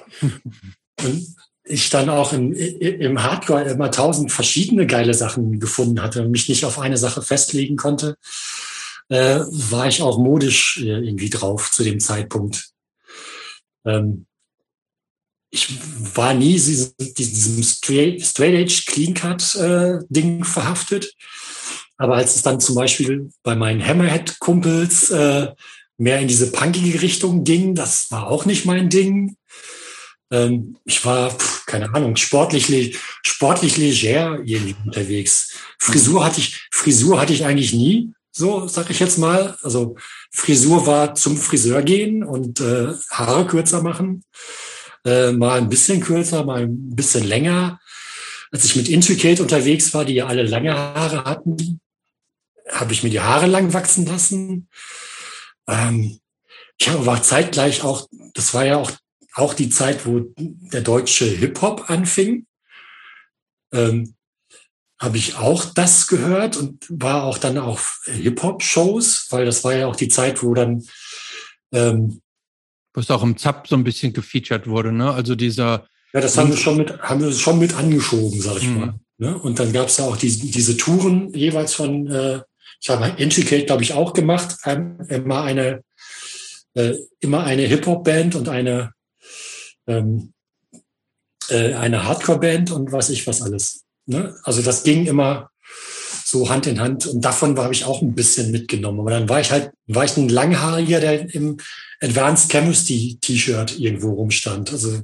Und ich dann auch im, im Hardcore immer tausend verschiedene geile Sachen gefunden hatte und mich nicht auf eine Sache festlegen konnte, äh, war ich auch modisch äh, irgendwie drauf zu dem Zeitpunkt. Ähm, ich war nie diesem, diesem Straight, Straight Edge Clean Cut äh, Ding verhaftet. Aber als es dann zum Beispiel bei meinen Hammerhead-Kumpels äh, mehr in diese punkige Richtung ging, das war auch nicht mein Ding. Ähm, ich war, pf, keine Ahnung, sportlich, sportlich leger irgendwie unterwegs. Frisur hatte ich, Frisur hatte ich eigentlich nie, so sag ich jetzt mal. Also Frisur war zum Friseur gehen und äh, Haare kürzer machen. Äh, mal ein bisschen kürzer, mal ein bisschen länger. Als ich mit Intricate unterwegs war, die ja alle lange Haare hatten, habe ich mir die Haare lang wachsen lassen. Ähm, ich habe aber zeitgleich auch, das war ja auch, auch die Zeit, wo der deutsche Hip-Hop anfing, ähm, habe ich auch das gehört und war auch dann auf Hip-Hop-Shows, weil das war ja auch die Zeit, wo dann ähm, was auch im Zap so ein bisschen gefeatured wurde, ne? Also dieser ja, das haben wir schon mit, haben wir schon mit angeschoben, sag ich mhm. mal. Ne? Und dann gab es ja auch die, diese Touren jeweils von, äh, ich habe Intricate, glaube ich, auch gemacht, ähm, immer eine, äh, immer eine Hip-Hop-Band und eine, ähm, äh, eine Hardcore-Band und was ich was alles. Ne? Also das ging immer so Hand in Hand und davon habe ich auch ein bisschen mitgenommen. Aber dann war ich halt, war ich ein Langhaariger, der im Advanced Chemistry T-Shirt irgendwo rumstand. Also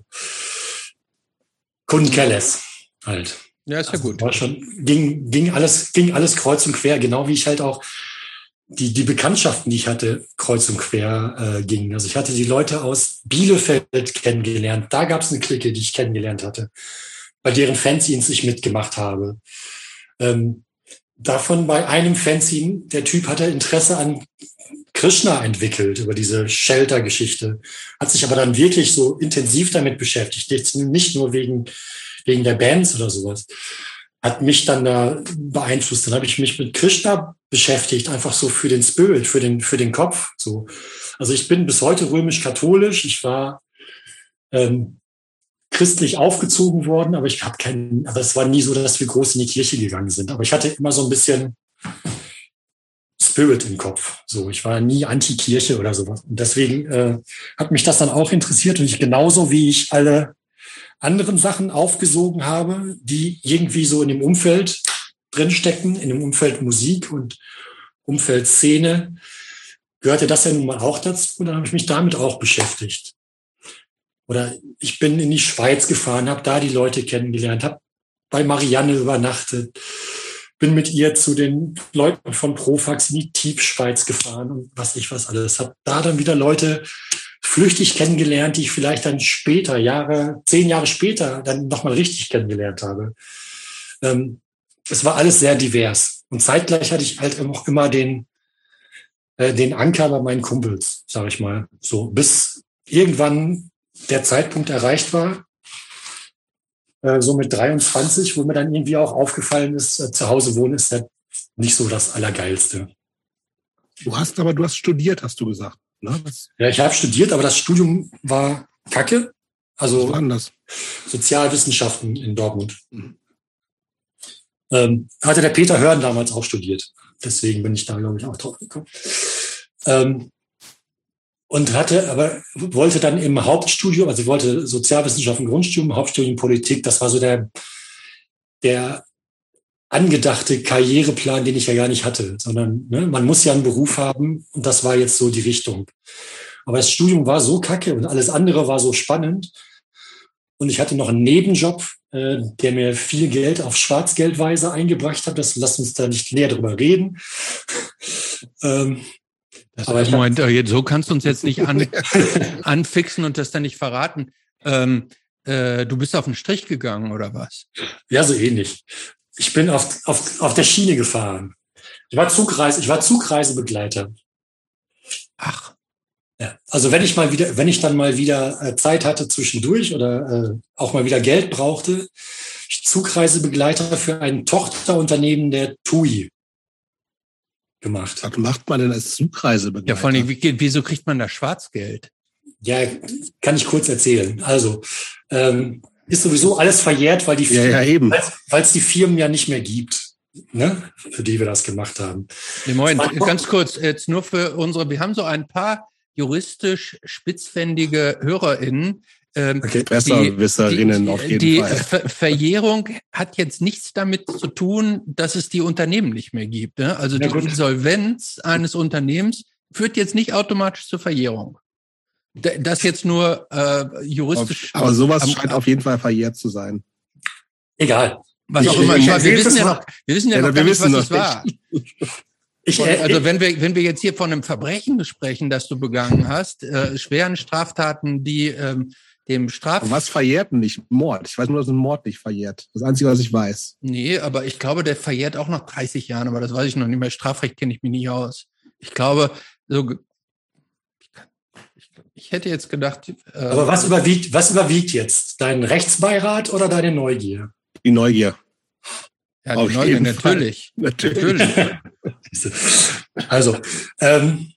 Kunden careless halt. Ja, ist ja also gut. War schon, ging, ging alles, ging alles kreuz und quer, genau wie ich halt auch die, die Bekanntschaften, die ich hatte, kreuz und quer äh, gingen. Also ich hatte die Leute aus Bielefeld kennengelernt. Da gab es eine Clique, die ich kennengelernt hatte, bei deren Fanzines ich mitgemacht habe. Ähm, davon bei einem Fanzine, der Typ hatte Interesse an Krishna entwickelt, über diese Shelter-Geschichte, hat sich aber dann wirklich so intensiv damit beschäftigt, jetzt nicht nur wegen, wegen der Bands oder sowas, hat mich dann da beeinflusst. Dann habe ich mich mit Krishna beschäftigt, einfach so für den Spirit, für den, für den Kopf. So. Also ich bin bis heute römisch-katholisch. Ich war ähm, christlich aufgezogen worden, aber ich habe keinen, aber es war nie so, dass wir groß in die Kirche gegangen sind. Aber ich hatte immer so ein bisschen Spirit im Kopf. So, ich war nie Anti-Kirche oder sowas. Und deswegen äh, hat mich das dann auch interessiert und ich genauso wie ich alle anderen Sachen aufgesogen habe, die irgendwie so in dem Umfeld drinstecken, in dem Umfeld Musik und Umfeld Szene, gehörte das ja nun mal auch dazu. Und dann habe ich mich damit auch beschäftigt. Oder ich bin in die Schweiz gefahren, habe da die Leute kennengelernt, habe bei Marianne übernachtet, bin mit ihr zu den Leuten von Profax in die Tiefschweiz gefahren und was ich was alles. Habe da dann wieder Leute flüchtig kennengelernt, die ich vielleicht dann später, Jahre, zehn Jahre später, dann nochmal richtig kennengelernt habe. Ähm, es war alles sehr divers. Und zeitgleich hatte ich halt auch immer den, äh, den Anker bei meinen Kumpels, sage ich mal. So, bis irgendwann der Zeitpunkt erreicht war, äh, so mit dreiundzwanzig, wo mir dann irgendwie auch aufgefallen ist, äh, zu Hause wohnen ist ja nicht so das Allergeilste. Du hast aber, du hast studiert, hast du gesagt. Ne? Was? Ja, ich habe studiert, aber das Studium war Kacke. Also Was war denn das? Sozialwissenschaften in Dortmund. Mhm. Ähm, hatte der Peter Hörn damals auch studiert. Deswegen bin ich da, glaube ich, auch drauf gekommen. Ähm, und hatte, aber wollte dann im Hauptstudium, also ich wollte Sozialwissenschaften Grundstudium, Hauptstudium Politik, das war so der, der angedachte Karriereplan, den ich ja gar nicht hatte, sondern ne, man muss ja einen Beruf haben und das war jetzt so die Richtung. Aber das Studium war so kacke und alles andere war so spannend und ich hatte noch einen Nebenjob, äh, der mir viel Geld auf Schwarzgeldweise eingebracht hat. Das lasst uns da nicht näher drüber reden. ähm, Das aber ich Moment, hab, so kannst du uns jetzt nicht an, anfixen und das dann nicht verraten. Ähm, äh, du bist auf den Strich gegangen oder was? Ja, so ähnlich. Ich bin auf, auf, auf der Schiene gefahren. Ich war Zugreise, ich war Zugreisebegleiter. Ach. Ja, also wenn ich mal wieder, wenn ich dann mal wieder äh, Zeit hatte zwischendurch oder äh, auch mal wieder Geld brauchte, ich Zugreisebegleiter für ein Tochterunternehmen der T U I gemacht. Was macht man denn als Zugreisebegleiter? Ja, vor allem, wie, wieso kriegt man da Schwarzgeld? Ja, kann ich kurz erzählen. Also, ähm, ist sowieso alles verjährt, weil die Firmen, ja, ja, eben. weil es die Firmen ja nicht mehr gibt, ne, für die wir das gemacht haben. Nee, Moment, ganz kurz, jetzt nur für unsere, wir haben so ein paar juristisch spitzfindige HörerInnen. Ähm, okay, Besserwisserinnen auf jeden die Fall. Die Ver- Verjährung hat jetzt nichts damit zu tun, dass es die Unternehmen nicht mehr gibt. Ne? Also die Insolvenz eines Unternehmens führt jetzt nicht automatisch zur Verjährung. Das jetzt nur äh, juristisch. Aber sowas am, scheint auf jeden Fall verjährt zu sein. Egal. Was auch immer. Ich, wir, wissen ja noch, wir wissen ja, ja noch gar nicht, was es war. Ich, äh, also wenn wir wenn wir jetzt hier von einem Verbrechen sprechen, das du begangen hast, äh, schweren Straftaten, die ähm, dem Straf... Aber was verjährt nicht? Mord. Ich weiß nur, dass ein Mord nicht verjährt. Das Einzige, was ich weiß. Nee, aber ich glaube, der verjährt auch nach dreißig Jahren, aber das weiß ich noch nicht mehr. Strafrecht kenne ich mich nicht aus. Ich glaube, so... Ich hätte jetzt gedacht... Äh, aber was überwiegt, was überwiegt jetzt? Dein Rechtsbeirat oder deine Neugier? Die Neugier. Ja, die Neugier, natürlich. Natürlich. natürlich. Also, ähm,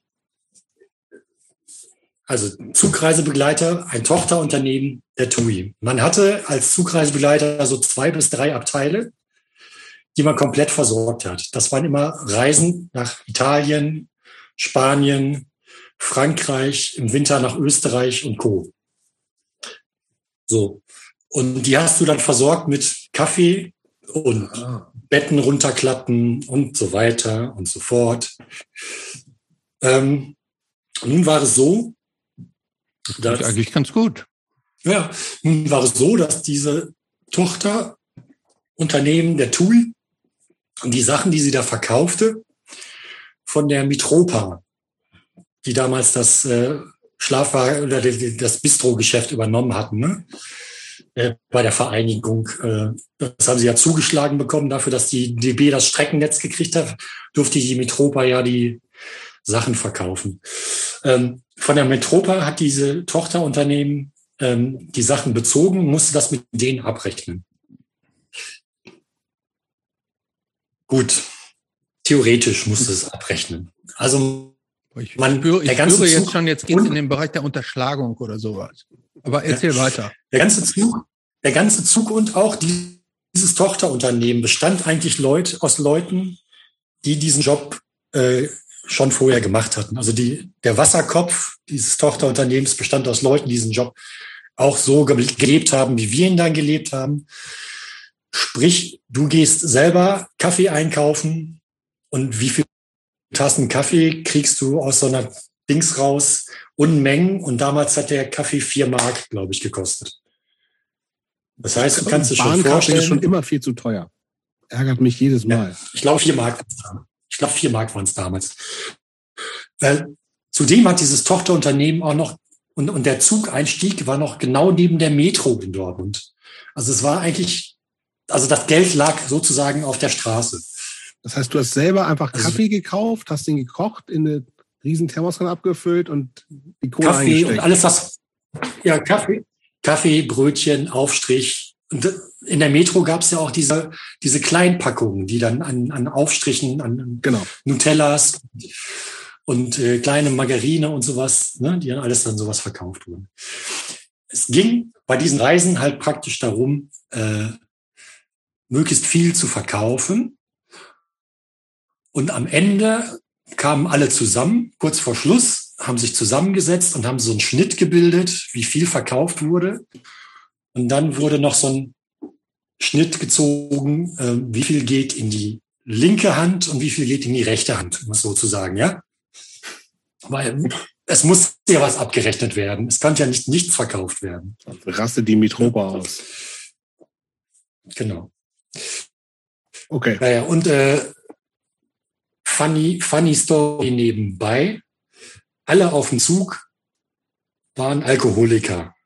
also Zugreisebegleiter, ein Tochterunternehmen der T U I. Man hatte als Zugreisebegleiter so zwei bis drei Abteile, die man komplett versorgt hat. Das waren immer Reisen nach Italien, Spanien, Frankreich, im Winter nach Österreich und Co. So. Und die hast du dann versorgt mit Kaffee und ah. Betten runterklappen und so weiter und so fort. Ähm, nun war es so, das ist eigentlich ganz gut. Ja, nun war es so, dass diese Tochterunternehmen der T U I und die Sachen, die sie da verkaufte, von der Mitropa, die damals das äh, Schlafwagen oder das Bistro-Geschäft übernommen hatten, ne? Äh, bei der Vereinigung. Äh, das haben sie ja zugeschlagen bekommen dafür, dass die D B das Streckennetz gekriegt hat, durfte die Mitropa ja die Sachen verkaufen. Ähm, von der Mitropa hat diese Tochterunternehmen ähm, die Sachen bezogen, musste das mit denen abrechnen. Gut, theoretisch musste es abrechnen. Also Ich, man, spüre, ich spüre jetzt schon, jetzt geht es in den Bereich der Unterschlagung oder sowas. Aber erzähl ja, weiter. Der ganze Zug, der ganze Zug und auch die, dieses Tochterunternehmen bestand eigentlich Leut, aus Leuten, die diesen Job äh, schon vorher gemacht hatten. Also die, der Wasserkopf dieses Tochterunternehmens bestand aus Leuten, die diesen Job auch so gelebt haben, wie wir ihn dann gelebt haben. Sprich, du gehst selber Kaffee einkaufen und wie viele Tassen Kaffee kriegst du aus so einer Dings raus? Unmengen. Und damals hat der Kaffee vier Mark, glaube ich, gekostet. Das heißt, du kannst es schon vorstellen. Ist schon immer viel zu teuer. Ärgert mich jedes Mal. Ja, ich glaube, vier Mark. Ich glaube, vier Mark waren es damals. Weil zudem hat dieses Tochterunternehmen auch noch, und, und der Zugeinstieg war noch genau neben der Metro in Dortmund. Also es war eigentlich, also das Geld lag sozusagen auf der Straße. Das heißt, du hast selber einfach Kaffee also, gekauft, hast den gekocht, in eine riesen Thermoskanne abgefüllt und die Cola Kaffee eingesteckt. Und alles, was, ja, Kaffee, Kaffee, Brötchen, Aufstrich. Und in der Metro gab es ja auch diese, diese Kleinpackungen, die dann an, an Aufstrichen, an genau. Nutellas und äh, kleine Margarine und sowas, ne, die dann alles dann sowas verkauft wurden. Es ging bei diesen Reisen halt praktisch darum, äh, möglichst viel zu verkaufen. Und am Ende kamen alle zusammen, kurz vor Schluss, haben sich zusammengesetzt und haben so einen Schnitt gebildet, wie viel verkauft wurde. Und dann wurde noch so ein Schnitt gezogen, äh, wie viel geht in die linke Hand und wie viel geht in die rechte Hand, um es so zu sagen, ja? Weil es muss ja was abgerechnet werden. Es kann ja nicht nichts verkauft werden. Rastet die Mitropa aus. Genau. Okay. Naja, und äh, funny, funny Story nebenbei. Alle auf dem Zug waren Alkoholiker.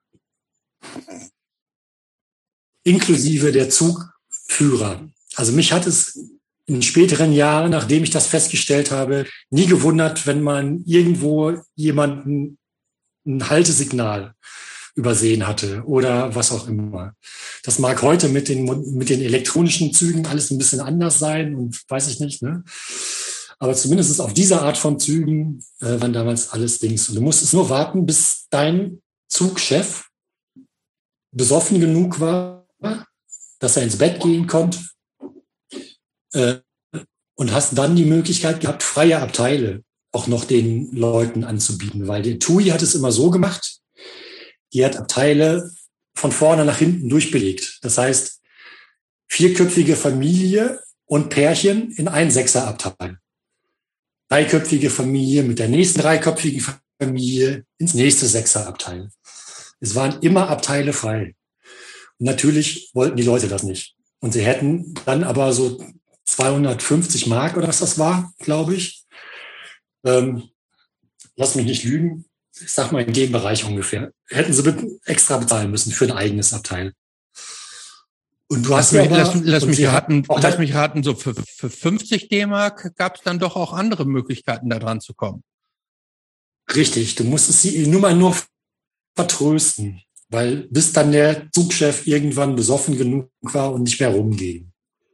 Inklusive der Zugführer. Also mich hat es in späteren Jahren, nachdem ich das festgestellt habe, nie gewundert, wenn man irgendwo jemanden ein Haltesignal übersehen hatte oder was auch immer. Das mag heute mit den, mit den elektronischen Zügen alles ein bisschen anders sein und weiß ich nicht, ne? Aber zumindest auf dieser Art von Zügen äh, waren damals alles Dings. Und du musstest nur warten, bis dein Zugchef besoffen genug war, dass er ins Bett gehen konnte, äh, und hast dann die Möglichkeit gehabt, freie Abteile auch noch den Leuten anzubieten, weil die TUI hat es immer so gemacht, die hat Abteile von vorne nach hinten durchbelegt. Das heißt, vierköpfige Familie und Pärchen in ein Sechserabteil. Dreiköpfige Familie mit der nächsten dreiköpfigen Familie ins nächste Sechserabteil. Es waren immer Abteile frei. Und natürlich wollten die Leute das nicht. Und sie hätten dann aber so zweihundertfünfzig Mark oder was das war, glaube ich. Ähm, lass mich nicht lügen. Ich sag mal in dem Bereich ungefähr. Hätten sie extra bezahlen müssen für ein eigenes Abteil. Und du hast lass, aber, lass, lass, mich raten, lass halt, mich raten, so für, für fünfzig D-Mark gab es dann doch auch andere Möglichkeiten, da dran zu kommen. Richtig, du musstest sie nur mal nur vertrösten, weil bis dann der Zugchef irgendwann besoffen genug war und nicht mehr rumging.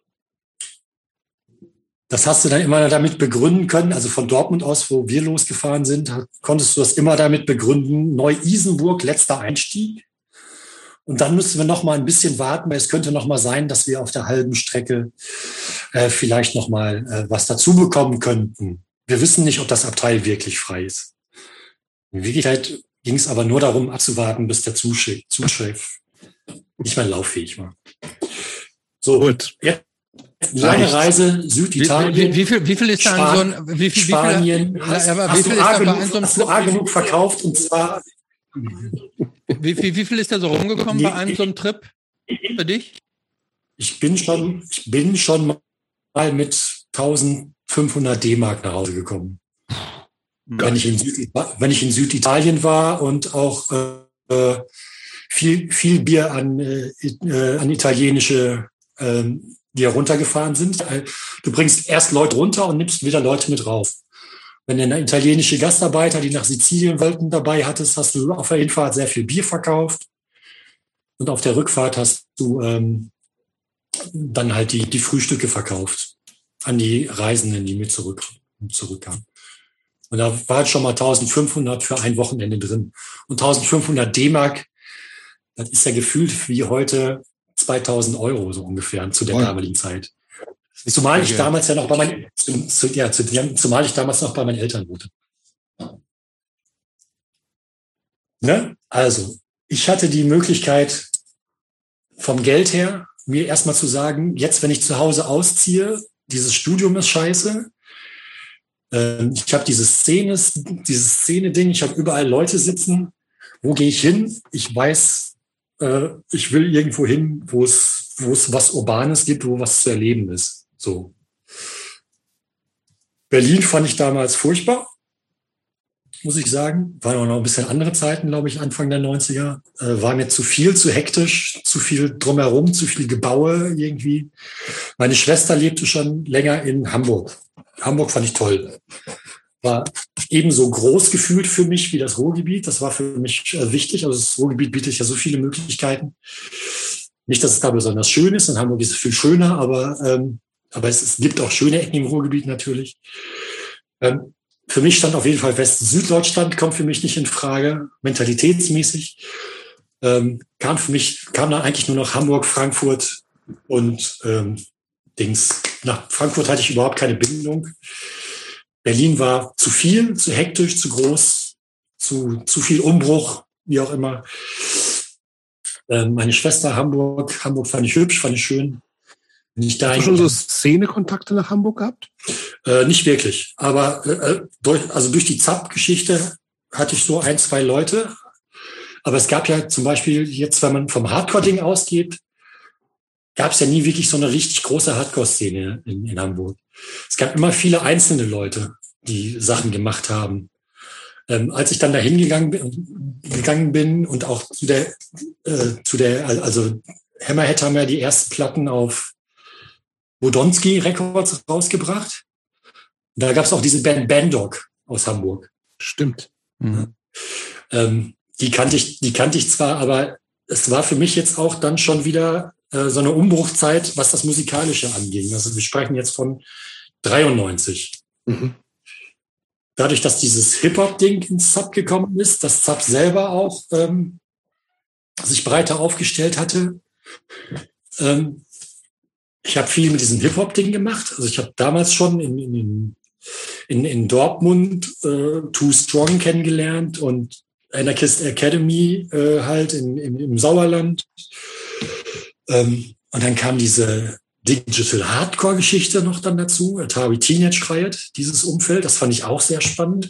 Das hast du dann immer damit begründen können, also von Dortmund aus, wo wir losgefahren sind, konntest du das immer damit begründen, Neu-Isenburg, letzter Einstieg. Und dann müssen wir noch mal ein bisschen warten, weil es könnte noch mal sein, dass wir auf der halben Strecke äh, vielleicht noch mal äh, was dazu bekommen könnten. Wir wissen nicht, ob das Abteil wirklich frei ist. In Wirklichkeit ging es aber nur darum, abzuwarten, bis der Zugchef nicht mehr lauffähig war. So, gut. Jetzt lange Reise, Süditalien. Wie, wie, wie, viel, wie viel ist da an so ein, wie viel, Spanien. Wie viel, hast, aber hast wie viel du ist da genug, bei so einem hast du A genug verkauft und zwar. Wie viel, wie viel ist da so rumgekommen bei einem so einem Trip für dich? Ich bin schon, ich bin schon mal mit eintausendfünfhundert D-Mark nach Hause gekommen. Wenn ich, in Süd, wenn ich in Süditalien war und auch äh, viel, viel Bier an, äh, an italienische, äh, die heruntergefahren sind. Du bringst erst Leute runter und nimmst wieder Leute mit rauf. Wenn du eine italienische Gastarbeiter, die nach Sizilien wollten, dabei hattest, hast du auf der Hinfahrt sehr viel Bier verkauft. Und auf der Rückfahrt hast du ähm, dann halt die, die Frühstücke verkauft an die Reisenden, die mit zurück, zurückkamen. Und da war halt schon mal eintausendfünfhundert für ein Wochenende drin. Und eintausendfünfhundert D-Mark das ist ja gefühlt wie heute zweitausend Euro so ungefähr zu der damaligen Zeit. Zumal ich damals ja noch bei meinen, zu, ja, zu, zumal ich damals noch bei meinen Eltern wohnte. Ne? Also, ich hatte die Möglichkeit, vom Geld her, mir erstmal zu sagen, jetzt, wenn ich zu Hause ausziehe, dieses Studium ist scheiße. Ähm, ich habe dieses Szene, dieses Szene-Ding, ich habe überall Leute sitzen. Wo gehe ich hin? Ich weiß, äh, ich will irgendwo hin, wo es, wo es was Urbanes gibt, wo was zu erleben ist. So. Berlin fand ich damals furchtbar, muss ich sagen. Waren auch noch ein bisschen andere Zeiten, glaube ich, Anfang der neunziger. Äh, war mir zu viel, zu hektisch, zu viel drumherum, zu viel Gebaue irgendwie. Meine Schwester lebte schon länger in Hamburg. Hamburg fand ich toll. War ebenso groß gefühlt für mich wie das Ruhrgebiet. Das war für mich äh, wichtig. Also das Ruhrgebiet bietet ja so viele Möglichkeiten. Nicht, dass es da besonders schön ist. In Hamburg ist es viel schöner, aber, ähm, aber es, es gibt auch schöne Ecken im Ruhrgebiet natürlich. Ähm, Für mich stand auf jeden Fall West-Süddeutschland, kommt für mich nicht in Frage, mentalitätsmäßig. Ähm, kam für mich, kam dann eigentlich nur noch Hamburg, Frankfurt und ähm, Dings. Nach Frankfurt hatte ich überhaupt keine Bindung. Berlin war zu viel, zu hektisch, zu groß, zu, zu viel Umbruch, wie auch immer. Ähm, meine Schwester Hamburg, Hamburg fand ich hübsch, fand ich schön. Nicht Hast du schon so Szene-Kontakte nach Hamburg gehabt? Äh, nicht wirklich. Aber äh, durch, also durch die Zapp-Geschichte hatte ich so ein, zwei Leute. Aber es gab ja zum Beispiel jetzt, wenn man vom Hardcore-Ding ausgeht, gab es ja nie wirklich so eine richtig große Hardcore-Szene in, in Hamburg. Es gab immer viele einzelne Leute, die Sachen gemacht haben. Ähm, als ich dann da hingegangen bin, gegangen bin und auch zu der, äh, zu der, also Hammerhead haben ja die ersten Platten auf Wodonski Records rausgebracht. Da gab es auch diese Band Bandog aus Hamburg. Stimmt. Mhm. Ähm, die kannte ich, die kannte ich zwar, aber es war für mich jetzt auch dann schon wieder äh, so eine Umbruchzeit, was das Musikalische anging. Also wir sprechen jetzt von dreiundneunzig. Mhm. Dadurch, dass dieses Hip-Hop-Ding ins Zapp gekommen ist, dass Zapp selber auch ähm, sich breiter aufgestellt hatte. Ähm, Ich habe viel mit diesem Hip-Hop-Ding gemacht. Also ich habe damals schon in, in, in, in Dortmund äh, Too Strong kennengelernt und Anarchist Academy äh, halt in, in, im Sauerland. Ähm, und dann kam diese Digital Hardcore-Geschichte noch dann dazu. Atari Teenage Riot, dieses Umfeld. Das fand ich auch sehr spannend.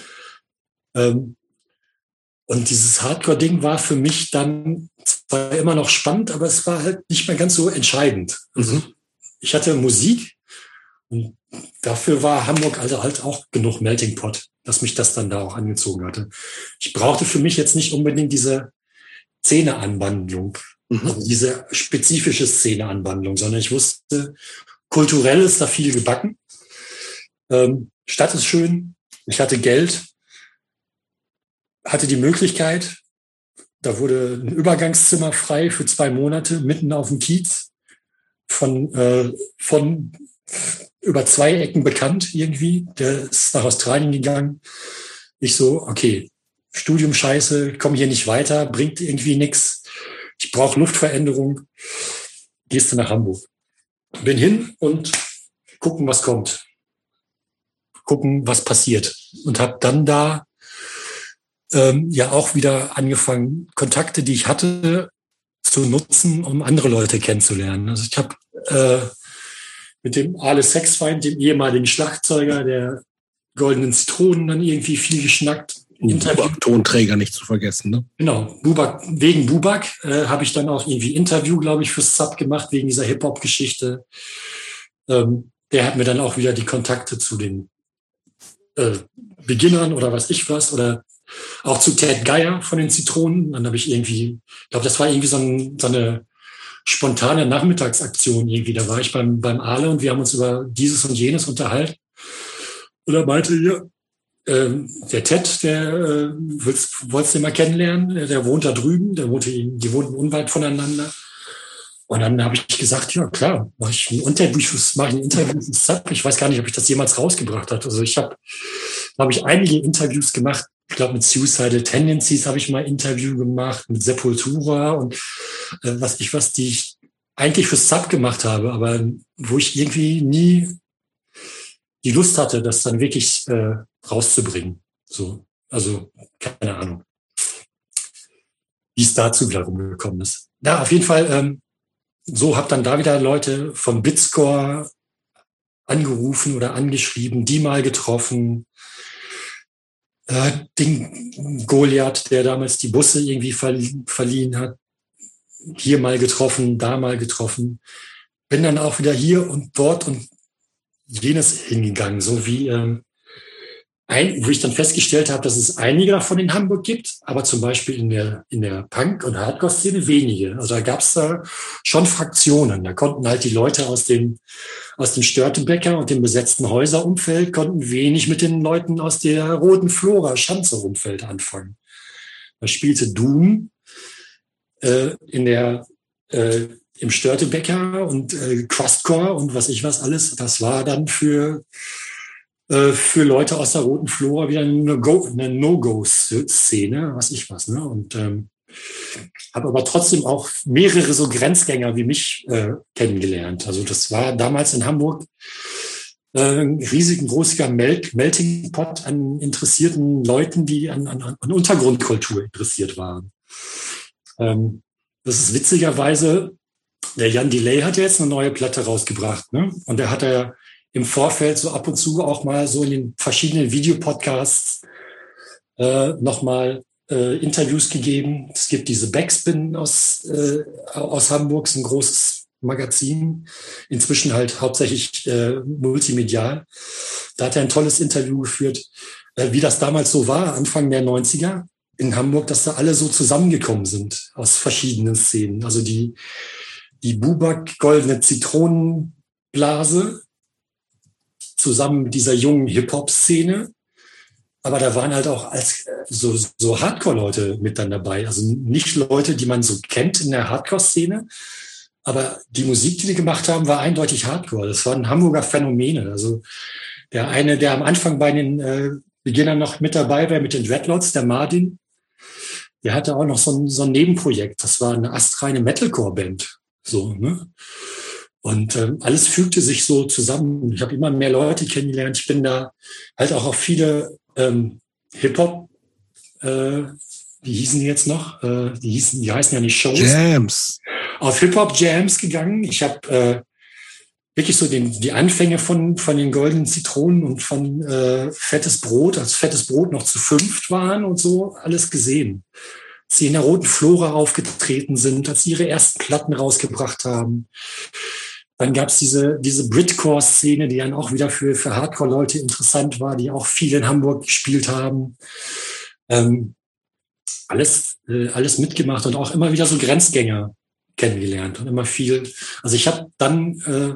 Ähm, und dieses Hardcore-Ding war für mich dann zwar immer noch spannend, aber es war halt nicht mehr ganz so entscheidend. Also mhm. ich hatte Musik und dafür war Hamburg also halt auch genug Melting Pot, dass mich das dann da auch angezogen hatte. Ich brauchte für mich jetzt nicht unbedingt diese Szeneanwandlung, mhm. also diese spezifische Szeneanwandlung, sondern ich wusste, kulturell ist da viel gebacken. Ähm, Stadt ist schön, ich hatte Geld, hatte die Möglichkeit, da wurde ein Übergangszimmer frei für zwei Monate mitten auf dem Kiez, von, äh, von über zwei Ecken bekannt irgendwie. Der ist nach Australien gegangen. Ich so, okay, Studium scheiße, komme hier nicht weiter, bringt irgendwie nichts. Ich brauche Luftveränderung. Gehst du nach Hamburg. Bin hin und gucken, was kommt. Gucken, was passiert. Und habe dann da Ähm, ja auch wieder angefangen, Kontakte, die ich hatte, zu nutzen, um andere Leute kennenzulernen. Also ich habe äh, mit dem Ale Sexfeind, dem ehemaligen Schlagzeuger der Goldenen Zitronen, dann irgendwie viel geschnackt. Bubak-Tonträger nicht zu vergessen, ne? Genau, Bubak, wegen Bubak äh, habe ich dann auch irgendwie Interview, glaube ich, fürs Zapp gemacht, wegen dieser Hip-Hop-Geschichte. Ähm, der hat mir dann auch wieder die Kontakte zu den äh, Beginnern oder was ich was, oder auch zu Ted Geier von den Zitronen. Dann habe ich irgendwie, ich glaube, das war irgendwie so, ein, so eine spontane Nachmittagsaktion irgendwie. Da war ich beim, beim Ale und wir haben uns über dieses und jenes unterhalten. Und er meinte, ja, ähm, der Ted, der äh, willst, wolltest du mal kennenlernen, der, der wohnt da drüben, der wohnte, die wohnten unweit voneinander. Und dann habe ich gesagt, ja klar, mache ich ein Interview, mache ich ein Interview für Zapp. Ich weiß gar nicht, ob ich das jemals rausgebracht habe. Also ich habe, glaube ich, einige Interviews gemacht, ich glaube, mit Suicidal Tendencies habe ich mal ein Interview gemacht, mit Sepultura und äh, was ich was, die ich eigentlich für Sub gemacht habe, aber wo ich irgendwie nie die Lust hatte, das dann wirklich äh, rauszubringen. So, also keine Ahnung, wie es dazu wiederum gekommen ist. Ja, auf jeden Fall. Ähm, so habe dann da wieder Leute vom Bitscore angerufen oder angeschrieben, die mal getroffen. Äh, den Goliath, der damals die Busse irgendwie verlie- verliehen hat, hier mal getroffen, da mal getroffen. Bin dann auch wieder hier und dort und jenes hingegangen, so wie ähm, ein, wo ich dann festgestellt habe, dass es einige davon in Hamburg gibt, aber zum Beispiel in der in der Punk- und Hardcore-Szene wenige. Also da gab es da schon Fraktionen. Da konnten halt die Leute aus dem aus dem Störtebeker und dem besetzten Häuserumfeld konnten wenig mit den Leuten aus der Roten Flora Schanze-Umfeld anfangen. Da spielte Doom äh, in der äh, im Störtebeker und äh, Crustcore und was ich was alles. Das war dann für für Leute aus der Roten Flora wieder eine, Go, eine No-Go-Szene, was ich was. Ne? Und ähm, habe aber trotzdem auch mehrere so Grenzgänger wie mich äh, kennengelernt. Also das war damals in Hamburg äh, ein riesiger, großer Mel- Melting Pot an interessierten Leuten, die an, an, an Untergrundkultur interessiert waren. Ähm, das ist witzigerweise, der Jan Delay hat ja jetzt eine neue Platte rausgebracht. Ne? Und der hat ja im Vorfeld so ab und zu auch mal so in den verschiedenen Videopodcasts äh, nochmal äh, Interviews gegeben. Es gibt diese Backspin aus, äh, aus Hamburg, ein großes Magazin, inzwischen halt hauptsächlich äh, multimedial. Da hat er ein tolles Interview geführt, äh, wie das damals so war, Anfang der neunziger in Hamburg, dass da alle so zusammengekommen sind aus verschiedenen Szenen. Also die, die Bubak Goldene Zitronenblase, zusammen mit dieser jungen Hip-Hop-Szene. Aber da waren halt auch als so, so Hardcore-Leute mit dann dabei. Also nicht Leute, die man so kennt in der Hardcore-Szene. Aber die Musik, die die gemacht haben, war eindeutig Hardcore. Das waren Hamburger Phänomene. Also der eine, der am Anfang bei den äh, Beginnern noch mit dabei war, mit den Dreadlocks, der Martin, der hatte auch noch so ein, so ein Nebenprojekt. Das war eine astreine Metalcore-Band. So, ne? Und ähm, alles fügte sich so zusammen. Ich habe immer mehr Leute kennengelernt. Ich bin da halt auch auf viele ähm, Hip-Hop, äh, wie hießen die jetzt noch? Äh, die, hießen, die heißen ja nicht Shows. Jams. Auf Hip-Hop-Jams gegangen. Ich habe äh, wirklich so den, die Anfänge von, von den Goldenen Zitronen und von äh, Fettes Brot, als Fettes Brot noch zu fünft waren und so, alles gesehen. Als sie in der Roten Flora aufgetreten sind, als sie ihre ersten Platten rausgebracht haben. Dann gab es diese, diese Britcore-Szene, die dann auch wieder für, für Hardcore-Leute interessant war, die auch viel in Hamburg gespielt haben. Ähm, alles, äh, alles mitgemacht und auch immer wieder so Grenzgänger kennengelernt und immer viel. Also ich habe dann, äh,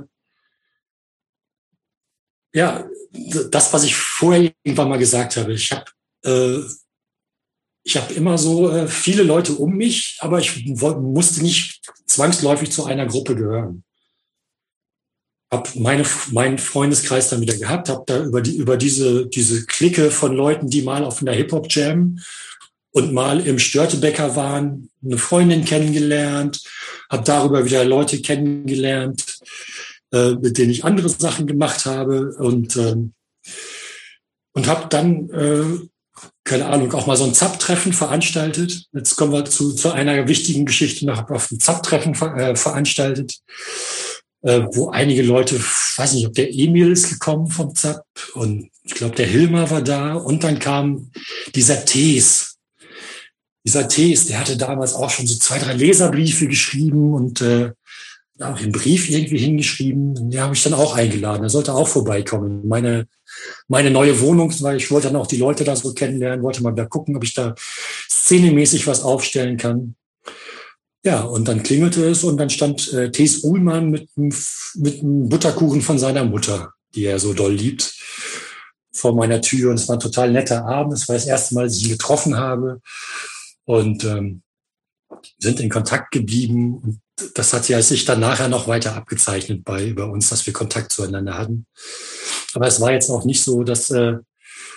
ja, das, was ich vorher irgendwann mal gesagt habe, ich habe äh, ich habe immer so äh, viele Leute um mich, aber ich musste nicht zwangsläufig zu einer Gruppe gehören. Habe meine, meinen Freundeskreis dann wieder gehabt, habe da über, die, über diese, diese Clique von Leuten, die mal auf einer Hip-Hop-Jam und mal im Störtebeker waren, eine Freundin kennengelernt, habe darüber wieder Leute kennengelernt, äh, mit denen ich andere Sachen gemacht habe und, ähm, und habe dann, äh, keine Ahnung, auch mal so ein Zap-Treffen veranstaltet. Jetzt kommen wir zu, zu einer wichtigen Geschichte noch, auf ein Zap-Treffen ver, äh, veranstaltet. Äh, wo einige Leute, weiß nicht, ob der Emil ist gekommen vom Zap und ich glaube, der Hilmar war da und dann kam dieser Tees. Dieser Tees, der hatte damals auch schon so zwei, drei Leserbriefe geschrieben und äh, auch einen Brief irgendwie hingeschrieben. Den habe ich dann auch eingeladen. Er sollte auch vorbeikommen. Meine, meine neue Wohnung, weil ich wollte dann auch die Leute da so kennenlernen, wollte mal da gucken, ob ich da szenemäßig was aufstellen kann. Ja, und dann klingelte es und dann stand äh, Tees Uhlmann mit mit einem Butterkuchen von seiner Mutter, die er so doll liebt, vor meiner Tür. Und es war ein total netter Abend. Es war das erste Mal, dass ich ihn getroffen habe. Und ähm, sind in Kontakt geblieben. Und das hat ja sich dann nachher noch weiter abgezeichnet bei über uns, dass wir Kontakt zueinander hatten. Aber es war jetzt auch nicht so, dass, äh,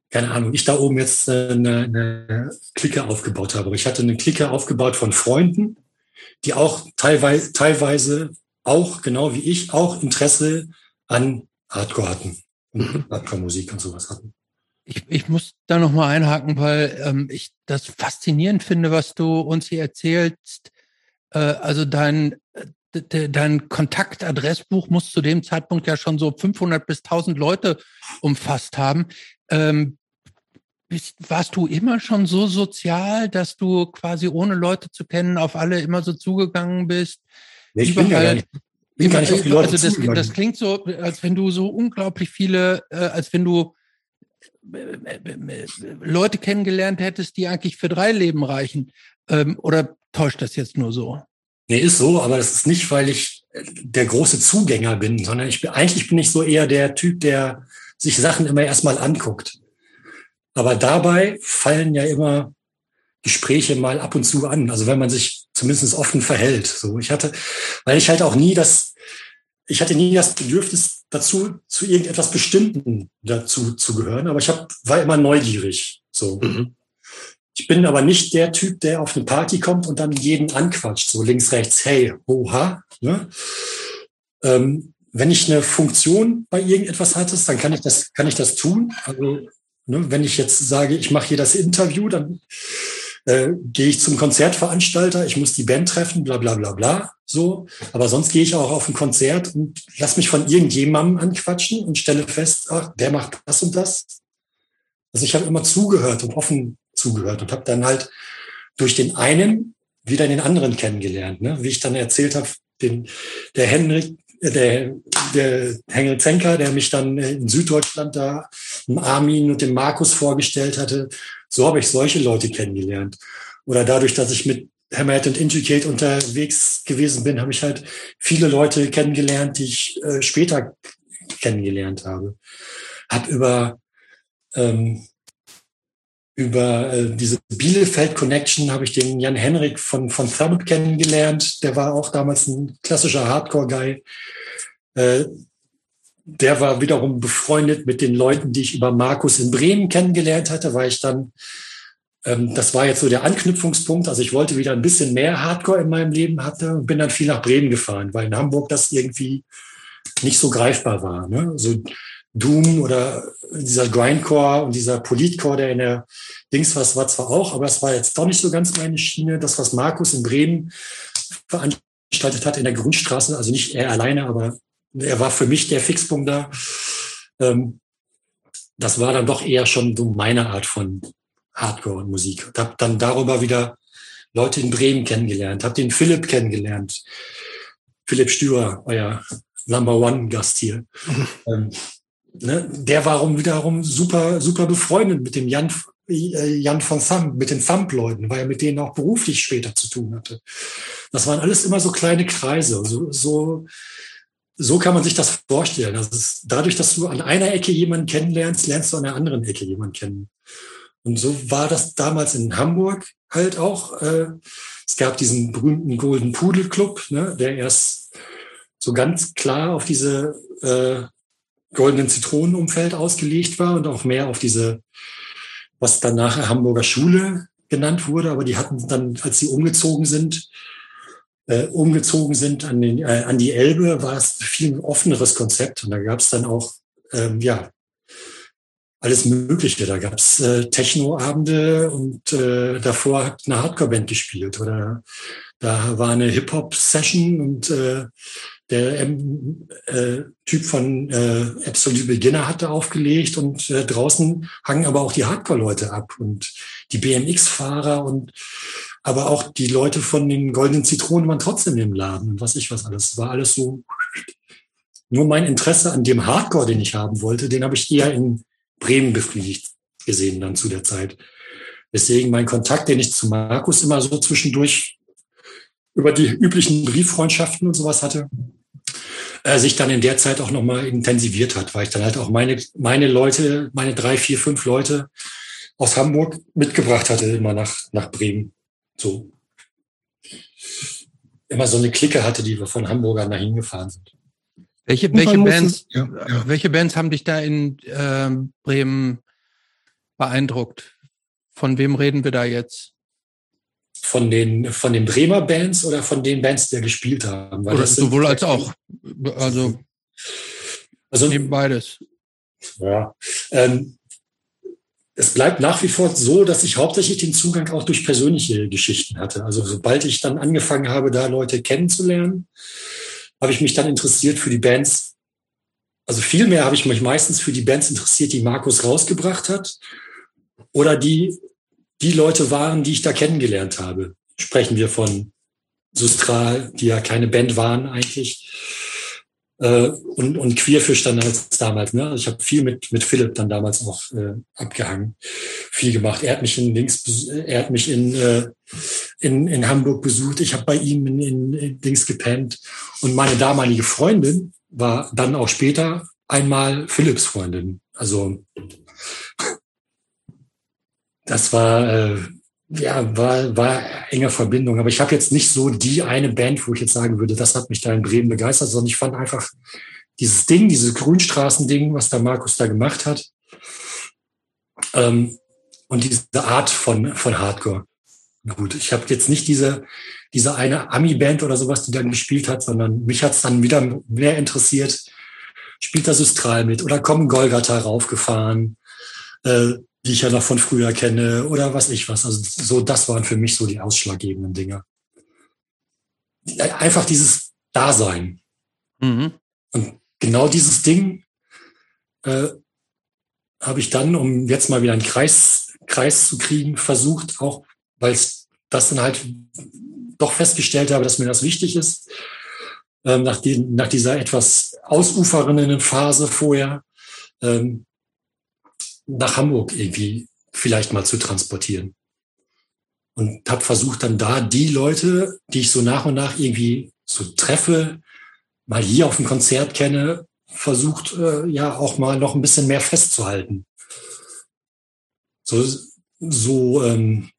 keine Ahnung, ich da oben jetzt eine, eine Clique aufgebaut habe. Aber ich hatte eine Clique aufgebaut von Freunden, die auch teilweise, teilweise auch, genau wie ich, auch Interesse an Hardcore hatten und mhm. Hardcore-Musik und sowas hatten. Ich, ich muss da nochmal einhaken, weil ähm, ich das faszinierend finde, was du uns hier erzählst. Äh, also dein, de, dein Kontaktadressbuch muss zu dem Zeitpunkt ja schon so fünfhundert bis tausend Leute umfasst haben. Ähm, bist, warst du immer schon so sozial, dass du quasi ohne Leute zu kennen auf alle immer so zugegangen bist? Nee, ich bin ja gar nicht, bin gar nicht auf die Leute also das, das klingt so, als wenn du so unglaublich viele, äh, als wenn du Leute kennengelernt hättest, die eigentlich für drei Leben reichen. Ähm, oder täuscht das jetzt nur so? Nee, ist so, aber das ist nicht, weil ich der große Zugänger bin, sondern ich bin, eigentlich bin ich so eher der Typ, der sich Sachen immer erstmal anguckt. Aber dabei fallen ja immer Gespräche mal ab und zu an. Also wenn man sich zumindest offen verhält. So, ich hatte, weil ich halt auch nie das, ich hatte nie das Bedürfnis dazu, zu irgendetwas Bestimmten dazu zu gehören, aber ich hab, war immer neugierig. So. Mhm. Ich bin aber nicht der Typ, der auf eine Party kommt und dann jeden anquatscht, so links, rechts, hey, oha. Ne? Ähm, wenn ich eine Funktion bei irgendetwas hatte, dann kann ich das, kann ich das tun. Also, ne, wenn ich jetzt sage, ich mache hier das Interview, dann äh, gehe ich zum Konzertveranstalter, ich muss die Band treffen, bla bla bla bla. So, aber sonst gehe ich auch auf ein Konzert und lass mich von irgendjemandem anquatschen und stelle fest, ach, der macht das und das. Also ich habe immer zugehört und offen zugehört und habe dann halt durch den einen wieder den anderen kennengelernt. Ne? Wie ich dann erzählt habe, den, der Henrik, der, der Henrik Zenker, der mich dann in Süddeutschland da dem Armin und dem Markus vorgestellt hatte. So habe ich solche Leute kennengelernt. Oder dadurch, dass ich mit Hammerhead und Intricate unterwegs gewesen bin, habe ich halt viele Leute kennengelernt, die ich äh, später kennengelernt habe. Hab über ähm, über äh, diese Bielefeld Connection habe ich den Jan Henrik von von Thabit kennengelernt. Der war auch damals ein klassischer Hardcore-Guy. Äh, der war wiederum befreundet mit den Leuten, die ich über Markus in Bremen kennengelernt hatte, weil ich dann das war jetzt so der Anknüpfungspunkt. Also ich wollte wieder ein bisschen mehr Hardcore in meinem Leben hatte und bin dann viel nach Bremen gefahren, weil in Hamburg das irgendwie nicht so greifbar war. Ne? So Doom oder dieser Grindcore und dieser Politcore, der in der Dings was war zwar auch, aber es war jetzt doch nicht so ganz meine Schiene. Das, was Markus in Bremen veranstaltet hat in der Grundstraße, also nicht er alleine, aber er war für mich der Fixpunkt da. Das war dann doch eher schon so meine Art von Hardcore und Musik. Und habe dann darüber wieder Leute in Bremen kennengelernt, habe den Philipp kennengelernt. Philipp Stürer, euer Number One Gast hier. Mhm. Ähm, ne, der war wiederum super, super befreundet mit dem Jan, äh, Jan von Thumb, mit den Thumb-Leuten, weil er mit denen auch beruflich später zu tun hatte. Das waren alles immer so kleine Kreise. So, so, so kann man sich das vorstellen. Das ist dadurch, dass du an einer Ecke jemanden kennenlernst, lernst du an der anderen Ecke jemanden kennen. Und so war das damals in Hamburg halt auch. Äh, es gab diesen berühmten Golden Pudel Club, ne, der erst so ganz klar auf diese äh, goldenen Zitronenumfeld ausgelegt war und auch mehr auf diese, was dann nachher Hamburger Schule genannt wurde. Aber die hatten dann, als sie umgezogen sind, äh, umgezogen sind an, den, äh, an die Elbe, war es ein viel offeneres Konzept. Und da gab es dann auch, ähm, ja, alles Mögliche. Da gab's äh, Techno-Abende und äh, davor hat eine Hardcore-Band gespielt oder da war eine Hip-Hop-Session und äh, der ähm, äh, Typ von äh, Absolute Beginner hatte aufgelegt und äh, draußen hangen aber auch die Hardcore-Leute ab und die B M X-Fahrer und aber auch die Leute von den Goldenen Zitronen waren trotzdem im Laden und was ich was alles. War alles so. Nur mein Interesse an dem Hardcore, den ich haben wollte, den habe ich eher in Bremen befriedigt gesehen dann zu der Zeit. Deswegen mein Kontakt, den ich zu Markus immer so zwischendurch über die üblichen Brieffreundschaften und sowas hatte, äh, sich dann in der Zeit auch nochmal intensiviert hat, weil ich dann halt auch meine, meine Leute, meine drei, vier, fünf Leute aus Hamburg mitgebracht hatte, immer nach, nach Bremen. So. Immer so eine Clique hatte, die wir von Hamburgern dahin gefahren sind. Welche, welche Bands, ja, ja. welche Bands haben dich da in äh, Bremen beeindruckt. Von wem reden wir da jetzt? Von den, von den Bremer Bands oder von den Bands, die ja gespielt haben? Weil Oder das sind sowohl als auch. Also, also neben beides. Ja. Ähm, es bleibt nach wie vor so, dass ich hauptsächlich den Zugang auch durch persönliche Geschichten hatte. Also sobald ich dann angefangen habe, da Leute kennenzulernen, habe ich mich dann interessiert für die Bands. Also vielmehr habe ich mich meistens für die Bands interessiert, die Markus rausgebracht hat oder die die Leute waren, die ich da kennengelernt habe. Sprechen wir von Sustral, die ja keine Band waren eigentlich, äh, und, und Queerfisch dann als damals. Ne? Ich habe viel mit mit Philipp dann damals auch äh, abgehangen, viel gemacht. Er hat mich in Dings, er hat mich in äh, in, in Hamburg besucht. Ich habe bei ihm in, in, in Dings gepennt. Und meine damalige Freundin war dann auch später einmal Philipps Freundin. Also das war, äh, ja, war, war enge Verbindung. Aber ich habe jetzt nicht so die eine Band, wo ich jetzt sagen würde, das hat mich da in Bremen begeistert, sondern ich fand einfach dieses Ding, dieses Grünstraßen-Ding, was der Markus da gemacht hat, ähm, und diese Art von, von Hardcore. Gut, ich habe jetzt nicht diese, diese eine Ami-Band oder sowas, die dann gespielt hat, sondern mich hat es dann wieder mehr interessiert. Spielt das Sustral mit oder kommen Golgatha raufgefahren, äh, die ich ja noch von früher kenne oder was ich was. Also so, das waren für mich so die ausschlaggebenden Dinge. Einfach dieses Dasein. Mhm. Und genau dieses Ding äh, habe ich dann, um jetzt mal wieder einen Kreis, Kreis zu kriegen, versucht, auch weil ich das dann halt doch festgestellt habe, dass mir das wichtig ist, ähm, nach, den, nach dieser etwas ausufernden Phase vorher, ähm, nach Hamburg irgendwie vielleicht mal zu transportieren. Und habe versucht dann da die Leute, die ich so nach und nach irgendwie so treffe, mal hier auf dem Konzert kenne, versucht äh, ja auch mal noch ein bisschen mehr festzuhalten. So, so ähm,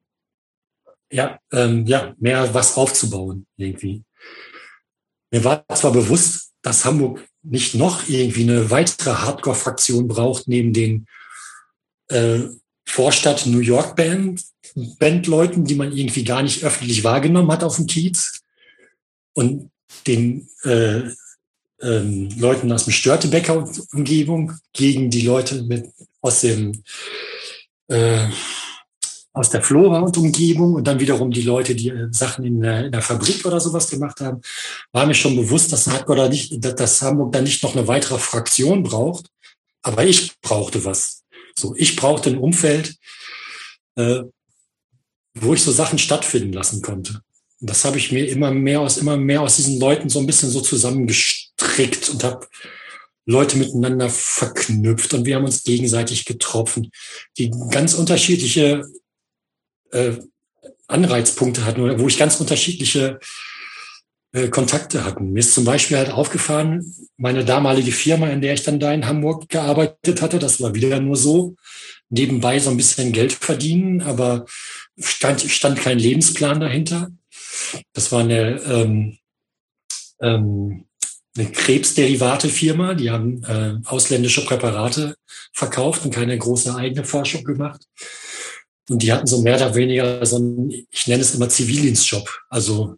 ja, ähm, ja, mehr was aufzubauen irgendwie. Mir war zwar bewusst, dass Hamburg nicht noch irgendwie eine weitere Hardcore-Fraktion braucht, neben den äh, Vorstadt New York Band, Bandleuten, die man irgendwie gar nicht öffentlich wahrgenommen hat auf dem Kiez, und den äh, ähm, Leuten aus dem Störtebecker Umgebung gegen die Leute mit aus dem äh, aus der Flora und Umgebung und dann wiederum die Leute, die äh, Sachen in der, in der Fabrik oder sowas gemacht haben, war mir schon bewusst, dass Hardcore da nicht, dass Hamburg da nicht noch eine weitere Fraktion braucht. Aber ich brauchte was. So, ich brauchte ein Umfeld, äh, wo ich so Sachen stattfinden lassen konnte. Und das habe ich mir immer mehr aus, immer mehr aus diesen Leuten so ein bisschen so zusammengestrickt und habe Leute miteinander verknüpft und wir haben uns gegenseitig getroffen, die ganz unterschiedliche äh, Anreizpunkte hatten oder wo ich ganz unterschiedliche äh, Kontakte hatten. Mir ist zum Beispiel halt aufgefallen, meine damalige Firma, in der ich dann da in Hamburg gearbeitet hatte, das war wieder nur so, nebenbei so ein bisschen Geld verdienen, aber stand, stand kein Lebensplan dahinter. Das war eine, ähm, ähm, eine Krebsderivate-Firma, die haben äh, ausländische Präparate verkauft und keine große eigene Forschung gemacht. Und die hatten so mehr oder weniger so einen, ich nenne es immer Zivildienstjob, also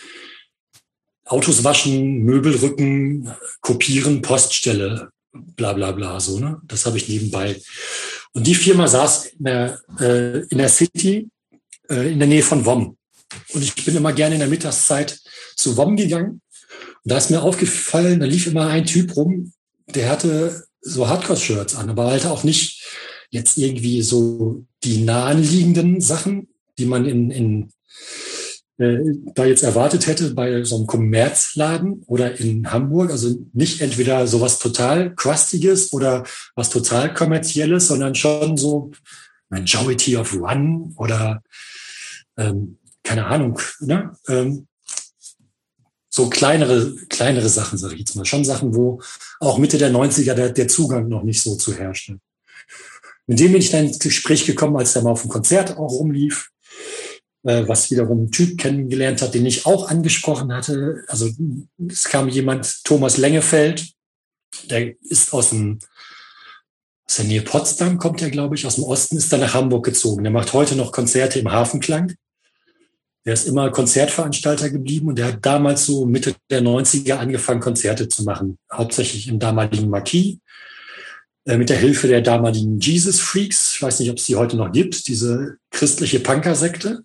Autos waschen, Möbel rücken, kopieren, Poststelle, bla bla bla, so, ne? Das habe ich nebenbei. Und die Firma saß in der, äh, in der City, äh, in der Nähe von W O M. Und ich bin immer gerne in der Mittagszeit zu W O M gegangen. Und da ist mir aufgefallen, da lief immer ein Typ rum, der hatte so Hardcore-Shirts an, aber halt auch nicht jetzt irgendwie so die nahenliegenden Sachen, die man in, in äh, da jetzt erwartet hätte bei so einem Kommerzladen oder in Hamburg. Also nicht entweder sowas total Crustiges oder was total Kommerzielles, sondern schon so Majority of One oder ähm, keine Ahnung, ne? Ähm, so kleinere, kleinere Sachen, sage ich jetzt mal. Schon Sachen, wo auch Mitte der neunziger der, der Zugang noch nicht so zu herrschte. Mit dem bin ich dann ins Gespräch gekommen, als der mal auf dem Konzert auch rumlief, äh, was wiederum einen Typ kennengelernt hat, den ich auch angesprochen hatte. Also es kam jemand, Thomas Lengefeld, der ist aus dem aus der Nähe Potsdam kommt er, glaube ich, aus dem Osten, ist dann nach Hamburg gezogen. Der macht heute noch Konzerte im Hafenklang. Der ist immer Konzertveranstalter geblieben und der hat damals so Mitte der neunziger angefangen, Konzerte zu machen. Hauptsächlich im damaligen Marquis, äh, mit der Hilfe der damaligen Jesus Freaks. Ich weiß nicht, ob es die heute noch gibt, diese christliche Punker-Sekte.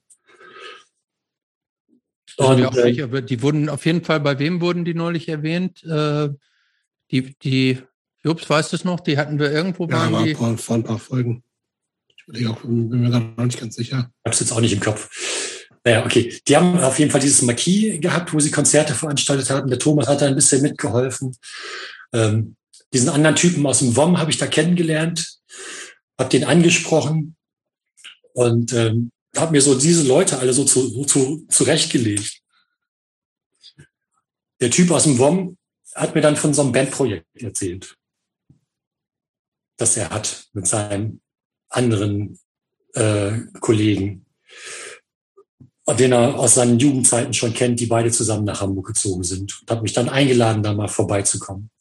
Und, auch nicht, aber die wurden auf jeden Fall, bei wem wurden die neulich erwähnt? Äh, die, die, Jobs, weißt du es noch? Die hatten wir irgendwo. Ja, waren aber die? Vor, vor ein paar Folgen. Ich überlege auch, bin mir gerade noch nicht ganz sicher. Ich habe es jetzt auch nicht im Kopf. Naja, okay. Die haben auf jeden Fall dieses Marquis gehabt, wo sie Konzerte veranstaltet hatten. Der Thomas hat da ein bisschen mitgeholfen. Ähm, diesen anderen Typen aus dem W O M habe ich da kennengelernt, habe den angesprochen und ähm, habe mir so diese Leute alle so, zu, so zu, zurechtgelegt. Der Typ aus dem W O M hat mir dann von so einem Bandprojekt erzählt, das er hat mit seinen anderen äh, Kollegen, den er aus seinen Jugendzeiten schon kennt, die beide zusammen nach Hamburg gezogen sind. Und hat mich dann eingeladen, da mal vorbeizukommen.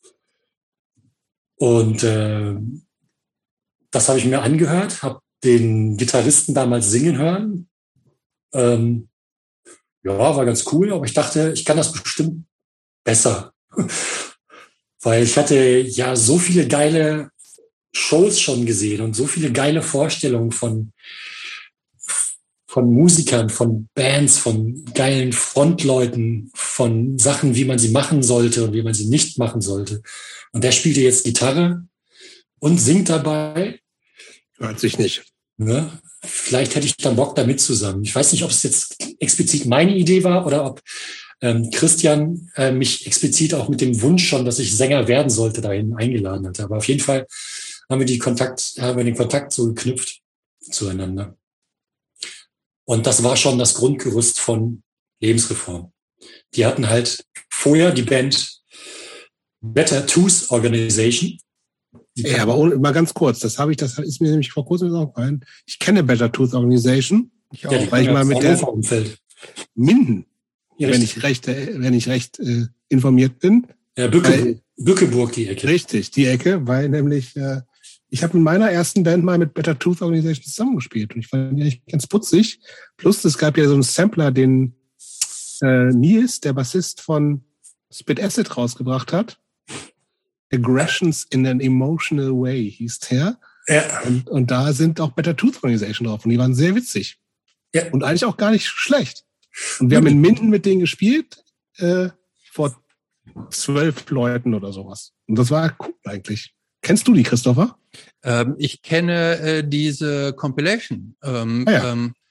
Und äh, das habe ich mir angehört, habe den Gitarristen damals singen hören. Ähm, ja, war ganz cool, aber ich dachte, ich kann das bestimmt besser. Weil ich hatte ja so viele geile Shows schon gesehen und so viele geile Vorstellungen von von Musikern, von Bands, von geilen Frontleuten, von Sachen, wie man sie machen sollte und wie man sie nicht machen sollte. Und der spielte jetzt Gitarre und singt dabei. Hört sich nicht. Ja, vielleicht hätte ich dann Bock, da mit zusammen. Ich weiß nicht, ob es jetzt explizit meine Idee war oder ob ähm, Christian äh, mich explizit auch mit dem Wunsch schon, dass ich Sänger werden sollte, dahin eingeladen hatte. Aber auf jeden Fall haben wir die Kontakt, haben wir den Kontakt so geknüpft zueinander. Und das war schon das Grundgerüst von Lebensreform. Die hatten halt vorher die Band Better Tooth Organization. Ja, aber ohne, mal ganz kurz, das habe ich, das ist mir nämlich vor kurzem aufgefallen. Ich kenne Better Tooth Organization, ich auch, ja, weil ich mal mit der Umfeld. Minden, ja, wenn ich recht, wenn ich recht äh, informiert bin. Ja, Bücke, weil, Bückeburg die Ecke. Richtig, die Ecke, weil nämlich äh, ich habe in meiner ersten Band mal mit Better Tooth Organization zusammengespielt und ich fand die eigentlich ganz putzig. Plus, es gab ja so einen Sampler, den äh, Nils, der Bassist von Spit Acid, rausgebracht hat. Aggressions in an Emotional Way hieß der. Ja. Und, und da sind auch Better Tooth Organization drauf und die waren sehr witzig. Ja. Und eigentlich auch gar nicht schlecht. Und wir haben in Minden mit denen gespielt, äh, vor zwölf Leuten oder sowas. Und das war cool eigentlich. Kennst du die, Christopher? Ähm, ich kenne äh, diese Compilation. Ähm, ah, ja. ähm,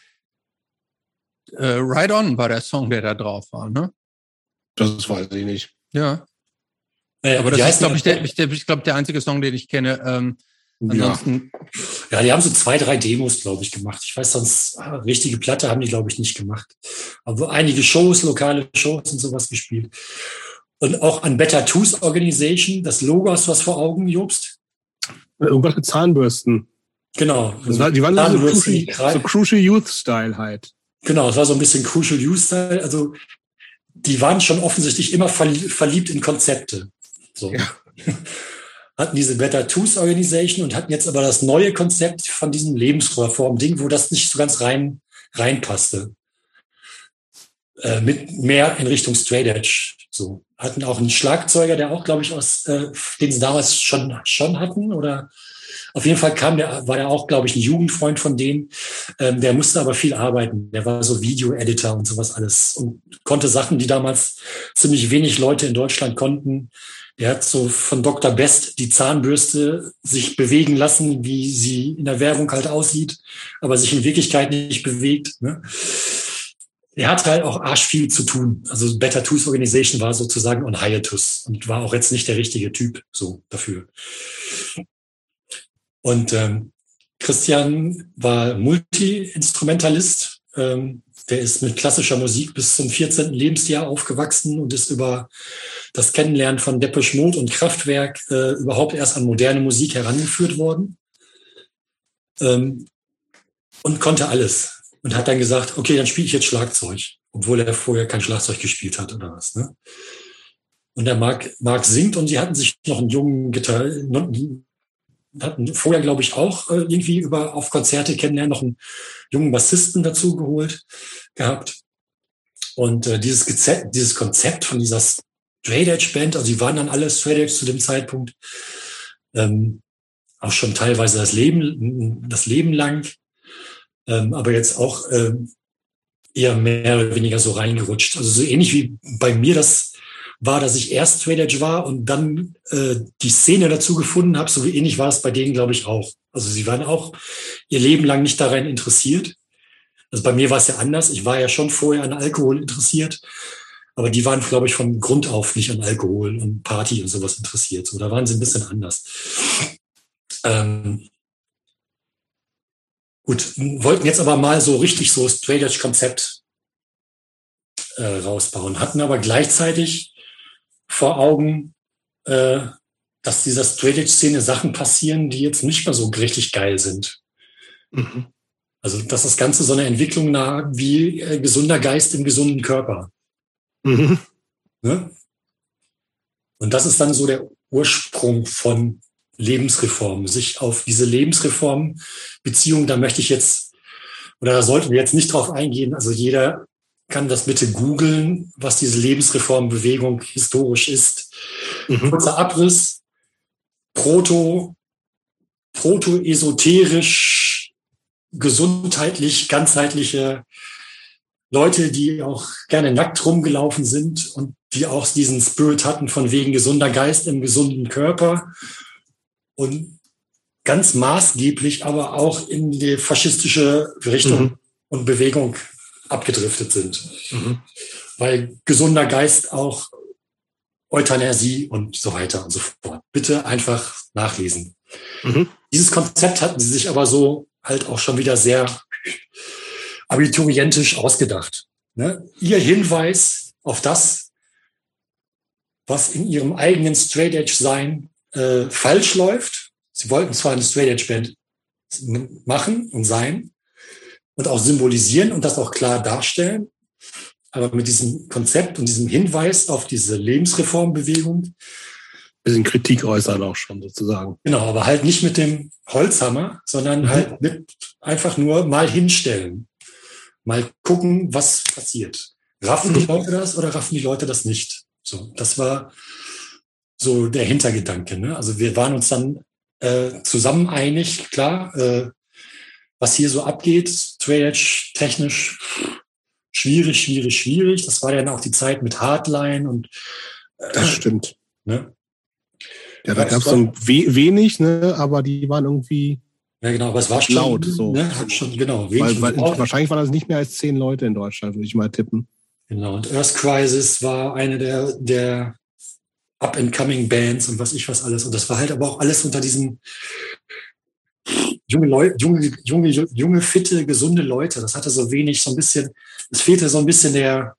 äh, Ride On war der Song, der da drauf war, ne? Das weiß ich nicht. Ja. Naja, aber das ist, glaube ich, der, ich, ich glaube, der einzige Song, den ich kenne. Ähm, ansonsten. Ja. ja, die haben so zwei, drei Demos, glaube ich, gemacht. Ich weiß sonst, richtige Platte haben die, glaube ich, nicht gemacht. Aber einige Shows, lokale Shows und sowas gespielt. Und auch an Better Tooth Organization, das Logo, hast du was vor Augen, Jobst? Irgendwas mit Zahnbürsten. Genau. Das war, die waren so Crucial, so Crucial Youth-Style halt. Genau, es war so ein bisschen Crucial Youth-Style. Also die waren schon offensichtlich immer verliebt in Konzepte. So. Ja. Hatten diese Better Tooth Organization und hatten jetzt aber das neue Konzept von diesem Lebensreform-Ding, wo das nicht so ganz rein reinpasste. Äh, mit mehr in Richtung Straight Edge. So. Hatten auch einen Schlagzeuger, der auch, glaube ich, aus, äh, den sie damals schon, schon hatten, oder auf jeden Fall kam der, war der auch, glaube ich, ein Jugendfreund von denen. Ähm, der musste aber viel arbeiten. Der war so Video-Editor und sowas alles und konnte Sachen, die damals ziemlich wenig Leute in Deutschland konnten. Der hat so von Doktor Best die Zahnbürste sich bewegen lassen, wie sie in der Werbung halt aussieht, aber sich in Wirklichkeit nicht bewegt, ne? Er hat halt auch arsch viel zu tun. Also Better Tooth Organization war sozusagen on hiatus und war auch jetzt nicht der richtige Typ so dafür. Und ähm, Christian war Multi-Instrumentalist. Ähm, der ist mit klassischer Musik bis zum vierzehnten Lebensjahr aufgewachsen und ist über das Kennenlernen von Depeche Mode und Kraftwerk äh, überhaupt erst an moderne Musik herangeführt worden. Ähm, und konnte alles. Und hat dann gesagt, okay, dann spiele ich jetzt Schlagzeug, obwohl er vorher kein Schlagzeug gespielt hat oder was. Ne? Und der Marc, Marc singt und sie hatten sich noch einen jungen Gitarre, hatten vorher, glaube ich, auch äh, irgendwie über auf Konzerte kennenlernen, noch einen jungen Bassisten dazu geholt gehabt. Und äh, dieses, Gezept, dieses Konzept von dieser Straight Edge Band, also die waren dann alle Straight Edge zu dem Zeitpunkt, ähm, auch schon teilweise das Leben, das Leben lang, ähm, aber jetzt auch ähm, eher mehr oder weniger so reingerutscht. Also so ähnlich wie bei mir das war, dass ich erst Straight Edge war und dann äh, die Szene dazu gefunden habe, so wie ähnlich war es bei denen, glaube ich, auch. Also sie waren auch ihr Leben lang nicht daran interessiert. Also bei mir war es ja anders. Ich war ja schon vorher an Alkohol interessiert, aber die waren, glaube ich, von Grund auf nicht an Alkohol und Party und sowas interessiert. So, da waren sie ein bisschen anders. Ähm, gut, wollten jetzt aber mal so richtig so Straight Edge Konzept äh, rausbauen, hatten aber gleichzeitig vor Augen, äh, dass dieser Straight Edge Szene Sachen passieren, die jetzt nicht mehr so richtig geil sind. Mhm. Also, dass das Ganze so eine Entwicklung nahe wie äh, gesunder Geist im gesunden Körper. Mhm. Ne? Und das ist dann so der Ursprung von Lebensreform, sich auf diese Lebensreform-Beziehung, da möchte ich jetzt, oder da sollten wir jetzt nicht drauf eingehen, also jeder kann das bitte googeln, was diese Lebensreformbewegung historisch ist. Mhm. Kurzer Abriss, proto, proto-esoterisch, gesundheitlich, ganzheitliche Leute, die auch gerne nackt rumgelaufen sind und die auch diesen Spirit hatten von wegen gesunder Geist im gesunden Körper und ganz maßgeblich aber auch in die faschistische Richtung mhm. und Bewegung abgedriftet sind. Mhm. Weil gesunder Geist auch Euthanasie und so weiter und so fort. Bitte einfach nachlesen. Mhm. Dieses Konzept hatten sie sich aber so halt auch schon wieder sehr abiturientisch ausgedacht. Ne? Ihr Hinweis auf das, was in ihrem eigenen Straight Edge Sein äh, falsch läuft. Sie wollten zwar eine Straight Edge Band machen und sein und auch symbolisieren und das auch klar darstellen, aber mit diesem Konzept und diesem Hinweis auf diese Lebensreformbewegung bisschen Kritik äußern auch schon sozusagen. Genau, aber halt nicht mit dem Holzhammer, sondern mhm. halt mit einfach nur mal hinstellen. Mal gucken, was passiert. Raffen die Leute das oder raffen die Leute das nicht? So, das war so der Hintergedanke. Ne? Also wir waren uns dann äh, zusammen einig, klar, äh, was hier so abgeht, Straight Edge technisch schwierig, schwierig, schwierig. Das war dann auch die Zeit mit Hardline und äh, das stimmt. Ne? Ja, da gab es so we- wenig, ne, aber die waren irgendwie ja, genau, aber es war schon laut. So. Ne, hat schon, genau, weil, weil, wahrscheinlich waren das nicht mehr als zehn Leute in Deutschland, würde ich mal tippen. Genau, und Earth Crisis war eine der, der up-and-coming Bands und was ich was alles. Und das war halt aber auch alles unter diesen junge Leute, junge, junge, junge, fitte, gesunde Leute. Das hatte so wenig, so ein bisschen, es fehlte so ein bisschen der,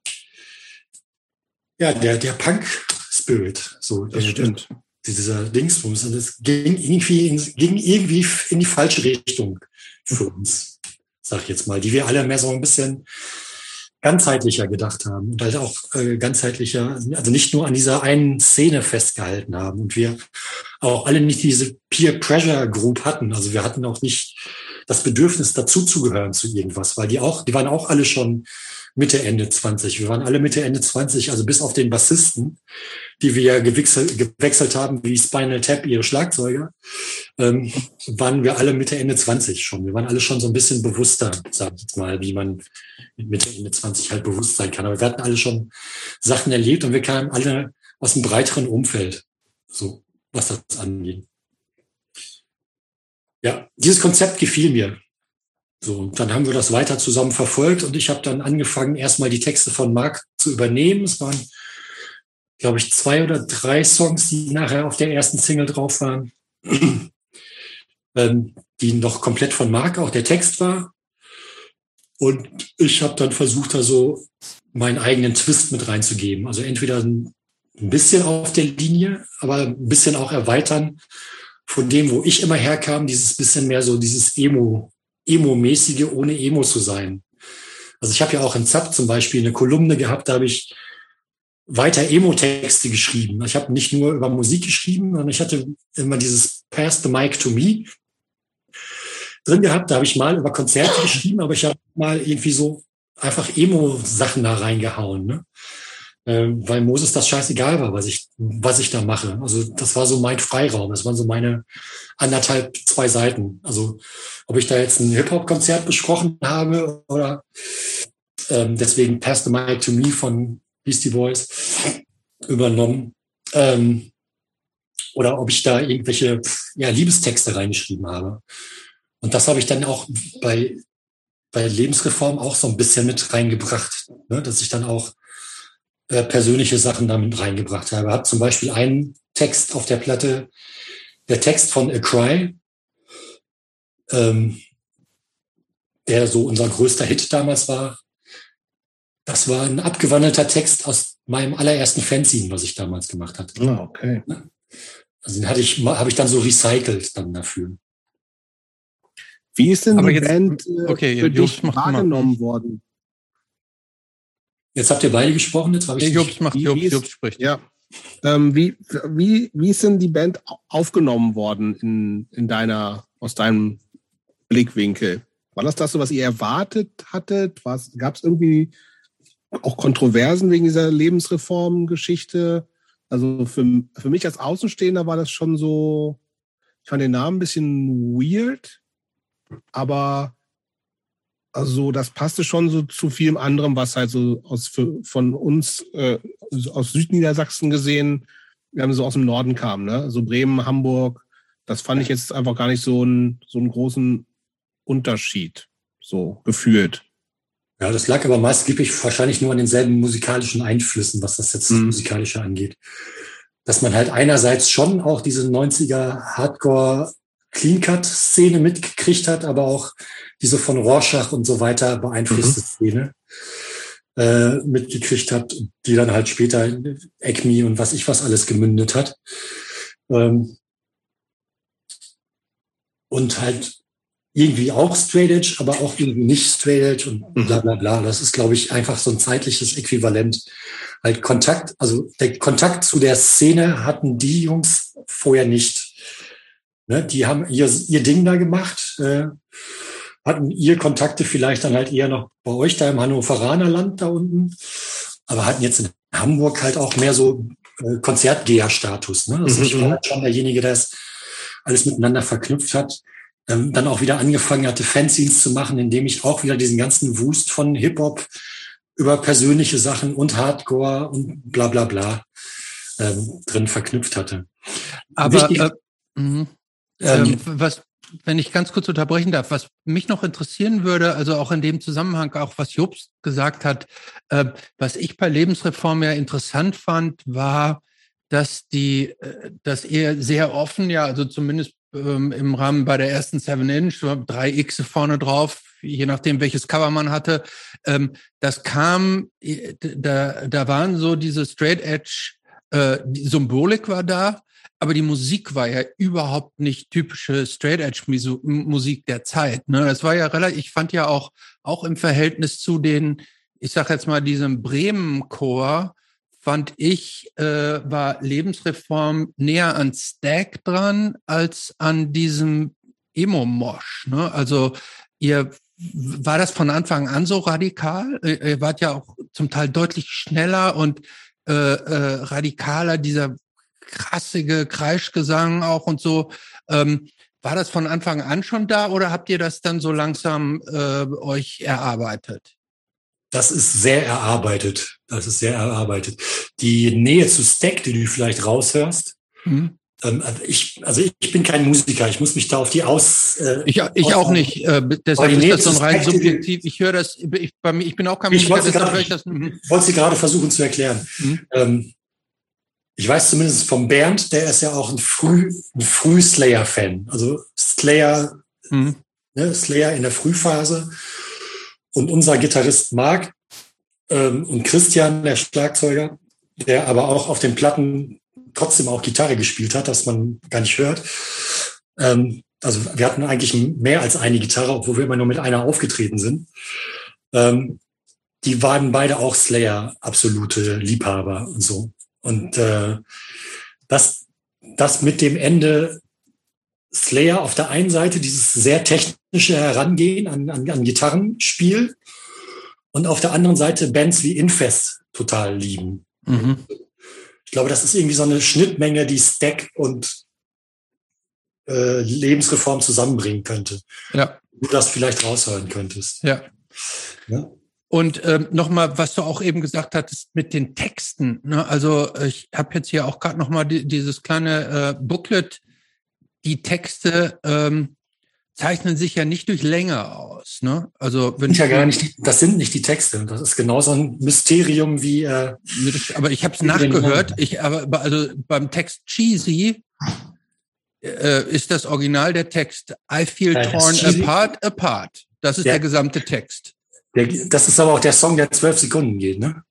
ja, der, der Punk-Spirit. So, das der, stimmt. Der, dieser Dingsbums. Und es ging irgendwie in, ging irgendwie in die falsche Richtung für uns, sag ich jetzt mal, die wir alle mehr so ein bisschen ganzheitlicher gedacht haben und halt auch äh, ganzheitlicher, also nicht nur an dieser einen Szene festgehalten haben und wir auch alle nicht diese Peer Pressure Group hatten. Also wir hatten auch nicht das Bedürfnis, dazuzugehören zu irgendwas, weil die auch, die waren auch alle schon Mitte, Ende zwanzig. Wir waren alle Mitte, Ende zwanzig, also bis auf den Bassisten, die wir ja gewechselt, gewechselt haben, wie Spinal Tap, ihre Schlagzeuger, ähm, waren wir alle Mitte, Ende zwanzig schon. Wir waren alle schon so ein bisschen bewusster, sag ich jetzt mal, wie man mit Mitte, Ende zwanzig halt bewusst sein kann. Aber wir hatten alle schon Sachen erlebt und wir kamen alle aus einem breiteren Umfeld, so was das angeht. Ja, dieses Konzept gefiel mir. So, und dann haben wir das weiter zusammen verfolgt und ich habe dann angefangen, erstmal die Texte von Mark zu übernehmen. Es waren, glaube ich, zwei oder drei Songs, die nachher auf der ersten Single drauf waren, ähm, die noch komplett von Mark auch der Text war. Und ich habe dann versucht, da so meinen eigenen Twist mit reinzugeben. Also entweder ein bisschen auf der Linie, aber ein bisschen auch erweitern von dem, wo ich immer herkam, dieses bisschen mehr so dieses Emo Emo-mäßige, ohne Emo zu sein. Also ich habe ja auch in Zapp zum Beispiel eine Kolumne gehabt, da habe ich weiter Emo-Texte geschrieben. Ich habe nicht nur über Musik geschrieben, sondern ich hatte immer dieses Pass the Mic to Me drin gehabt. Da habe ich mal über Konzerte geschrieben, aber ich habe mal irgendwie so einfach Emo-Sachen da reingehauen, ne? Ähm, weil Moses das scheißegal war, was ich, was ich da mache. Also das war so mein Freiraum. Das waren so meine anderthalb, zwei Seiten. Also ob ich da jetzt ein Hip-Hop-Konzert besprochen habe oder ähm, deswegen Pass the Mic to Me von Beastie Boys übernommen. Ähm, oder ob ich da irgendwelche ja, Liebestexte reingeschrieben habe. Und das habe ich dann auch bei, bei Lebensreform auch so ein bisschen mit reingebracht, ne? Dass ich dann auch äh, persönliche Sachen damit reingebracht habe. Ich habe zum Beispiel einen Text auf der Platte, der Text von A Cry, ähm, der so unser größter Hit damals war. Das war ein abgewandelter Text aus meinem allerersten Fanzine, was ich damals gemacht hatte. Ah, okay. Also den hatte ich, habe ich dann so recycelt dann dafür. Wie ist denn Aber die jetzt, Band äh, okay, für Jobs dich macht wahrgenommen mal. worden? Jetzt habt ihr beide gesprochen, jetzt habe ich Nee, Jobs macht, wie, Jobs, wie ist, Jobs spricht. Ja. Ähm, wie, wie, wie ist denn die Band aufgenommen worden in, in deiner, aus deinem Blickwinkel? War das das so, was ihr erwartet hattet? Gab es irgendwie auch Kontroversen wegen dieser Lebensreform-Geschichte? Also für, für mich als Außenstehender war das schon so, ich fand den Namen ein bisschen weird, aber also das passte schon so zu vielem anderem, was halt so aus für, von uns äh, aus Südniedersachsen gesehen, wir haben so aus dem Norden kam, ne? So Bremen, Hamburg, das fand ich jetzt einfach gar nicht so einen so einen großen Unterschied, so gefühlt. Ja, das lag aber maßgeblich wahrscheinlich nur an denselben musikalischen Einflüssen, was das jetzt Mhm. musikalische angeht. Dass man halt einerseits schon auch diese neunziger Hardcore Clean-Cut-Szene mitgekriegt hat, aber auch diese von Rorschach und so weiter beeinflusste mhm. Szene äh, mitgekriegt hat, die dann halt später in Acme und was ich was alles gemündet hat. Ähm, und halt irgendwie auch Straight Edge, aber auch irgendwie nicht Straight Edge und bla bla bla. Das ist, glaube ich, einfach so ein zeitliches Äquivalent. Halt Kontakt, also der Kontakt zu der Szene hatten die Jungs vorher nicht. Ne, die haben ihr, ihr Ding da gemacht, äh, hatten ihr Kontakte vielleicht dann halt eher noch bei euch da im Hannoveraner Land da unten, aber hatten jetzt in Hamburg halt auch mehr so äh, Konzertgeher-Status. Ne? Also ich war halt schon derjenige, der es alles miteinander verknüpft hat, ähm, dann auch wieder angefangen hatte, Fanzines zu machen, indem ich auch wieder diesen ganzen Wust von Hip-Hop über persönliche Sachen und Hardcore und bla bla bla ähm, drin verknüpft hatte. Aber Wichtig, äh, mh. Ähm, was, wenn ich ganz kurz unterbrechen darf, was mich noch interessieren würde, also auch in dem Zusammenhang, auch was Jobst gesagt hat, äh, was ich bei Lebensreform ja interessant fand, war, dass die, äh, dass er sehr offen, ja, also zumindest ähm, im Rahmen bei der ersten Seven Inch, drei X vorne drauf, je nachdem welches Cover man hatte, ähm, das kam, da, da waren so diese Straight Edge, äh, die Symbolik war da. Aber die Musik war ja überhaupt nicht typische Straight-Edge-Musik der Zeit. Ne? Das war ja relativ, ich fand ja auch, auch im Verhältnis zu den, ich sag jetzt mal, diesem Bremen-Chor, fand ich, äh, war Lebensreform näher an Stack dran als an diesem Emo-Mosh. Ne? Also ihr, war das von Anfang an so radikal? Ihr wart ja auch zum Teil deutlich schneller und äh, äh, radikaler, dieser krassige Kreischgesang auch und so. Ähm, war das von Anfang an schon da oder habt ihr das dann so langsam äh, euch erarbeitet? Das ist sehr erarbeitet. Das ist sehr erarbeitet. Die Nähe zu Stack, die du vielleicht raushörst. Mhm. Ähm, ich, also ich bin kein Musiker. Ich muss mich da auf die aus. Äh, ich ich auch nicht. Äh, deshalb ist das so ein rein subjektiv. Ich höre das. Ich, bei mir, ich bin auch kein ich Musiker. Wollte ich das, mhm. wollte sie gerade versuchen zu erklären. Mhm. Ähm, Ich weiß zumindest vom Bernd, der ist ja auch ein früh, ein früh Slayer-Fan. Also Slayer, mhm. ne, Slayer in der Frühphase. Und unser Gitarrist Marc ähm, und Christian, der Schlagzeuger, der aber auch auf den Platten trotzdem auch Gitarre gespielt hat, das man gar nicht hört. Ähm, also wir hatten eigentlich mehr als eine Gitarre, obwohl wir immer nur mit einer aufgetreten sind. Ähm, die waren beide auch Slayer, absolute Liebhaber und so. Und äh, das, das mit dem Ende Slayer auf der einen Seite dieses sehr technische Herangehen an, an, an Gitarrenspiel und auf der anderen Seite Bands wie Infest total lieben. Mhm. Ich glaube, das ist irgendwie so eine Schnittmenge, die Stack und äh, Lebensreform zusammenbringen könnte. Ja. Du das vielleicht raushören könntest. Ja. Ja? Und ähm, nochmal, was du auch eben gesagt hattest mit den Texten. Ne? Also ich habe jetzt hier auch gerade nochmal die, dieses kleine äh, Booklet. Die Texte ähm, zeichnen sich ja nicht durch Länge aus. Ne? Also wenn Das sind ja gar nicht die, das sind nicht die Texte. Das ist genauso ein Mysterium wie. Äh, aber ich habe es nachgehört. Ich aber also beim Text Cheesy äh, ist das Original der Text I feel Nein, torn Cheesy, apart apart. Das ist ja, der gesamte Text. Der, das ist aber auch der Song, der zwölf Sekunden geht, ne?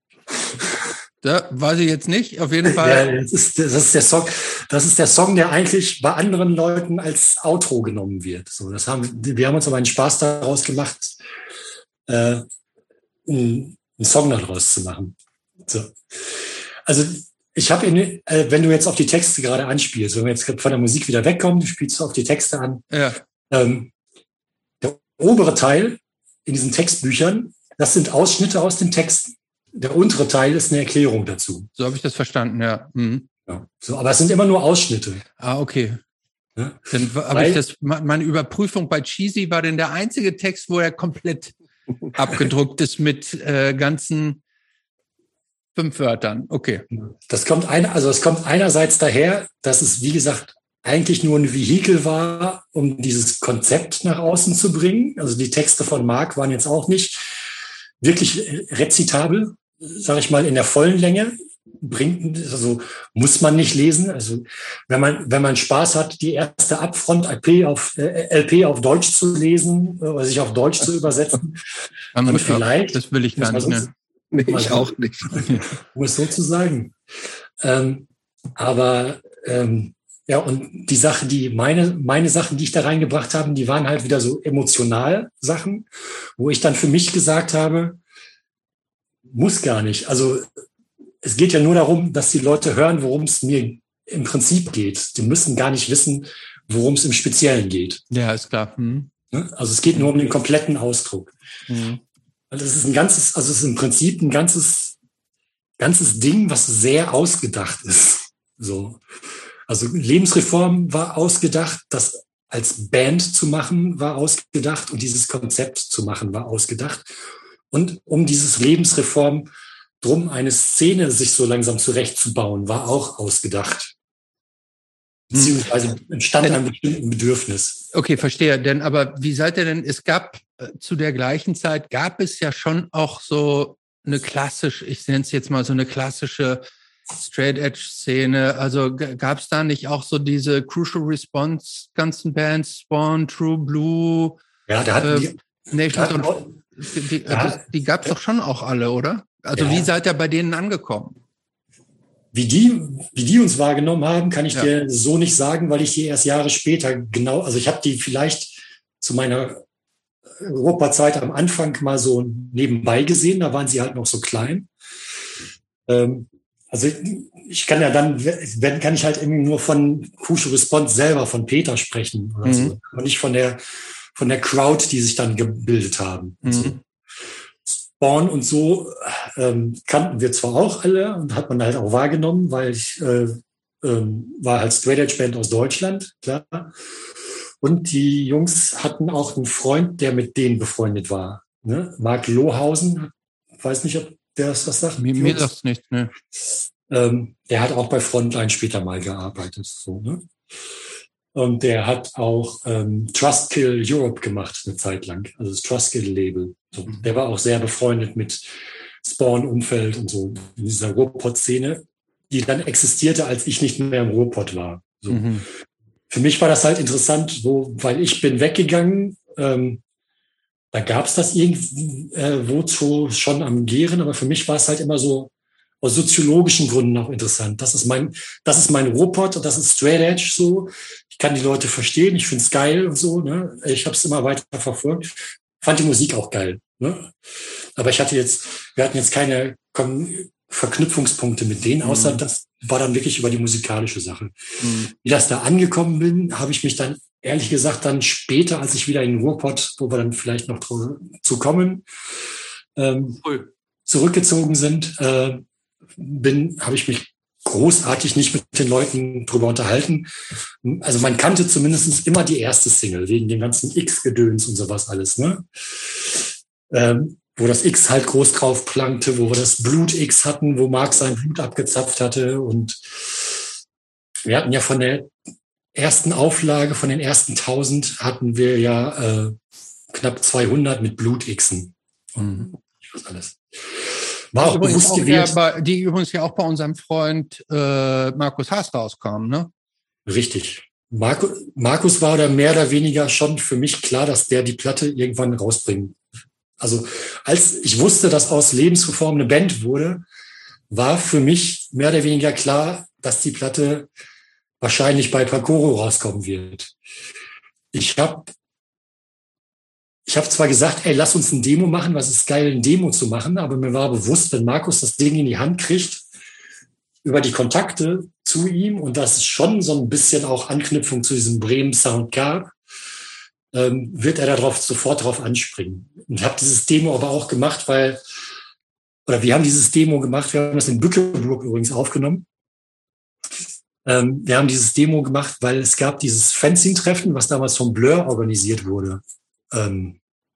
Da weiß ich jetzt nicht, auf jeden Fall. Ja, das ist, das ist der Song, das ist der Song, der eigentlich bei anderen Leuten als Outro genommen wird. So, das haben, wir haben uns aber einen Spaß daraus gemacht, äh, einen, einen Song daraus zu machen. So. Also, ich habe, äh, wenn du jetzt auf die Texte gerade anspielst, wenn wir jetzt von der Musik wieder wegkommen, du spielst auf die Texte an. Ja. Ähm, der obere Teil in diesen Textbüchern, das sind Ausschnitte aus den Texten. Der untere Teil ist eine Erklärung dazu. So habe ich das verstanden, ja. Mhm. Ja. So, aber es sind immer nur Ausschnitte. Ah, okay. Ja? Dann habe ich das, meine Überprüfung bei Cheesy war denn der einzige Text, wo er komplett abgedruckt ist mit äh, ganzen fünf Wörtern. Okay. Das kommt ein, also es kommt einerseits daher, dass es, wie gesagt, eigentlich nur ein Vehikel war, um dieses Konzept nach außen zu bringen. Also die Texte von Mark waren jetzt auch nicht wirklich rezitabel, sage ich mal, in der vollen Länge. Bringt, also muss man nicht lesen. Also wenn man wenn man Spaß hat, die erste Upfront L P auf äh, L P auf Deutsch zu lesen oder sich auf Deutsch zu übersetzen, dann vielleicht. Das will ich gar nicht. Ne? Nee, ich auch nicht. Um es so zu sagen. Ähm, aber ähm, ja, und die Sache, die meine meine Sachen, die ich da reingebracht habe, die waren halt wieder so emotional Sachen, wo ich dann für mich gesagt habe, muss gar nicht. Also es geht ja nur darum, dass die Leute hören, worum es mir im Prinzip geht. Die müssen gar nicht wissen, worum es im Speziellen geht. Ja, ist klar. Hm. Also es geht nur um den kompletten Ausdruck. Mhm. Das ist ein ganzes, also es ist im Prinzip ein ganzes, ganzes Ding, was sehr ausgedacht ist. So. Also Lebensreform war ausgedacht, das als Band zu machen war ausgedacht und dieses Konzept zu machen war ausgedacht. Und um dieses Lebensreform drum eine Szene sich so langsam zurechtzubauen, war auch ausgedacht. Beziehungsweise entstand ein bestimmtes Bedürfnis. Okay, verstehe. Denn aber wie seid ihr denn, es gab äh, zu der gleichen Zeit, gab es ja schon auch so eine klassische, ich nenne es jetzt mal so eine klassische Straight-Edge-Szene. Also g- gab es da nicht auch so diese Crucial Response ganzen Bands, Spawn, True Blue, ja, da hatten äh, die, Nations da und auch, die, die, da, die gab es doch schon auch alle, oder? Also ja. Wie seid ihr bei denen angekommen? Wie die, wie die uns wahrgenommen haben, kann ich Ja. dir so nicht sagen, weil ich die erst Jahre später genau, also ich habe die vielleicht zu meiner Europazeit am Anfang mal so nebenbei gesehen, da waren sie halt noch so klein. Ähm, also ich, ich kann ja dann, wenn kann ich halt irgendwie nur von Crucial Response selber, von Peter sprechen oder Mhm. so, und nicht von der von der Crowd, die sich dann gebildet haben. Mhm. So. Spawn und so ähm, kannten wir zwar auch alle und hat man halt auch wahrgenommen, weil ich äh, ähm, war halt Straight Edge Band aus Deutschland, klar. Und die Jungs hatten auch einen Freund, der mit denen befreundet war. Ne? Mark Lohausen, weiß nicht, ob der das was sagt. Mir, mir sagt's nicht, ne? Ähm, der hat auch bei Frontline später mal gearbeitet. So, ne? Und der hat auch ähm, Trustkill Europe gemacht eine Zeit lang, also das Trustkill-Label. So, Mhm. Der war auch sehr befreundet mit Spawn-Umfeld und so in dieser Ruhrpott-Szene, die dann existierte, als ich nicht mehr im Ruhrpott war. So. Mhm. Für mich war das halt interessant, so, weil ich bin weggegangen. Ähm, da gab es das irgendwie äh, wozu schon am Gären, aber für mich war es halt immer so aus soziologischen Gründen auch interessant. Das ist mein, das ist mein Ruhrpott und das ist Straight Edge so. Ich kann die Leute verstehen, ich finde es geil und so. Ne? Ich habe es immer weiter verfolgt. Fand die Musik auch geil. Ne? Aber ich hatte jetzt, wir hatten jetzt keine Kon Verknüpfungspunkte mit denen, außer mhm. das war dann wirklich über die musikalische Sache. Mhm. Wie das da angekommen bin, habe ich mich dann ehrlich gesagt dann später, als ich wieder in den Ruhrpott, wo wir dann vielleicht noch zu kommen, ähm, cool. zurückgezogen sind, äh, bin, habe ich mich großartig nicht mit den Leuten drüber unterhalten. Also man kannte zumindest immer die erste Single, wegen dem ganzen X-Gedöns und sowas alles, ne? Ähm, wo das X halt groß drauf plankte, wo wir das Blut-X hatten, wo Mark sein Blut abgezapft hatte. Und wir hatten ja von der ersten Auflage, von den ersten tausend, hatten wir ja äh, knapp zweihundert mit Blut-Xen. Und was alles. War auch übrigens bewusst auch gewählt. Ja, bei, die übrigens ja auch bei unserem Freund äh, Markus Haas rauskamen, ne? Richtig. Marco, Markus war da mehr oder weniger schon für mich klar, dass der die Platte irgendwann rausbringt. Also als ich wusste, dass aus Lebensreform eine Band wurde, war für mich mehr oder weniger klar, dass die Platte wahrscheinlich bei Pacoro rauskommen wird. Ich habe ich hab zwar gesagt, ey, lass uns ein Demo machen, was ist geil, ein Demo zu machen, aber mir war bewusst, wenn Markus das Ding in die Hand kriegt, über die Kontakte zu ihm, und das ist schon so ein bisschen auch Anknüpfung zu diesem Bremen-Sound gab, ähm, wird er darauf sofort darauf anspringen. Und ich habe dieses Demo aber auch gemacht, weil, oder wir haben dieses Demo gemacht, wir haben das in Bückeburg übrigens aufgenommen. Ähm, wir haben dieses Demo gemacht, weil es gab dieses Fanzine-Treffen, was damals von Blur organisiert wurde. Ähm,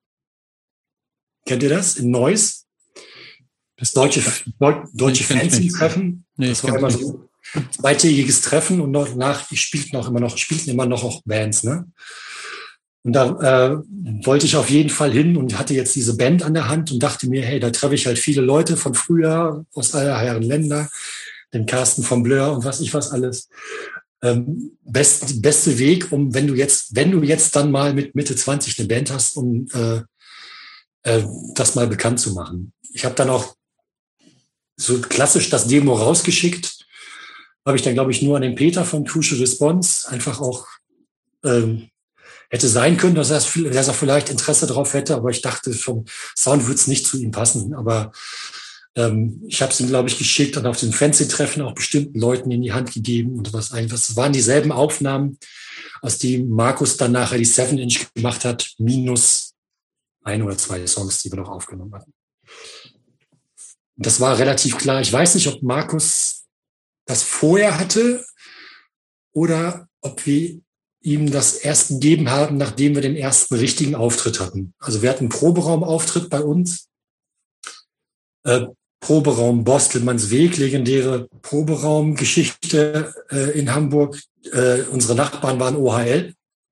kennt ihr das? In Neuss? Das deutsche, deutsche Fanzine-Treffen. Nee, das war immer so ein zweitägiges Treffen, und danach spielten auch immer noch, spielten immer noch auch Bands, ne? Und da äh, wollte ich auf jeden Fall hin und hatte jetzt diese Band an der Hand und dachte mir, hey, da treffe ich halt viele Leute von früher aus aller Herren Länder, den Carsten von Blur und was ich was alles. Ähm, best, beste Weg, um, wenn du jetzt, wenn du jetzt dann mal mit Mitte zwanzig eine Band hast, um äh, äh, das mal bekannt zu machen. Ich habe dann auch so klassisch das Demo rausgeschickt, habe ich dann, glaube ich, nur an den Peter von Crucial Response einfach auch ähm, hätte sein können, dass er, dass er vielleicht Interesse drauf hätte, aber ich dachte, vom Sound würde es nicht zu ihm passen. Aber ähm, ich habe es ihm, glaube ich, geschickt und auf den Fancy-Treffen auch bestimmten Leuten in die Hand gegeben. Und was eigentlich, das waren dieselben Aufnahmen, aus denen Markus dann nachher die Seven Inch gemacht hat, minus ein oder zwei Songs, die wir noch aufgenommen hatten. Und das war relativ klar. Ich weiß nicht, ob Markus das vorher hatte oder ob wir ihm das erst gegeben haben, nachdem wir den ersten richtigen Auftritt hatten. Also wir hatten einen Proberaumauftritt bei uns. Äh, Proberaum Bostelmanns Weg, legendäre Proberaumgeschichte äh, in Hamburg. Äh, unsere Nachbarn waren O H L.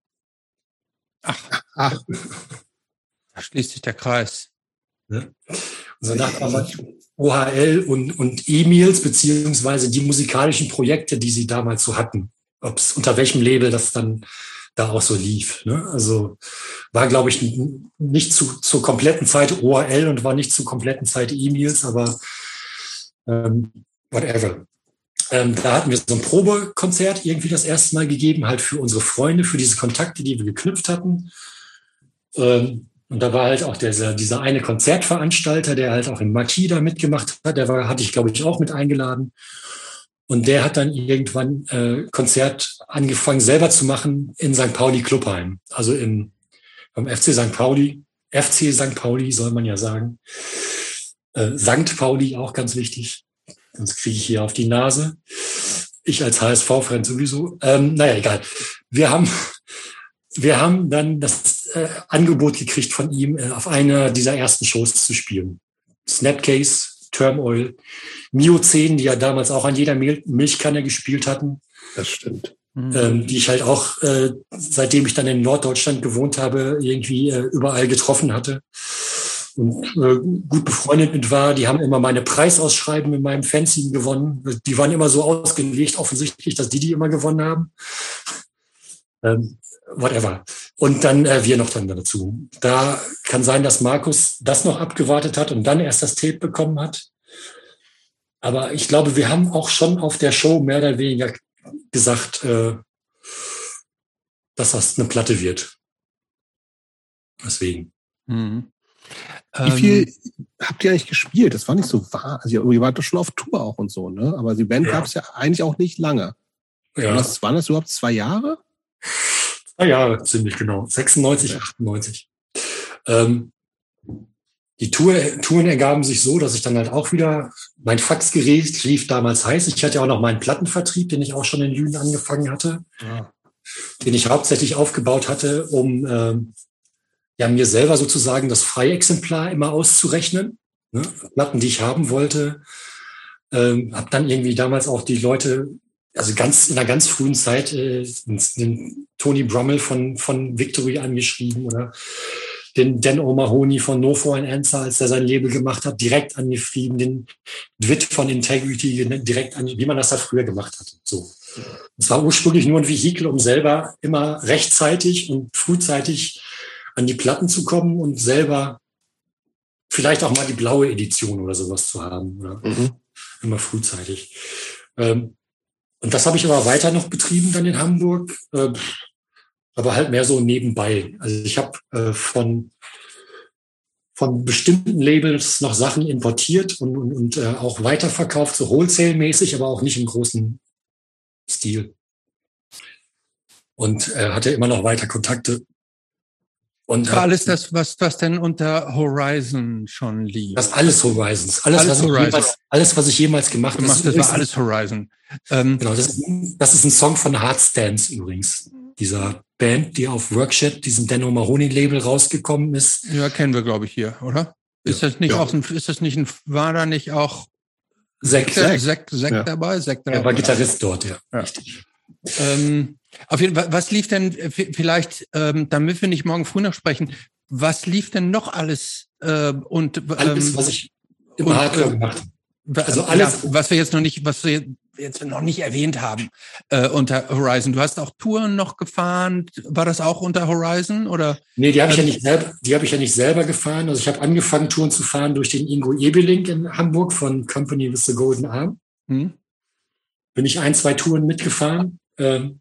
Ach, ach. Da schließt sich der Kreis. Ja. Unsere Nachbarn waren O H L und, und E-Mails, beziehungsweise die musikalischen Projekte, die sie damals so hatten. Ob es unter welchem Label das dann da auch so lief. Ne? Also war, glaube ich, nicht zu, zur kompletten Zeit O H L und war nicht zur kompletten Zeit E-Mails, aber ähm, whatever. Ähm, da hatten wir so ein Probekonzert irgendwie das erste Mal gegeben, halt für unsere Freunde, für diese Kontakte, die wir geknüpft hatten. Ähm, und da war halt auch dieser, dieser eine Konzertveranstalter, der halt auch in Marquis da mitgemacht hat, der war, hatte ich, glaube ich, auch mit eingeladen. Und der hat dann irgendwann äh, Konzert angefangen selber zu machen in Sankt Pauli Clubheim. Also im, beim F C Sankt Pauli. F C Sankt Pauli soll man ja sagen. Äh, Sankt Pauli auch ganz wichtig. Sonst kriege ich hier auf die Nase. Ich als H S V-Fan sowieso. Ähm, naja, egal. Wir haben, wir haben dann das äh, Angebot gekriegt von ihm, äh, auf einer dieser ersten Shows zu spielen. Snapcase, Turmoil, Miozän, die ja damals auch an jeder Mil- Milchkanne gespielt hatten. Das stimmt. Mhm. Ähm, die ich halt auch, äh, seitdem ich dann in Norddeutschland gewohnt habe, irgendwie äh, überall getroffen hatte. Und äh, gut befreundet mit war. Die haben immer meine Preisausschreiben in meinem Fanzine gewonnen. Die waren immer so ausgelegt, offensichtlich, dass die die immer gewonnen haben. Ähm, whatever. Und dann äh, wir noch dann dazu. Da kann sein, dass Markus das noch abgewartet hat und dann erst das Tape bekommen hat. Aber ich glaube, wir haben auch schon auf der Show mehr oder weniger gesagt, äh, dass das eine Platte wird. Deswegen. Mhm. Wie viel ähm, habt ihr eigentlich gespielt? Das war nicht so wahr. Also ihr wart doch schon auf Tour auch und so, ne? Aber die Band ja. gab es ja eigentlich auch nicht lange. Ja. Was waren das überhaupt? Zwei Jahre? Zwei Jahre, ziemlich genau. sechsundneunzig, achtundneunzig. Ähm, die Tour, Touren ergaben sich so, dass ich dann halt auch wieder, mein Faxgerät lief damals heiß. Ich hatte ja auch noch meinen Plattenvertrieb, den ich auch schon in Lünen angefangen hatte, ja. den ich hauptsächlich aufgebaut hatte, um ähm, ja mir selber sozusagen das Freiexemplar immer auszurechnen. Ne? Platten, die ich haben wollte. Ähm, habe dann irgendwie damals auch die Leute, also ganz in einer ganz frühen Zeit, äh, den, den Tony Brummel von, von Victory angeschrieben oder den Dan O'Mahony von No For an Answer, als er sein Label gemacht hat, direkt angeschrieben, den Dwitt von Integrity direkt an, wie man das da früher gemacht hat. So. Es war ursprünglich nur ein Vehikel, um selber immer rechtzeitig und frühzeitig an die Platten zu kommen und selber vielleicht auch mal die blaue Edition oder sowas zu haben. Oder? Mhm. Immer frühzeitig. Ähm, und das habe ich aber weiter noch betrieben dann in Hamburg. Äh, aber halt mehr so nebenbei. Also ich habe äh, von von bestimmten Labels noch Sachen importiert und, und, und äh, auch weiterverkauft, so Wholesale-mäßig, aber auch nicht im großen Stil. Und äh, hatte immer noch weiter Kontakte. Und war alles das, was, was denn unter Horizon schon lief? Das alles Horizons. Alles, alles, was, Horizon. Ich jemals, alles was ich jemals gemacht habe. Das, das war alles Horizon. Ähm, genau, das ist, das ist ein Song von Hard Stance übrigens. Dieser Band, die auf Workshed, diesem Dan O'Mahony-Label rausgekommen ist. Ja, kennen wir, glaube ich, hier, oder? Ist ja, das nicht ja. auch ein, ist das nicht ein, war da nicht auch Sekt, Sekt, Sekt, Sekt ja. dabei? Sekt er war Gitarrist dort, ja. ja. Richtig. Ähm, auf jeden Fall, was lief denn vielleicht, ähm, damit wir nicht morgen früh noch sprechen, was lief denn noch alles äh, und ähm, alles, was ich im Hardcore gemacht habe. Also alles, ja, was wir jetzt noch nicht, was wir jetzt noch nicht erwähnt haben äh, unter Horizon. Du hast auch Touren noch gefahren. War das auch unter Horizon oder? Nee, die habe ich ja nicht selber. Die habe ich ja nicht selber gefahren. Also ich habe angefangen Touren zu fahren durch den Ingo Ebeling in Hamburg von Company with the Golden Arm. Hm. Bin ich ein, zwei Touren mitgefahren. Ähm,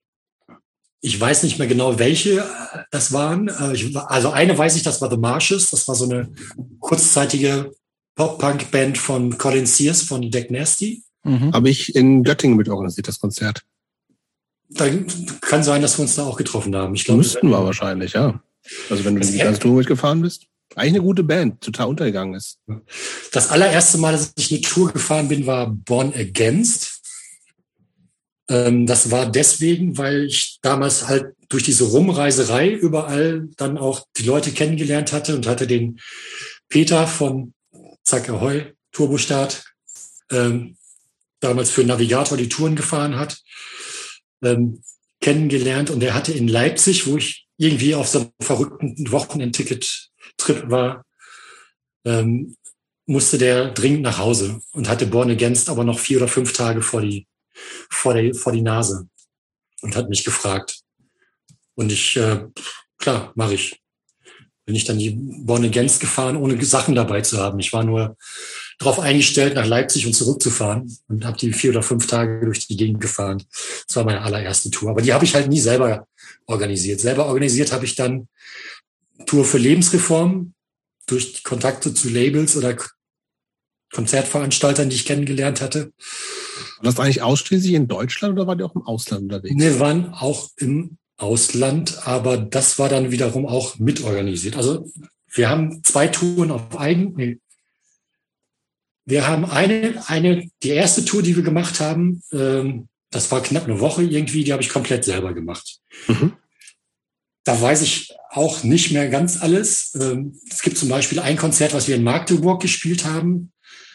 ich weiß nicht mehr genau, welche das waren. Äh, ich, also eine weiß ich, das war The Marshes. Das war so eine kurzzeitige Pop-Punk-Band von Colin Sears von Deck Nasty. Mhm. Habe ich in Göttingen mit organisiert, das Konzert. Dann kann sein, dass wir uns da auch getroffen haben. Ich glaube, müssten wir wahrscheinlich, ja. Also wenn du die ganze Tour mitgefahren bist. Eigentlich eine gute Band, total untergegangen ist. Das allererste Mal, dass ich eine Tour gefahren bin, war Born Against. Ähm, das war deswegen, weil ich damals halt durch diese Rumreiserei überall dann auch die Leute kennengelernt hatte und hatte den Peter von Zack Ahoi, Turbostart, ähm, damals für Navigator die Touren gefahren hat, ähm, kennengelernt. Und er hatte in Leipzig, wo ich irgendwie auf so einem verrückten Wochenendticket-Trip war, ähm, musste der dringend nach Hause und hatte Born Against aber noch vier oder fünf Tage vor die, vor die, vor die Nase und hat mich gefragt. Und ich, äh, klar, mache ich. Bin ich dann die Born Against gefahren, ohne Sachen dabei zu haben. Ich war nur darauf eingestellt, nach Leipzig und zurückzufahren und habe die vier oder fünf Tage durch die Gegend gefahren. Das war meine allererste Tour. Aber die habe ich halt nie selber organisiert. Selber organisiert habe ich dann Tour für Lebensreform durch die Kontakte zu Labels oder Konzertveranstaltern, die ich kennengelernt hatte. War das eigentlich ausschließlich in Deutschland oder war die auch im Ausland unterwegs? Wir waren auch im Ausland, aber das war dann wiederum auch mitorganisiert. Also wir haben zwei Touren auf eigen. Nee. Wir haben eine, eine, die erste Tour, die wir gemacht haben, ähm, das war knapp eine Woche irgendwie, die habe ich komplett selber gemacht. Mhm. Da weiß ich auch nicht mehr ganz alles. Ähm, es gibt zum Beispiel ein Konzert, was wir in Magdeburg gespielt haben.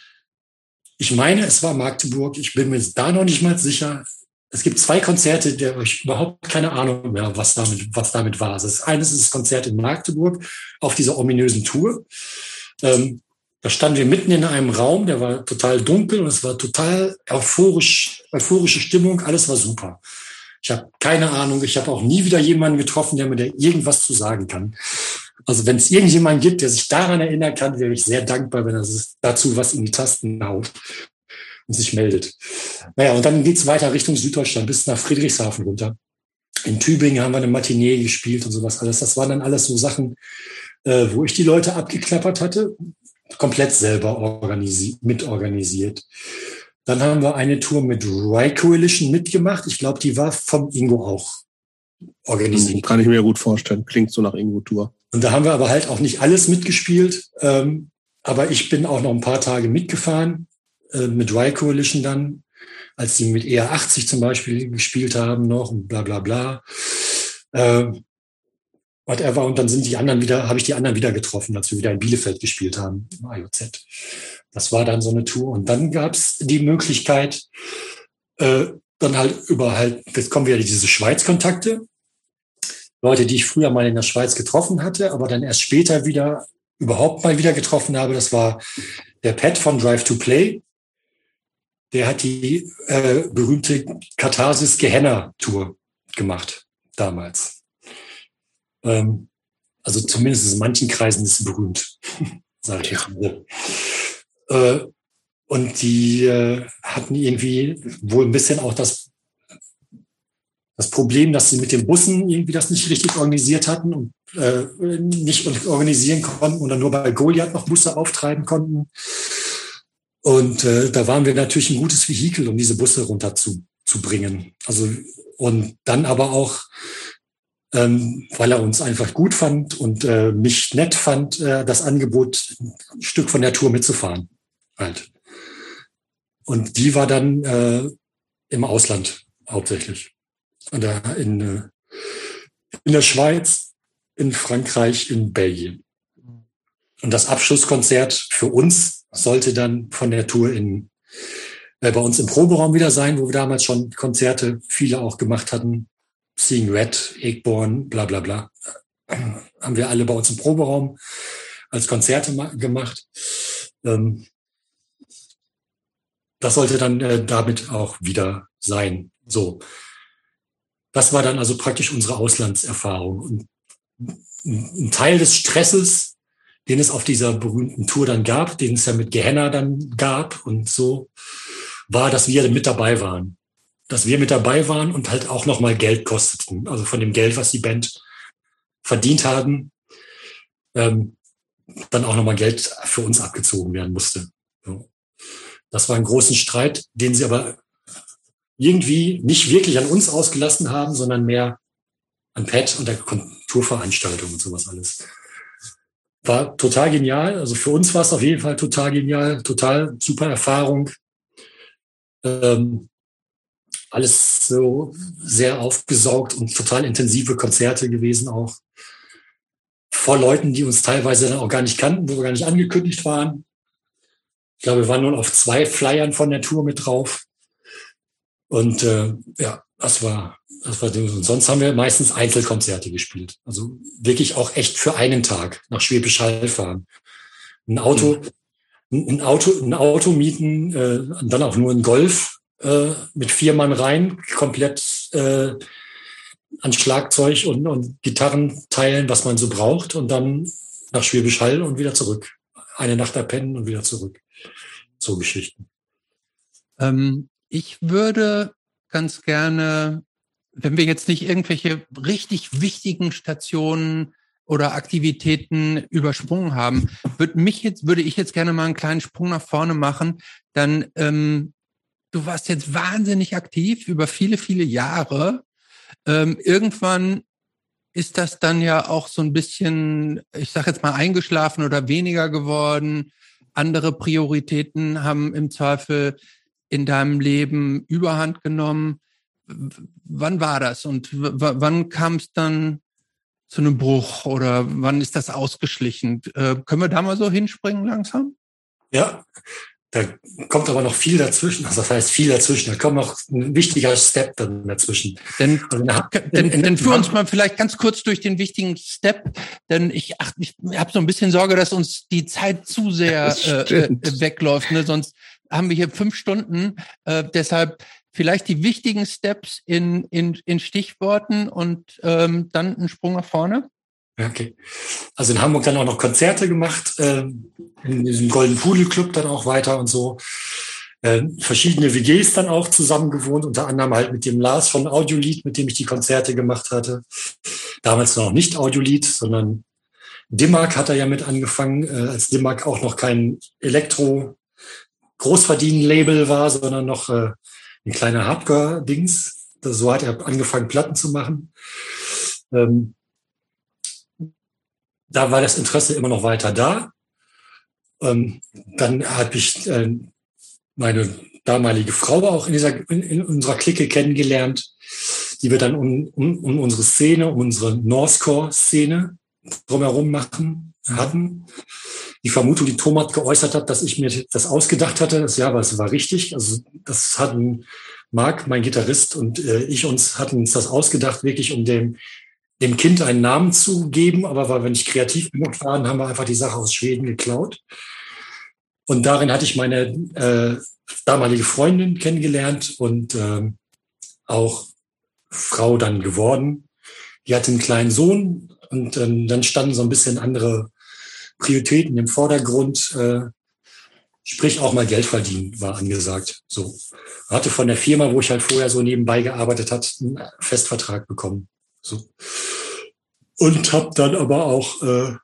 Ich meine, es war Magdeburg. Ich bin mir da noch nicht mal sicher. Es gibt zwei Konzerte, der ich überhaupt keine Ahnung mehr, was damit, was damit war. Also das eine ist das Konzert in Magdeburg auf dieser ominösen Tour. Ähm, da standen wir mitten in einem Raum, der war total dunkel und es war total euphorisch, euphorische Stimmung. Alles war super. Ich habe keine Ahnung. Ich habe auch nie wieder jemanden getroffen, der mir da irgendwas zu sagen kann. Also wenn es irgendjemanden gibt, der sich daran erinnern kann, wäre ich sehr dankbar, wenn er dazu was in die Tasten haut und sich meldet. Naja, und dann geht's weiter Richtung Süddeutschland bis nach Friedrichshafen runter. In Tübingen haben wir eine Matinee gespielt und sowas alles. Das waren dann alles so Sachen, äh, wo ich die Leute abgeklappert hatte, komplett selber organisi- mitorganisiert. Dann haben wir eine Tour mit Rye Coalition mitgemacht. Ich glaube, die war vom Ingo auch organisiert. Kann ich mir gut vorstellen. Klingt so nach Ingo-Tour. Und da haben wir aber halt auch nicht alles mitgespielt. Ähm, aber ich bin auch noch ein paar Tage mitgefahren, äh, mit Rye Coalition dann, als die mit E R achtzig zum Beispiel gespielt haben noch und bla bla bla. Äh, whatever. Und dann sind die anderen wieder, habe ich die anderen wieder getroffen, als wir wieder in Bielefeld gespielt haben, im I O Z. Das war dann so eine Tour. Und dann gab es die Möglichkeit, äh, dann halt über halt, jetzt kommen wieder diese Schweiz-Kontakte. Leute, die ich früher mal in der Schweiz getroffen hatte, aber dann erst später wieder überhaupt mal wieder getroffen habe. Das war der Pat von Drive to Play. Der hat die äh, berühmte Katharsis Gehenna Tour gemacht damals. Ähm, also zumindest in manchen Kreisen ist sie berühmt. Sag ich. Äh, und die äh, hatten irgendwie wohl ein bisschen auch das das Problem, dass sie mit den Bussen irgendwie das nicht richtig organisiert hatten und äh, nicht organisieren konnten und dann nur bei Goliath noch Busse auftreiben konnten. Und äh, da waren wir natürlich ein gutes Vehikel, um diese Busse runter zu, zu bringen. Also, und dann aber auch, ähm, weil er uns einfach gut fand und äh, mich nett fand, äh, das Angebot, ein Stück von der Tour mitzufahren. Halt. Und die war dann äh, im Ausland hauptsächlich. Und da in, äh, in der Schweiz, in Frankreich, in Belgien. Und das Abschlusskonzert für uns sollte dann von der Tour in, äh, bei uns im Proberaum wieder sein, wo wir damals schon Konzerte, viele auch gemacht hatten. Seeing Red, Egborn, bla bla bla. Haben wir alle bei uns im Proberaum als Konzerte ma- gemacht. Ähm, das sollte dann äh, damit auch wieder sein. So. Das war dann also praktisch unsere Auslandserfahrung. Und ein Teil des Stresses, den es auf dieser berühmten Tour dann gab, den es ja mit Gehenna dann gab und so, war, dass wir mit dabei waren. Dass wir mit dabei waren und halt auch nochmal Geld kosteten. Also von dem Geld, was die Band verdient haben, ähm, dann auch nochmal Geld für uns abgezogen werden musste. So. Das war ein großen Streit, den sie aber irgendwie nicht wirklich an uns ausgelassen haben, sondern mehr an Pat und der Kulturveranstaltung und sowas alles. War total genial. Also für uns war es auf jeden Fall total genial, total super Erfahrung. Ähm, alles so sehr aufgesaugt und total intensive Konzerte gewesen auch. Vor Leuten, die uns teilweise dann auch gar nicht kannten, wo wir gar nicht angekündigt waren. Ich glaube, wir waren nur auf zwei Flyern von der Tour mit drauf. Und äh, ja, das war, das war und sonst haben wir meistens Einzelkonzerte gespielt. Also wirklich auch echt für einen Tag nach Schwäbisch Hall fahren. Ein Auto, mhm. ein Auto, ein Auto mieten, äh, dann auch nur ein Golf äh, mit vier Mann rein, komplett äh, an Schlagzeug und, und Gitarren teilen, was man so braucht, und dann nach Schwäbisch Hall und wieder zurück. Eine Nacht da pennen und wieder zurück. So Geschichten. Ähm Ich würde ganz gerne, wenn wir jetzt nicht irgendwelche richtig wichtigen Stationen oder Aktivitäten übersprungen haben, würde mich jetzt, würde ich jetzt gerne mal einen kleinen Sprung nach vorne machen. Dann, ähm, du warst jetzt wahnsinnig aktiv über viele, viele Jahre. Ähm, irgendwann ist das dann ja auch so ein bisschen, ich sage jetzt mal, eingeschlafen oder weniger geworden. Andere Prioritäten haben im Zweifel in deinem Leben Überhand genommen. W- wann war das und w- wann kam es dann zu einem Bruch oder wann ist das ausgeschlichen? Äh, können wir da mal so hinspringen langsam? Ja, da kommt aber noch viel dazwischen. Also das heißt viel dazwischen. Da kommt noch ein wichtiger Step dann dazwischen. Denn, Also in, denn, in, in, denn führ uns mal vielleicht ganz kurz durch den wichtigen Step, denn ich, ach, ich habe so ein bisschen Sorge, dass uns die Zeit zu sehr äh, äh, wegläuft, ne? Sonst haben wir hier fünf Stunden. Äh, deshalb vielleicht die wichtigen Steps in, in, in Stichworten und ähm, dann einen Sprung nach vorne. Okay. Also in Hamburg dann auch noch Konzerte gemacht, äh, in diesem Golden Pudel Club dann auch weiter und so. äh, verschiedene W Gs dann auch zusammen gewohnt, unter anderem halt mit dem Lars von Audiolied, mit dem ich die Konzerte gemacht hatte. Damals noch nicht Audiolied, sondern Dimag hat er ja mit angefangen, äh, als Dimag auch noch kein Elektro-Großverdienen-Label war, sondern noch äh, ein kleiner Hardcore-Dings. So hat er angefangen, Platten zu machen. Ähm, da war das Interesse immer noch weiter da. Ähm, dann habe ich äh, meine damalige Frau auch in, dieser, in, in unserer Clique kennengelernt, die wir dann um, um, um unsere Szene, um unsere Northcore-Szene drumherum machen, hatten. Die Vermutung, die Thomas geäußert hat, dass ich mir das ausgedacht hatte, das ja, aber es war richtig. Also das hatten Marc, mein Gitarrist, und äh, ich uns hatten uns das ausgedacht, wirklich um dem, dem Kind einen Namen zu geben. Aber weil wir nicht kreativ genug waren, haben wir einfach die Sache aus Schweden geklaut. Und darin hatte ich meine äh, damalige Freundin kennengelernt und äh, auch Frau dann geworden. Die hatte einen kleinen Sohn. Und ähm, dann standen so ein bisschen andere Prioritäten im Vordergrund. Äh, sprich auch mal Geld verdienen war angesagt. So, hatte von der Firma, wo ich halt vorher so nebenbei gearbeitet hat, einen Festvertrag bekommen. So, und habe dann aber auch äh,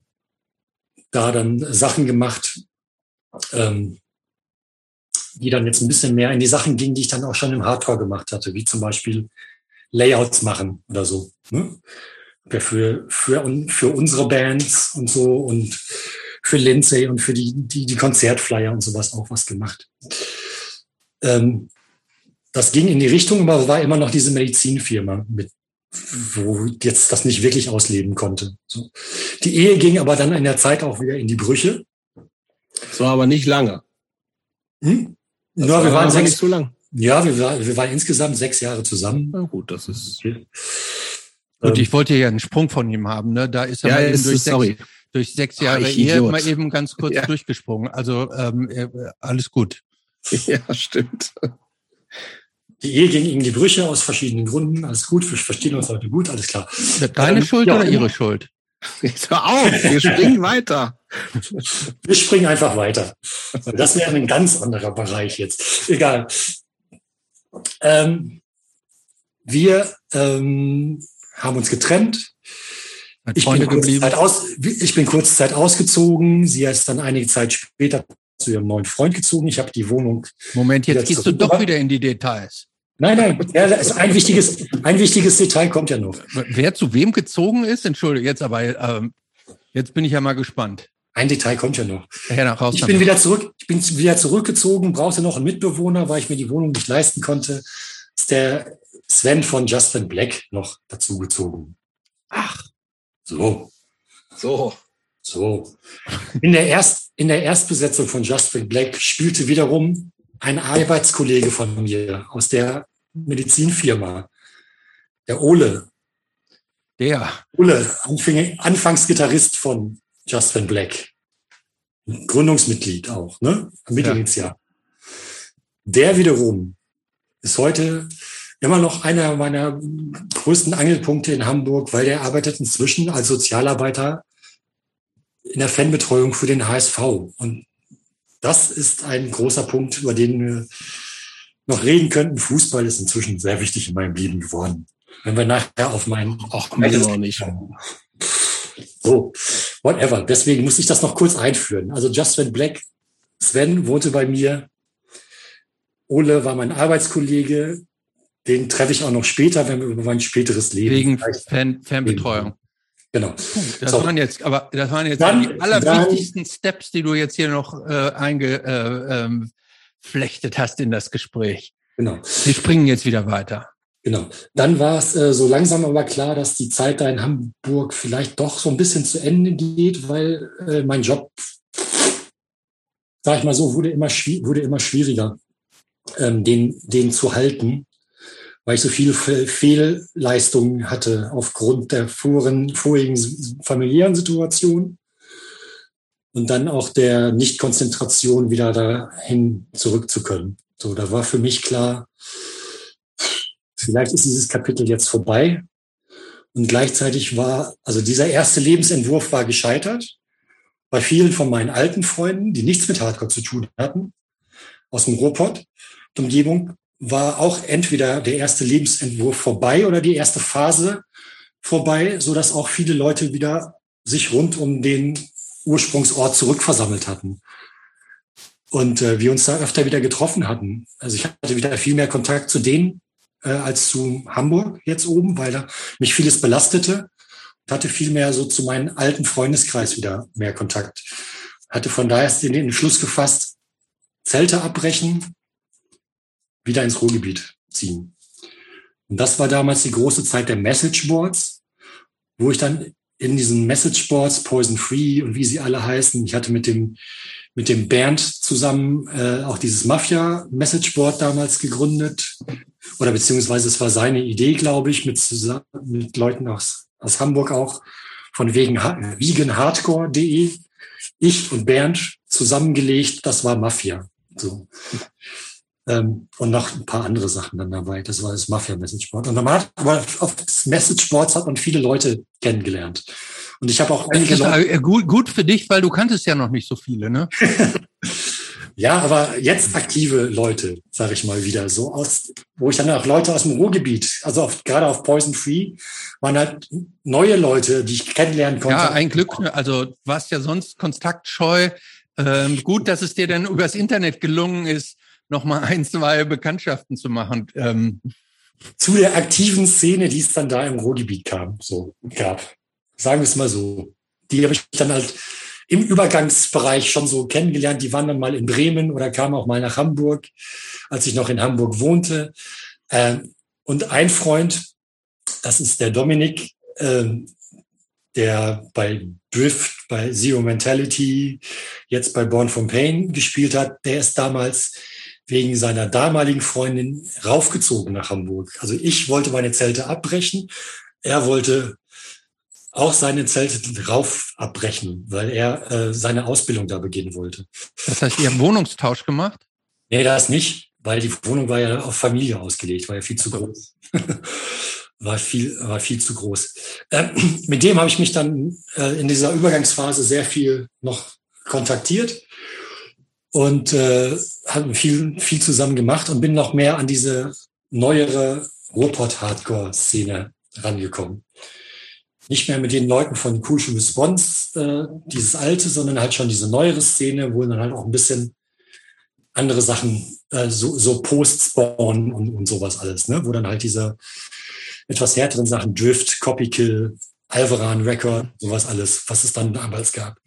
da dann Sachen gemacht, ähm, die dann jetzt ein bisschen mehr in die Sachen gingen, die ich dann auch schon im Hardcore gemacht hatte, wie zum Beispiel Layouts machen oder so. Ne? Für, für, für unsere Bands und so und für Lindsay und für die, die, die Konzertflyer und sowas auch was gemacht. Ähm, das ging in die Richtung, aber war immer noch diese Medizinfirma, mit, wo jetzt das nicht wirklich ausleben konnte. So. Die Ehe ging aber dann in der Zeit auch wieder in die Brüche. Das war aber nicht lange. Hm? Das ja, war wir waren sechs, nicht so lang. Ja, wir, war, wir waren insgesamt sechs Jahre zusammen. Na gut, das ist... Und ich wollte ja einen Sprung von ihm haben, ne? Da ist er ja, mal eben ist, durch, sorry. sechs, durch sechs Jahre Ach, Ehe Idiot. mal eben ganz kurz ja. durchgesprungen. Also ähm, alles gut. Ja, stimmt. Die Ehe ging in die Brüche aus verschiedenen Gründen. Alles gut, wir verstehen uns heute gut, alles klar. Deine ähm, Schuld ja, oder ihre Schuld? Jetzt hör auf, wir springen weiter. Wir springen einfach weiter. Das wäre ein ganz anderer Bereich jetzt. Egal. Ähm, wir ähm, haben uns getrennt. Ich bin, kurze Zeit aus, ich bin kurze Zeit ausgezogen. Sie ist dann einige Zeit später zu ihrem neuen Freund gezogen. Ich habe die Wohnung. Moment, jetzt gehst du doch wieder in die Details. Nein, nein, ja, ist ein wichtiges, ein wichtiges Detail kommt ja noch. Wer zu wem gezogen ist? Entschuldige, jetzt aber, ähm, jetzt bin ich ja mal gespannt. Ein Detail kommt ja noch. Ja, nach raus ich bin wieder zurück, ich bin wieder zurückgezogen, brauchte noch einen Mitbewohner, weil ich mir die Wohnung nicht leisten konnte. Ist der Sven von Justin Black noch dazugezogen. Ach. So. So. So. In der Erst, in der Erstbesetzung von Justin Black spielte wiederum ein Arbeitskollege von mir aus der Medizinfirma, der Ole. Der. Ole, Anfangsgitarrist von Justin Black. Gründungsmitglied auch, ne? Mitinitial. Ja. Der wiederum ist heute immer noch einer meiner größten Angelpunkte in Hamburg, weil der arbeitet inzwischen als Sozialarbeiter in der Fanbetreuung für den H S V. Und das ist ein großer Punkt, über den wir noch reden könnten. Fußball ist inzwischen sehr wichtig in meinem Leben geworden. Wenn wir nachher auf meinen... Ach, mir noch nicht. So, whatever. Deswegen muss ich das noch kurz einführen. Also Justin Black, Sven wohnte bei mir. Ole war mein Arbeitskollege. Den treffe ich auch noch später, wenn wir über mein späteres Leben... Wegen Fan, Fanbetreuung. Genau. Das so. waren jetzt, aber das waren jetzt dann, die allerwichtigsten dann, Steps, die du jetzt hier noch äh, eingeflechtet äh, ähm, hast in das Gespräch. Genau. Wir springen jetzt wieder weiter. Genau. Dann war es äh, so langsam aber klar, dass die Zeit da in Hamburg vielleicht doch so ein bisschen zu Ende geht, weil äh, mein Job, sag ich mal so, wurde immer, schwi- wurde immer schwieriger, ähm, den, den zu halten, weil ich so viele Fehlleistungen hatte aufgrund der vorigen, vorigen familiären Situation und dann auch der Nichtkonzentration wieder dahin zurück zu können. So, da war für mich klar, vielleicht ist dieses Kapitel jetzt vorbei. Und gleichzeitig war, also dieser erste Lebensentwurf war gescheitert bei vielen von meinen alten Freunden, die nichts mit Hardcore zu tun hatten. aus dem Ruhrpott, die Umgebung, war auch entweder der erste Lebensentwurf vorbei oder die erste Phase vorbei, so dass auch viele Leute wieder sich rund um den Ursprungsort zurückversammelt hatten. Und äh, wir uns da öfter wieder getroffen hatten. Also ich hatte wieder viel mehr Kontakt zu denen äh, als zu Hamburg jetzt oben, weil da mich vieles belastete. Ich hatte viel mehr so zu meinem alten Freundeskreis wieder mehr Kontakt. Hatte von daher den Entschluss gefasst, Zelte abbrechen, wieder ins Ruhrgebiet ziehen. Und das war damals die große Zeit der Messageboards, wo ich dann in diesen Messageboards, Poison Free und wie sie alle heißen, ich hatte mit dem mit dem Bernd zusammen äh, auch dieses Mafia-Messageboard damals gegründet. Oder beziehungsweise es war seine Idee, glaube ich, mit, mit Leuten aus, aus Hamburg auch, von wegen vegan hardcore punkt de. Ich und Bernd zusammengelegt, das war Mafia. So. Ähm, und noch ein paar andere Sachen dann dabei. Das war das Mafia-Messageboard. Und dann hat, aber auf das Messageboards hat man viele Leute kennengelernt. Und ich habe auch einige Leute. Gut, gut für dich, weil du kanntest ja noch nicht so viele, ne? Ja, aber jetzt aktive Leute, sage ich mal wieder, so aus, wo ich dann auch Leute aus dem Ruhrgebiet, also auf, gerade auf Poison Free, waren halt neue Leute, die ich kennenlernen konnte. Ja, ein Glück. Also du warst ja sonst kontaktscheu. Ähm, gut, dass es dir dann übers Internet gelungen ist, nochmal ein, zwei Bekanntschaften zu machen. Ähm. Zu der aktiven Szene, die es dann da im Ruhrgebiet kam, so gab. Sagen wir es mal so. Die habe ich dann halt im Übergangsbereich schon so kennengelernt. Die waren dann mal in Bremen oder kamen auch mal nach Hamburg, als ich noch in Hamburg wohnte. Und ein Freund, das ist der Dominik, der bei Drift, bei Zero Mentality, jetzt bei Born from Pain gespielt hat, der ist damals wegen seiner damaligen Freundin raufgezogen nach Hamburg. Also ich wollte meine Zelte abbrechen. Er wollte auch seine Zelte rauf abbrechen, weil er äh, seine Ausbildung da beginnen wollte. Das heißt, ihr habt Wohnungstausch gemacht? Nee, das nicht, weil die Wohnung war ja auf Familie ausgelegt, war ja viel zu groß. war viel, war viel zu groß. Ähm, mit dem habe ich mich dann äh, in dieser Übergangsphase sehr viel noch kontaktiert und äh, habe viel, viel zusammen gemacht und bin noch mehr an diese neuere Ruhrpott-Hardcore-Szene rangekommen. Nicht mehr mit den Leuten von Crucial Response, äh, dieses alte, sondern halt schon diese neuere Szene, wo dann halt auch ein bisschen andere Sachen, äh, so, so Post-Spawn und, und sowas alles, ne? Wo dann halt diese etwas härteren Sachen, Drift, Copykill, Alvaran Record, sowas alles, was es dann damals gab.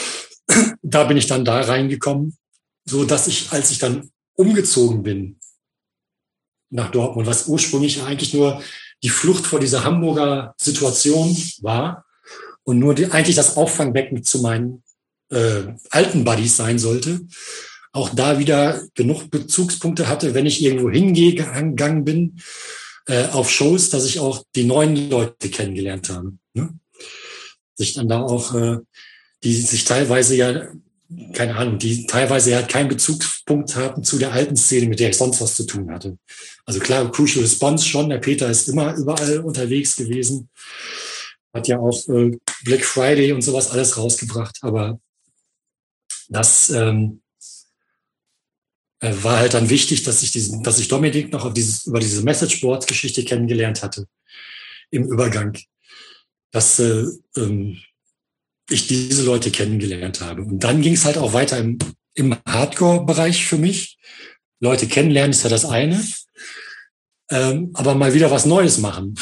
Da bin ich dann da reingekommen, so dass ich, als ich dann umgezogen bin nach Dortmund, was ursprünglich eigentlich nur die Flucht vor dieser Hamburger Situation war und nur die, eigentlich das Auffangbecken zu meinen äh, alten Buddies sein sollte, auch da wieder genug Bezugspunkte hatte, wenn ich irgendwo hingegangen bin, äh, auf Shows, dass ich auch die neuen Leute kennengelernt habe. Ne? Sich dann da auch, äh, die sich teilweise ja, keine Ahnung, die teilweise ja keinen Bezugspunkt haben zu der alten Szene, mit der ich sonst was zu tun hatte. Also klar, Crucial Response schon, der Peter ist immer überall unterwegs gewesen, hat ja auch äh, Black Friday und sowas alles rausgebracht, aber das ähm, äh, war halt dann wichtig, dass ich diesen, dass ich Dominik noch auf dieses, über diese Messageboard-Geschichte kennengelernt hatte im Übergang, dass äh, ähm, ich diese Leute kennengelernt habe. Und dann ging es halt auch weiter im, im Hardcore-Bereich für mich. Leute kennenlernen ist ja das eine. Ähm, aber mal wieder was Neues machen.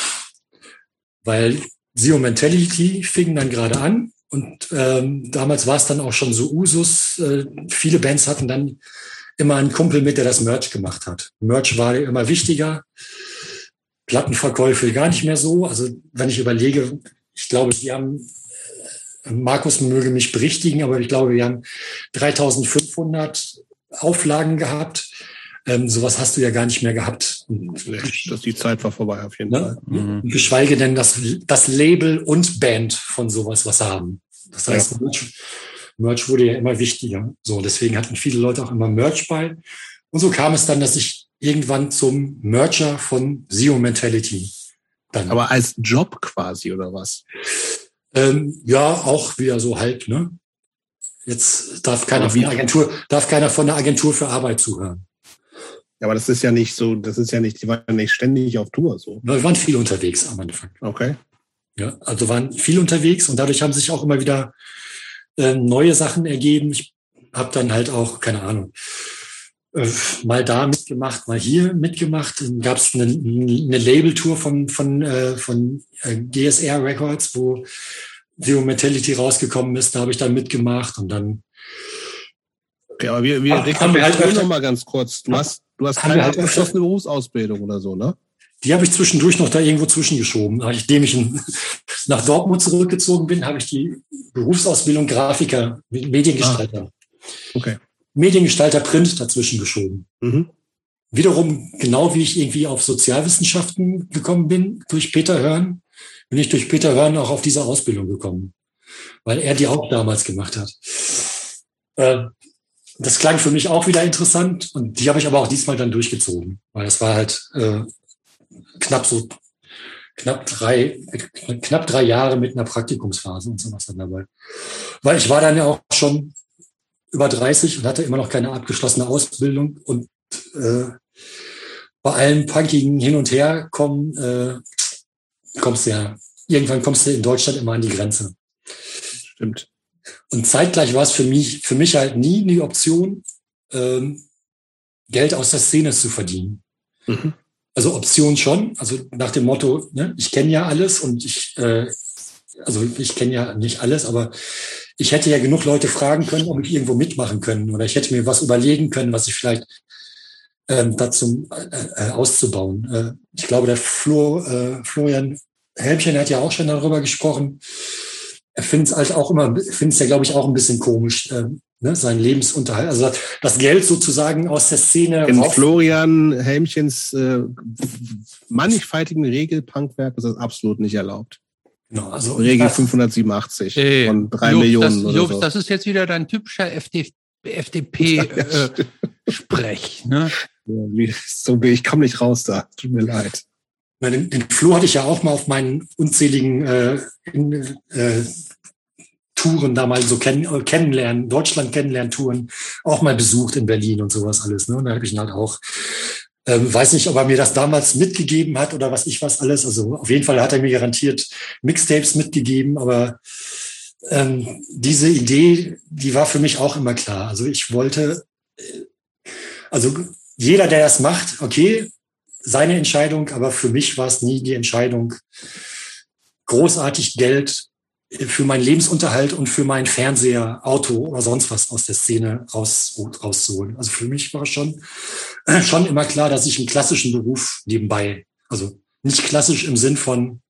Weil Zero Mentality fing dann gerade an. Und ähm, damals war es dann auch schon so Usus. Äh, viele Bands hatten dann immer einen Kumpel mit, der das Merch gemacht hat. Merch war immer wichtiger. Plattenverkäufe gar nicht mehr so. Also wenn ich überlege, ich glaube, die haben... Markus möge mich berichtigen, aber ich glaube, wir haben dreitausendfünfhundert Auflagen gehabt. Ähm, sowas hast du ja gar nicht mehr gehabt. Das, die Zeit war vorbei auf jeden ne? Fall. Mhm. Geschweige denn, dass das Label und Band von sowas was haben. Das heißt, ja. Merch, Merch wurde ja immer wichtiger. So, deswegen hatten viele Leute auch immer Merch bei. Und so kam es dann, dass ich irgendwann zum Mercher von Zero Mentality dann. Aber als Job quasi, oder was? Ähm, ja, auch wieder so halb, ne? Jetzt darf keiner von der Agentur, darf keiner von der Agentur für Arbeit zuhören. Ja, aber das ist ja nicht so, das ist ja nicht, die waren nicht ständig auf Tour so. Wir waren viel unterwegs am Anfang. Okay. Ja, also waren viel unterwegs und dadurch haben sich auch immer wieder äh, neue Sachen ergeben. Ich habe dann halt auch, keine Ahnung, äh, mal da mitgemacht, mal hier mitgemacht. Dann gab es eine, eine Label-Tour von, von, äh, von äh, G S R Records, wo Zero Mentality rausgekommen ist. Da habe ich dann mitgemacht und dann okay, aber wir, wir rekapitulieren halt noch mal ganz kurz. Du hast, du hast keine halt abgeschlossene Berufsausbildung oder so, ne? Die habe ich zwischendurch noch da irgendwo zwischengeschoben. Nachdem ich nach Dortmund zurückgezogen bin, habe ich die Berufsausbildung Grafiker, Mediengestalter. Ah, okay. Mediengestalter Print dazwischen geschoben. Mhm. Wiederum, genau wie ich irgendwie auf Sozialwissenschaften gekommen bin, durch Peter Hörn, bin ich durch Peter Hörn auch auf diese Ausbildung gekommen. Weil er die auch damals gemacht hat. Äh, Das klang für mich auch wieder interessant und die habe ich aber auch diesmal dann durchgezogen, weil es war halt äh, knapp so knapp drei knapp drei Jahre mit einer Praktikumsphase und sowas dann dabei. Weil ich war dann ja auch schon über dreißig und hatte immer noch keine abgeschlossene Ausbildung und äh, bei allen punkigen Hin- und Herkommen äh, kommst du ja, irgendwann kommst du in Deutschland immer an die Grenze. Stimmt. Und zeitgleich war es für mich, für mich halt nie die Option, ähm, Geld aus der Szene zu verdienen. Mhm. Also Option schon, also nach dem Motto, ne, ich kenne ja alles und ich, äh, also ich kenne ja nicht alles, aber ich hätte ja genug Leute fragen können, ob ich irgendwo mitmachen können oder ich hätte mir was überlegen können, was ich vielleicht ähm, dazu äh, auszubauen. Äh, ich glaube, der Flo, äh, Florian Helmchen hat ja auch schon darüber gesprochen. Er findet es halt auch immer, findet es ja, glaube ich, auch ein bisschen komisch, äh, ne, seinen Lebensunterhalt, also das Geld sozusagen aus der Szene. In Florian Helmchens äh, mannigfaltigen Regelpunkwerk ist das absolut nicht erlaubt. Genau, also Regel fünfhundertsiebenundachtzig hey, von drei Jobs, Millionen das, oder Jobs, so. Das ist jetzt wieder dein typischer F D P-Sprech. Äh, ne? Ja, so, ich komme nicht raus da, tut mir leid. Den, den Flo hatte ich ja auch mal auf meinen unzähligen äh, in, äh, Touren da mal so kenn, kennenlernen, Deutschland kennenlernen Touren auch mal besucht in Berlin und sowas alles. Ne? Und da habe ich ihn halt auch, ähm, weiß nicht, ob er mir das damals mitgegeben hat oder was ich was alles. Also auf jeden Fall hat er mir garantiert Mixtapes mitgegeben, aber ähm, diese Idee, die war für mich auch immer klar. Also ich wollte, äh, also jeder, der das macht, okay, seine Entscheidung, aber für mich war es nie die Entscheidung, großartig Geld für meinen Lebensunterhalt und für meinen Fernseher, Auto oder sonst was aus der Szene raus, rauszuholen. Also für mich war schon, schon immer klar, dass ich einen klassischen Beruf nebenbei, also nicht klassisch im Sinn von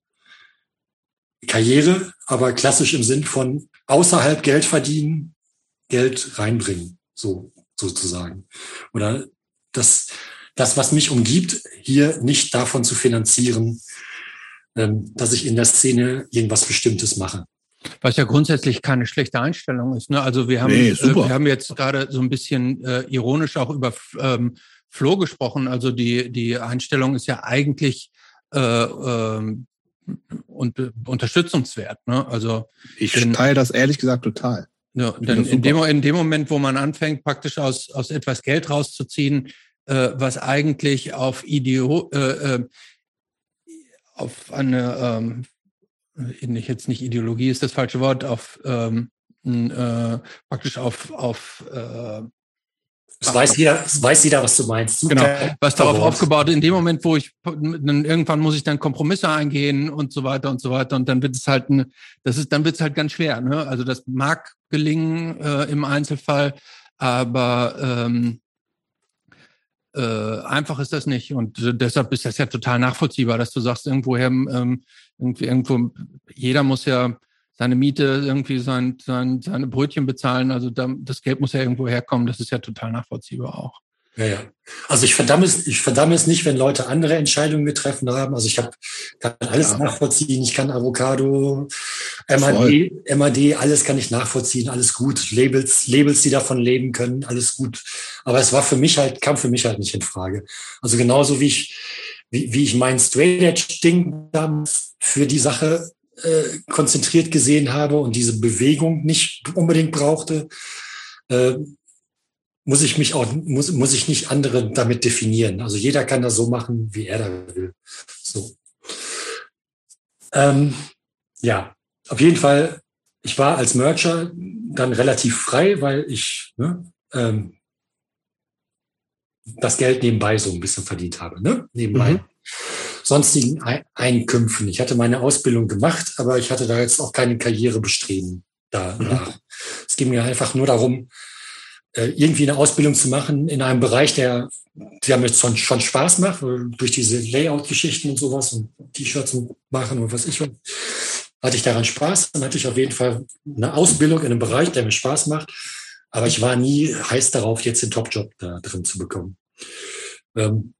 Karriere, aber klassisch im Sinn von außerhalb Geld verdienen, Geld reinbringen, so sozusagen. Oder das, das, was mich umgibt, hier nicht davon zu finanzieren, dass ich in der Szene irgendwas Bestimmtes mache. Was ja grundsätzlich keine schlechte Einstellung ist. Ne? Also wir haben, nee, äh, wir haben jetzt gerade so ein bisschen äh, ironisch auch über ähm, Flo gesprochen. Also die die Einstellung ist ja eigentlich äh, äh, und, äh, unterstützungswert. Ne? Also ich denn, teile das ehrlich gesagt total. Ja, denn in dem, in dem Moment, wo man anfängt, praktisch aus aus etwas Geld rauszuziehen, äh, was eigentlich auf Ideo äh, äh, auf eine, ähm, nicht jetzt nicht Ideologie ist das falsche Wort, auf ähm, äh, praktisch auf auf äh, es weiß jeder, es weiß jeder, was du meinst. Super. Genau, was darauf Wort. aufgebaut. In dem Moment, wo ich dann irgendwann muss ich dann Kompromisse eingehen und so weiter und so weiter und dann wird es halt ein, das ist dann wird es halt ganz schwer. Ne? Also das mag gelingen äh, im Einzelfall, aber ähm, Äh, einfach ist das nicht und äh, deshalb ist das ja total nachvollziehbar, dass du sagst, irgendwoher ähm, irgendwie irgendwo jeder muss ja seine Miete irgendwie sein, sein seine Brötchen bezahlen, also da, das Geld muss ja irgendwo herkommen, das ist ja total nachvollziehbar auch. Ja, ja. Also ich verdamme es, ich verdamme es nicht, wenn Leute andere Entscheidungen getroffen haben. Also ich habe kann alles ja. nachvollziehen. Ich kann Avocado, M A D, M A D, alles kann ich nachvollziehen. Alles gut. Labels, Labels, die davon leben können, alles gut. Aber es war für mich halt, kam für mich halt nicht in Frage. Also genauso wie ich, wie, wie ich mein Straight Edge Ding damals für die Sache äh, konzentriert gesehen habe und diese Bewegung nicht unbedingt brauchte, äh, muss ich mich auch, muss, muss ich nicht andere damit definieren. Also jeder kann das so machen, wie er da will. So. Ähm, ja, auf jeden Fall, ich war als Mercher dann relativ frei, weil ich ne, ähm, das Geld nebenbei so ein bisschen verdient habe, ne? Nebenbei. Mhm. Sonstigen Einkünften. Ich hatte meine Ausbildung gemacht, aber ich hatte da jetzt auch keine Karrierebestreben danach. Mhm. Es ging mir einfach nur darum, irgendwie eine Ausbildung zu machen in einem Bereich, der, der mir schon, schon Spaß macht, durch diese Layout-Geschichten und sowas und T-Shirts machen und was ich was. Hatte ich daran Spaß. Dann hatte ich auf jeden Fall eine Ausbildung in einem Bereich, der mir Spaß macht. Aber ich war nie heiß darauf, jetzt den Top-Job da drin zu bekommen. Ähm,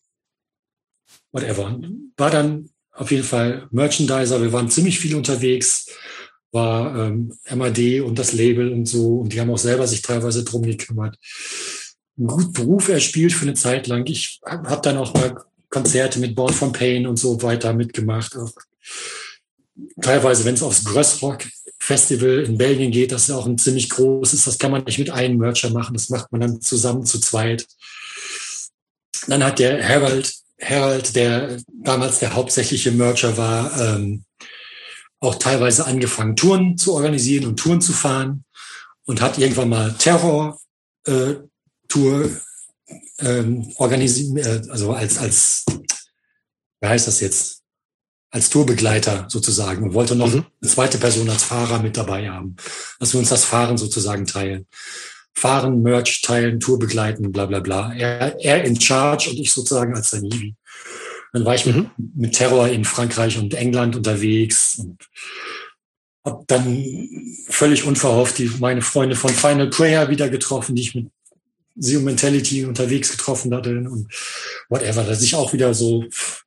whatever. War dann auf jeden Fall Merchandiser. Wir waren ziemlich viel unterwegs. War ähm, M A D und das Label und so. Und die haben auch selber sich teilweise drum gekümmert. Einen guten Beruf erspielt für eine Zeit lang. Ich habe hab dann auch mal Konzerte mit Born from Pain und so weiter mitgemacht. Auch teilweise, wenn es aufs Grossrock Festival in Belgien geht, das ist auch ein ziemlich großes, das kann man nicht mit einem Mercher machen, das macht man dann zusammen zu zweit. Dann hat der Harold, Harold, der damals der hauptsächliche Mercher war, ähm, auch teilweise angefangen, Touren zu organisieren und Touren zu fahren und hat irgendwann mal Terror äh, Tour ähm, organisiert, äh, also als, als, wie heißt das jetzt? Als Tourbegleiter sozusagen und wollte noch mhm. eine zweite Person als Fahrer mit dabei haben, dass wir uns das Fahren sozusagen teilen. Fahren, Merch teilen, Tour begleiten, bla bla bla. Er, er in charge und ich sozusagen als sein Hiwi. Dann war ich mhm. mit, mit Terror in Frankreich und England unterwegs und habe dann völlig unverhofft die, meine Freunde von Final Prayer wieder getroffen, die ich mit Zero Mentality unterwegs getroffen hatte und whatever, dass ich auch wieder so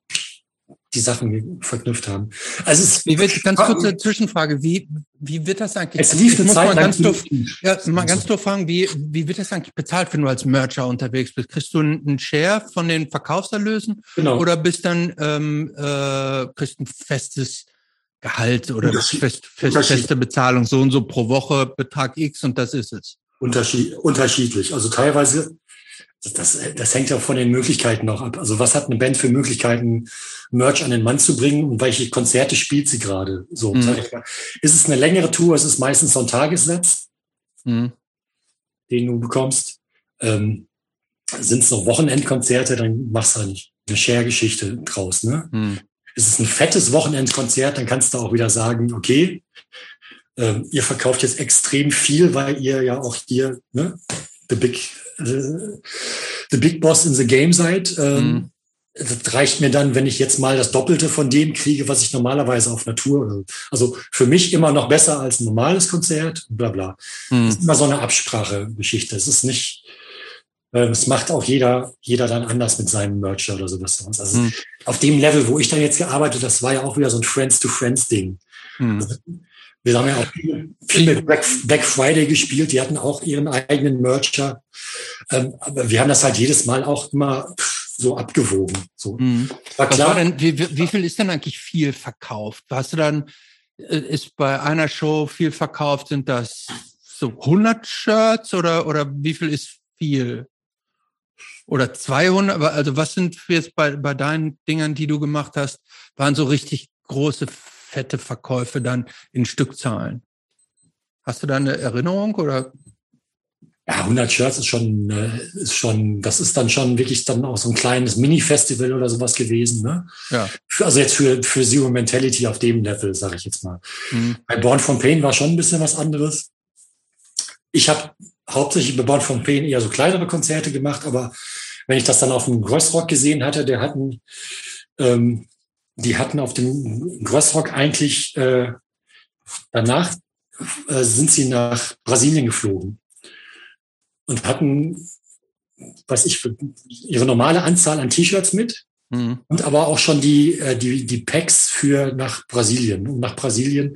die Sachen verknüpft haben. Also es wie wird, ganz kurze Zwischenfrage, wie, wie wird das eigentlich? Es lief eine muss Zeit mal lang ganz doof, ja, mal ganz doof fragen, wie, wie wird das eigentlich bezahlt, wenn du als Mercher unterwegs bist? Kriegst du einen Share von den Verkaufserlösen? Genau. Oder bist dann, ähm, äh, kriegst ein festes Gehalt oder fest, fest, feste Bezahlung, so und so pro Woche, Betrag X und das ist es? Unterschied, unterschiedlich. Also teilweise, das, das hängt ja von den Möglichkeiten noch ab. Also was hat eine Band für Möglichkeiten, Merch an den Mann zu bringen und welche Konzerte spielt sie gerade? So, mhm. Ist es eine längere Tour? Ist es meistens so ein Tagessatz, mhm. den du bekommst? Ähm, sind es noch Wochenendkonzerte? Dann machst du eine Share-Geschichte draus. Ne? Mhm. Ist es ein fettes Wochenendkonzert? Dann kannst du auch wieder sagen, okay, ähm, ihr verkauft jetzt extrem viel, weil ihr ja auch hier ne, the big the, the big boss in the game seid. Ähm, mhm. Das reicht mir dann, wenn ich jetzt mal das Doppelte von dem kriege, was ich normalerweise auf Natur, also für mich immer noch besser als ein normales Konzert, bla bla. Mhm. Das ist immer so eine Absprache-Geschichte. Es ist nicht, äh, es macht auch jeder, jeder dann anders mit seinem Merch oder sowas. Also mhm. auf dem Level, wo ich dann jetzt gearbeitet, das war ja auch wieder so ein Friends-to-Friends-Ding. Mhm. Also, wir haben ja auch viel, viel mit Black, Black Friday gespielt. Die hatten auch ihren eigenen Mercher. Ähm, aber wir haben das halt jedes Mal auch immer so abgewogen. So. Mhm. War klar. Was war denn, wie, wie viel ist denn eigentlich viel verkauft? Hast du dann, ist bei einer Show viel verkauft? Sind das so hundert Shirts oder, oder wie viel ist viel? Oder zweihundert? Also was sind jetzt bei, bei deinen Dingern, die du gemacht hast, waren so richtig große fette Verkäufe dann in Stückzahlen. Hast du da eine Erinnerung oder? Ja, hundert Shirts ist schon, ist schon, das ist dann schon wirklich dann auch so ein kleines Mini-Festival oder sowas gewesen, ne? Ja. Also jetzt für, für Zero Mentality auf dem Level, sage ich jetzt mal. Mhm. Bei Born from Pain war schon ein bisschen was anderes. Ich habe hauptsächlich bei Born from Pain eher so kleinere Konzerte gemacht, aber wenn ich das dann auf dem Grossrock gesehen hatte, der hatten, ähm, die hatten auf dem Grossrock eigentlich, äh, danach äh, sind sie nach Brasilien geflogen und hatten, weiß ich, ihre normale Anzahl an T-Shirts mit mhm. und aber auch schon die, äh, die, die Packs für nach Brasilien. Und nach Brasilien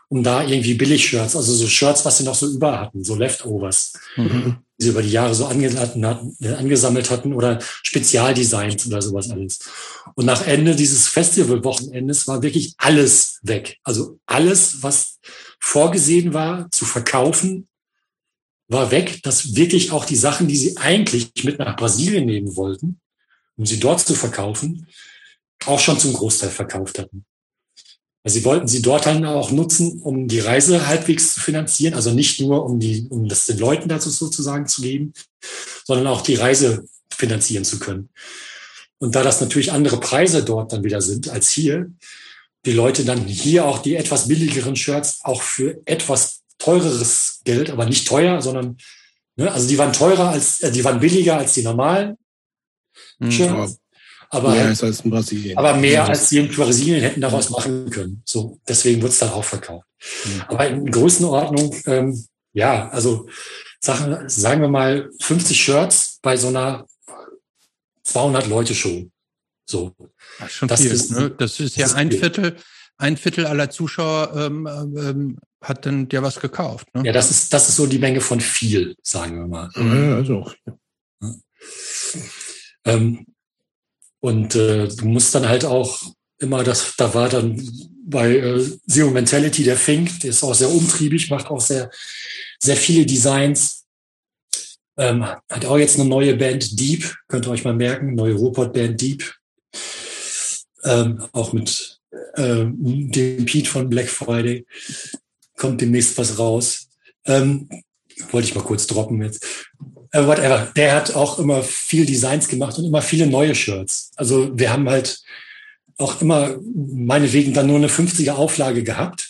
um da irgendwie Billig-Shirts, also so Shirts, was sie noch so über hatten, so Leftovers, mhm. die sie über die Jahre so hatten, angesammelt hatten oder Spezialdesigns oder sowas alles. Und nach Ende dieses Festivalwochenendes war wirklich alles weg. Also alles, was vorgesehen war zu verkaufen, war weg, dass wirklich auch die Sachen, die sie eigentlich mit nach Brasilien nehmen wollten, um sie dort zu verkaufen, auch schon zum Großteil verkauft hatten. Sie wollten sie dort dann auch nutzen, um die Reise halbwegs zu finanzieren. Also nicht nur, um die, um das den Leuten dazu sozusagen zu geben, sondern auch die Reise finanzieren zu können. Und da das natürlich andere Preise dort dann wieder sind als hier, die Leute dann hier auch die etwas billigeren Shirts auch für etwas teureres Geld, aber nicht teuer, sondern, ne, also die waren teurer als, äh, die waren billiger als die normalen mhm. Shirts. Aber, mehr halt, als in Brasilien. aber mehr ja. als die in Brasilien hätten daraus machen können. So, deswegen wird es dann auch verkauft. Mhm. Aber in Größenordnung, ähm, ja, also Sachen, sagen wir mal fünfzig Shirts bei so einer zweihundert Leute Show. So. Ach, schon das viel, ist, ne? Das ist ja das ein ist Viertel, ein Viertel aller Zuschauer ähm, ähm, hat dann ja was gekauft. Ne? Ja, das ist, das ist so die Menge von viel, sagen wir mal. Ja, also. Ja. Ähm, Und äh, du musst dann halt auch immer, das, da war dann bei äh, Zero Mentality der Fink, der ist auch sehr umtriebig, macht auch sehr, sehr viele Designs. Ähm, hat auch jetzt eine neue Band, Deep, könnt ihr euch mal merken, neue Ruhrpott-Band Deep. Ähm, auch mit äh, dem Pete von Black Friday. Kommt demnächst was raus. Ähm, wollte ich mal kurz droppen jetzt. Uh, whatever. Der hat auch immer viel Designs gemacht und immer viele neue Shirts. Also wir haben halt auch immer meinetwegen dann nur eine fünfziger Auflage gehabt.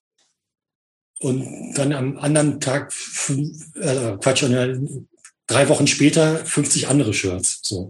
Und dann am anderen Tag, äh, Quatsch, drei Wochen später fünfzig andere Shirts. So.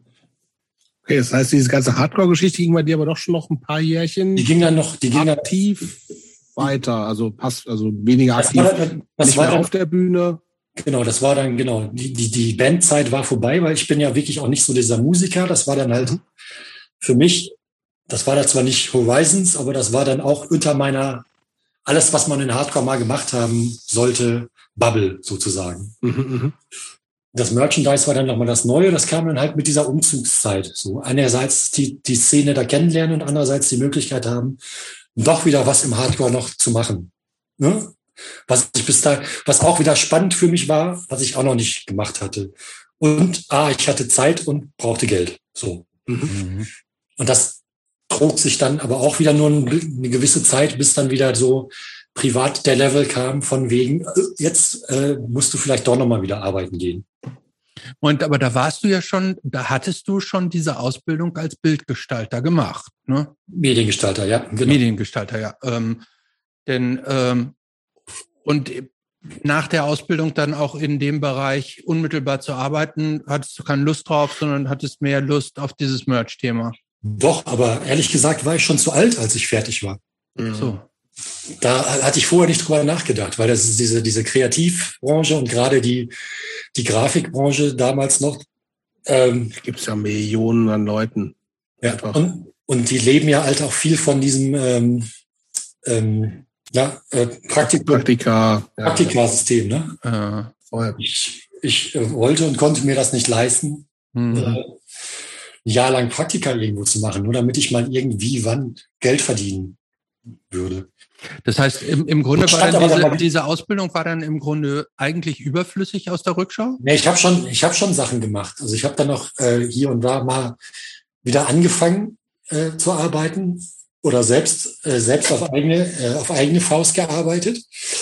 Okay, das heißt, diese ganze Hardcore-Geschichte ging bei dir aber doch schon noch ein paar Jährchen. Die ging dann noch, die ging aktiv dann, weiter, also passt, also weniger aktiv. Das war, das nicht war mehr dann, auf der Bühne. Genau, das war dann, genau, die, die, die Bandzeit war vorbei, weil ich bin ja wirklich auch nicht so dieser Musiker. Das war dann halt mhm. für mich, das war da zwar nicht Horizons, aber das war dann auch unter meiner, alles, was man in Hardcore mal gemacht haben sollte, Bubble sozusagen. Mhm, das Merchandise war dann nochmal das Neue, das kam dann halt mit dieser Umzugszeit. So einerseits die, die Szene da kennenlernen und andererseits die Möglichkeit haben, doch wieder was im Hardcore noch zu machen. Ne? Was ich bis da, was auch wieder spannend für mich war, was ich auch noch nicht gemacht hatte. Und ah, ich hatte Zeit und brauchte Geld. So. Mhm. Und das trug sich dann aber auch wieder nur eine gewisse Zeit, bis dann wieder so privat der Level kam von wegen, jetzt äh, musst du vielleicht doch nochmal wieder arbeiten gehen. Und aber da warst du ja schon, da hattest du schon diese Ausbildung als Bildgestalter gemacht, ne? Mediengestalter, ja. Genau. Mediengestalter, ja. Ähm, denn ähm, und nach der Ausbildung dann auch in dem Bereich unmittelbar zu arbeiten, hattest du keine Lust drauf, sondern hattest mehr Lust auf dieses Merch-Thema. Doch, aber ehrlich gesagt war ich schon zu alt, als ich fertig war. So. Da hatte ich vorher nicht drüber nachgedacht, weil das ist diese, diese Kreativbranche und gerade die, die Grafikbranche damals noch. Ähm, Gibt es ja Millionen an Leuten. Ja, und, und die leben ja halt auch viel von diesem ähm, ähm, ja, äh, Praktik- Praktika, Praktika-System. Ne? Ja. Äh, ich ich äh, wollte und konnte mir das nicht leisten, mhm. äh, ein Jahr lang Praktika irgendwo zu machen, nur damit ich mal irgendwie wann Geld verdienen würde. Das heißt, im, im Grunde war dann diese, diese Ausbildung war dann im Grunde eigentlich überflüssig aus der Rückschau? Nee, ich habe schon, ich habe schon Sachen gemacht. Also ich habe dann noch äh, hier und da mal wieder angefangen äh, zu arbeiten oder selbst äh, selbst auf eigene äh, auf eigene Faust gearbeitet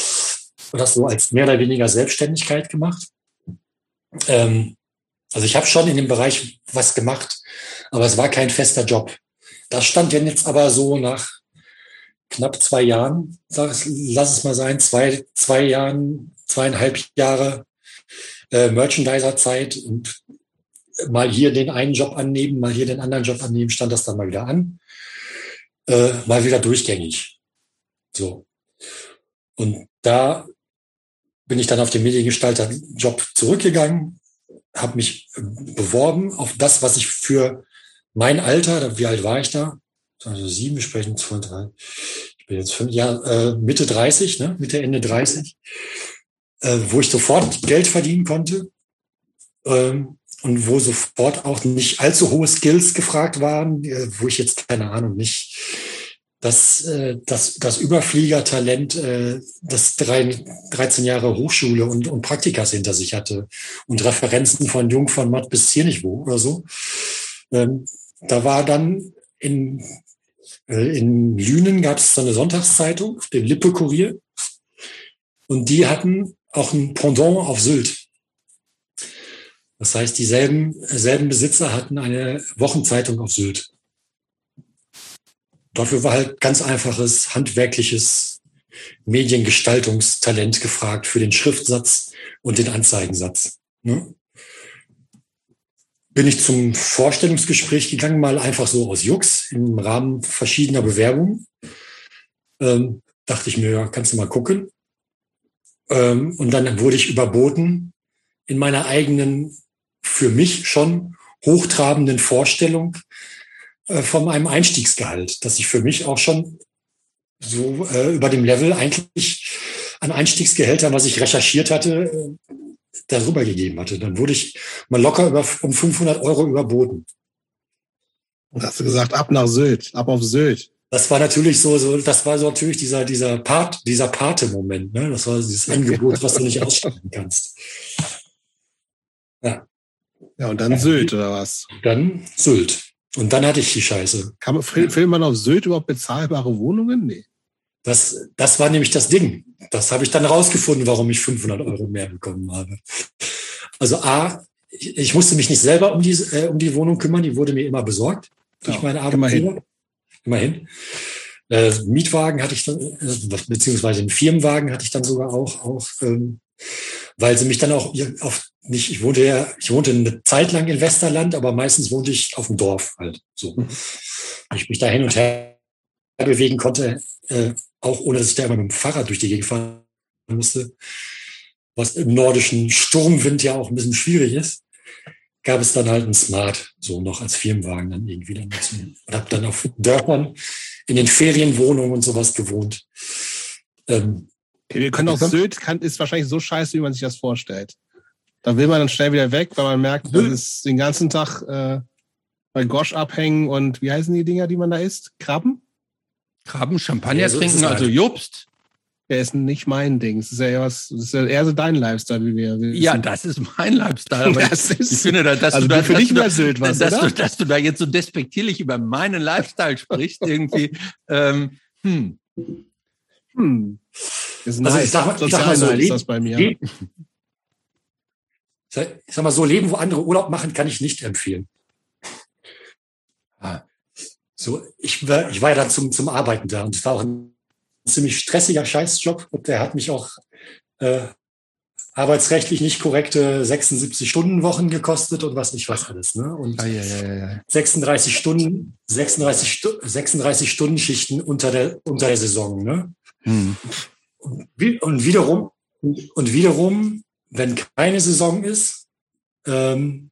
und das so als mehr oder weniger Selbstständigkeit gemacht. Ähm, also ich habe schon in dem Bereich was gemacht, aber es war kein fester Job. Das stand denn jetzt aber so nach knapp zwei Jahren, sag es, lass es mal sein, zwei, zwei Jahren, zweieinhalb Jahre äh, Merchandiser-Zeit und mal hier den einen Job annehmen, mal hier den anderen Job annehmen, stand das dann mal wieder an. Äh, mal wieder durchgängig. So. Und da bin ich dann auf den Mediengestalter-Job zurückgegangen, habe mich beworben auf das, was ich für mein Alter, wie alt war ich da? Also sieben, wir sprechen zwei, drei. ich bin jetzt fünf, ja, äh, Mitte dreißig, ne? Mitte, Ende dreißig, äh, wo ich sofort Geld verdienen konnte ähm, und wo sofort auch nicht allzu hohe Skills gefragt waren, äh, wo ich jetzt, keine Ahnung, nicht das, äh, das, das Überfliegertalent, äh, das drei, dreizehn Jahre Hochschule und, und Praktikas hinter sich hatte und Referenzen von Jung von Matt bis Ziernichwo oder so. Ähm, da war dann in, äh, in Lünen gab es so eine Sonntagszeitung, den Lippe-Kurier, und die hatten auch ein Pendant auf Sylt. Das heißt, dieselben selben Besitzer hatten eine Wochenzeitung auf Sylt. Dafür war halt ganz einfaches, handwerkliches Mediengestaltungstalent gefragt für den Schriftsatz und den Anzeigensatz. Ne? Bin ich zum Vorstellungsgespräch gegangen, mal einfach so aus Jux im Rahmen verschiedener Bewerbungen. Ähm, dachte ich mir, ja, kannst du mal gucken. Ähm, und dann wurde ich überboten in meiner eigenen, für mich schon hochtrabenden Vorstellung äh, von einem Einstiegsgehalt, das ich für mich auch schon so äh, über dem Level eigentlich an Einstiegsgehältern, was ich recherchiert hatte, äh, darüber gegeben hatte. Dann wurde ich mal locker über, um fünfhundert Euro überboten. Und hast du gesagt, ab nach Sylt, ab auf Sylt. Das war natürlich so, so, das war so natürlich dieser, dieser Part, dieser Pate-Moment, ne? Das war dieses Angebot, was du nicht ausschalten kannst. Ja. Ja, und dann Sylt, oder was? Dann Sylt. Und dann hatte ich die Scheiße. Kann man, findet man auf Sylt überhaupt bezahlbare Wohnungen? Nee. Das, das war nämlich das Ding. Das habe ich dann rausgefunden, warum ich fünfhundert Euro mehr bekommen habe. Also A, ich, ich musste mich nicht selber um die, äh, um die Wohnung kümmern, die wurde mir immer besorgt durch ja, meine Arbeit. Immerhin. Immerhin. Äh, Mietwagen hatte ich dann, äh, beziehungsweise einen Firmenwagen hatte ich dann sogar auch, auch ähm, weil sie mich dann auch auf nicht, ich wohnte ja, ich wohnte eine Zeit lang in Westerland, aber meistens wohnte ich auf dem Dorf halt so. Mhm. Ich mich da hin und her bewegen konnte, äh, auch ohne dass ich da immer mit dem Fahrrad durch die Gegend fahren musste, was im nordischen Sturmwind ja auch ein bisschen schwierig ist, gab es dann halt einen Smart, so noch als Firmenwagen dann irgendwie dann dazu. Und habe dann auf Dörfern in den Ferienwohnungen und sowas gewohnt. Ähm, okay, wir können auch Sylt, kann, ist wahrscheinlich so scheiße, wie man sich das vorstellt. Da will man dann schnell wieder weg, weil man merkt, das ist den ganzen Tag äh, bei Gosch abhängen und wie heißen die Dinger, die man da isst? Krabben? Krabben, Champagner ja, so trinken, halt. also Jobst. Der ist nicht mein Ding. Das ist ja eher, was, das ist ja eher so dein Lifestyle, wie wir wissen. Ja, das ist mein Lifestyle. Aber das ist, ich finde, dass also du da, für dass dich du da, mehr Sylt was, dass, oder? du, dass du da jetzt so despektierlich über meinen Lifestyle sprichst, irgendwie. ähm, hm. Hm. Das ist also nice. ich sag mal, so ich sag mal so, ist leben, das bei mir. Leben, ich sag mal so, leben, wo andere Urlaub machen, kann ich nicht empfehlen. Ah. So, ich war, ich war ja dann zum, zum Arbeiten da und es war auch ein ziemlich stressiger Scheißjob und der hat mich auch äh, arbeitsrechtlich nicht korrekte sechsundsiebzig Stunden Wochen gekostet und was nicht was alles, ne? Und ja, ja, ja, ja. sechsunddreißig Stunden, sechsunddreißig, Stu- sechsunddreißig Stunden Schichten unter der unter der Saison, ne? Hm. Und, wie, und wiederum und wiederum, wenn keine Saison ist, ähm,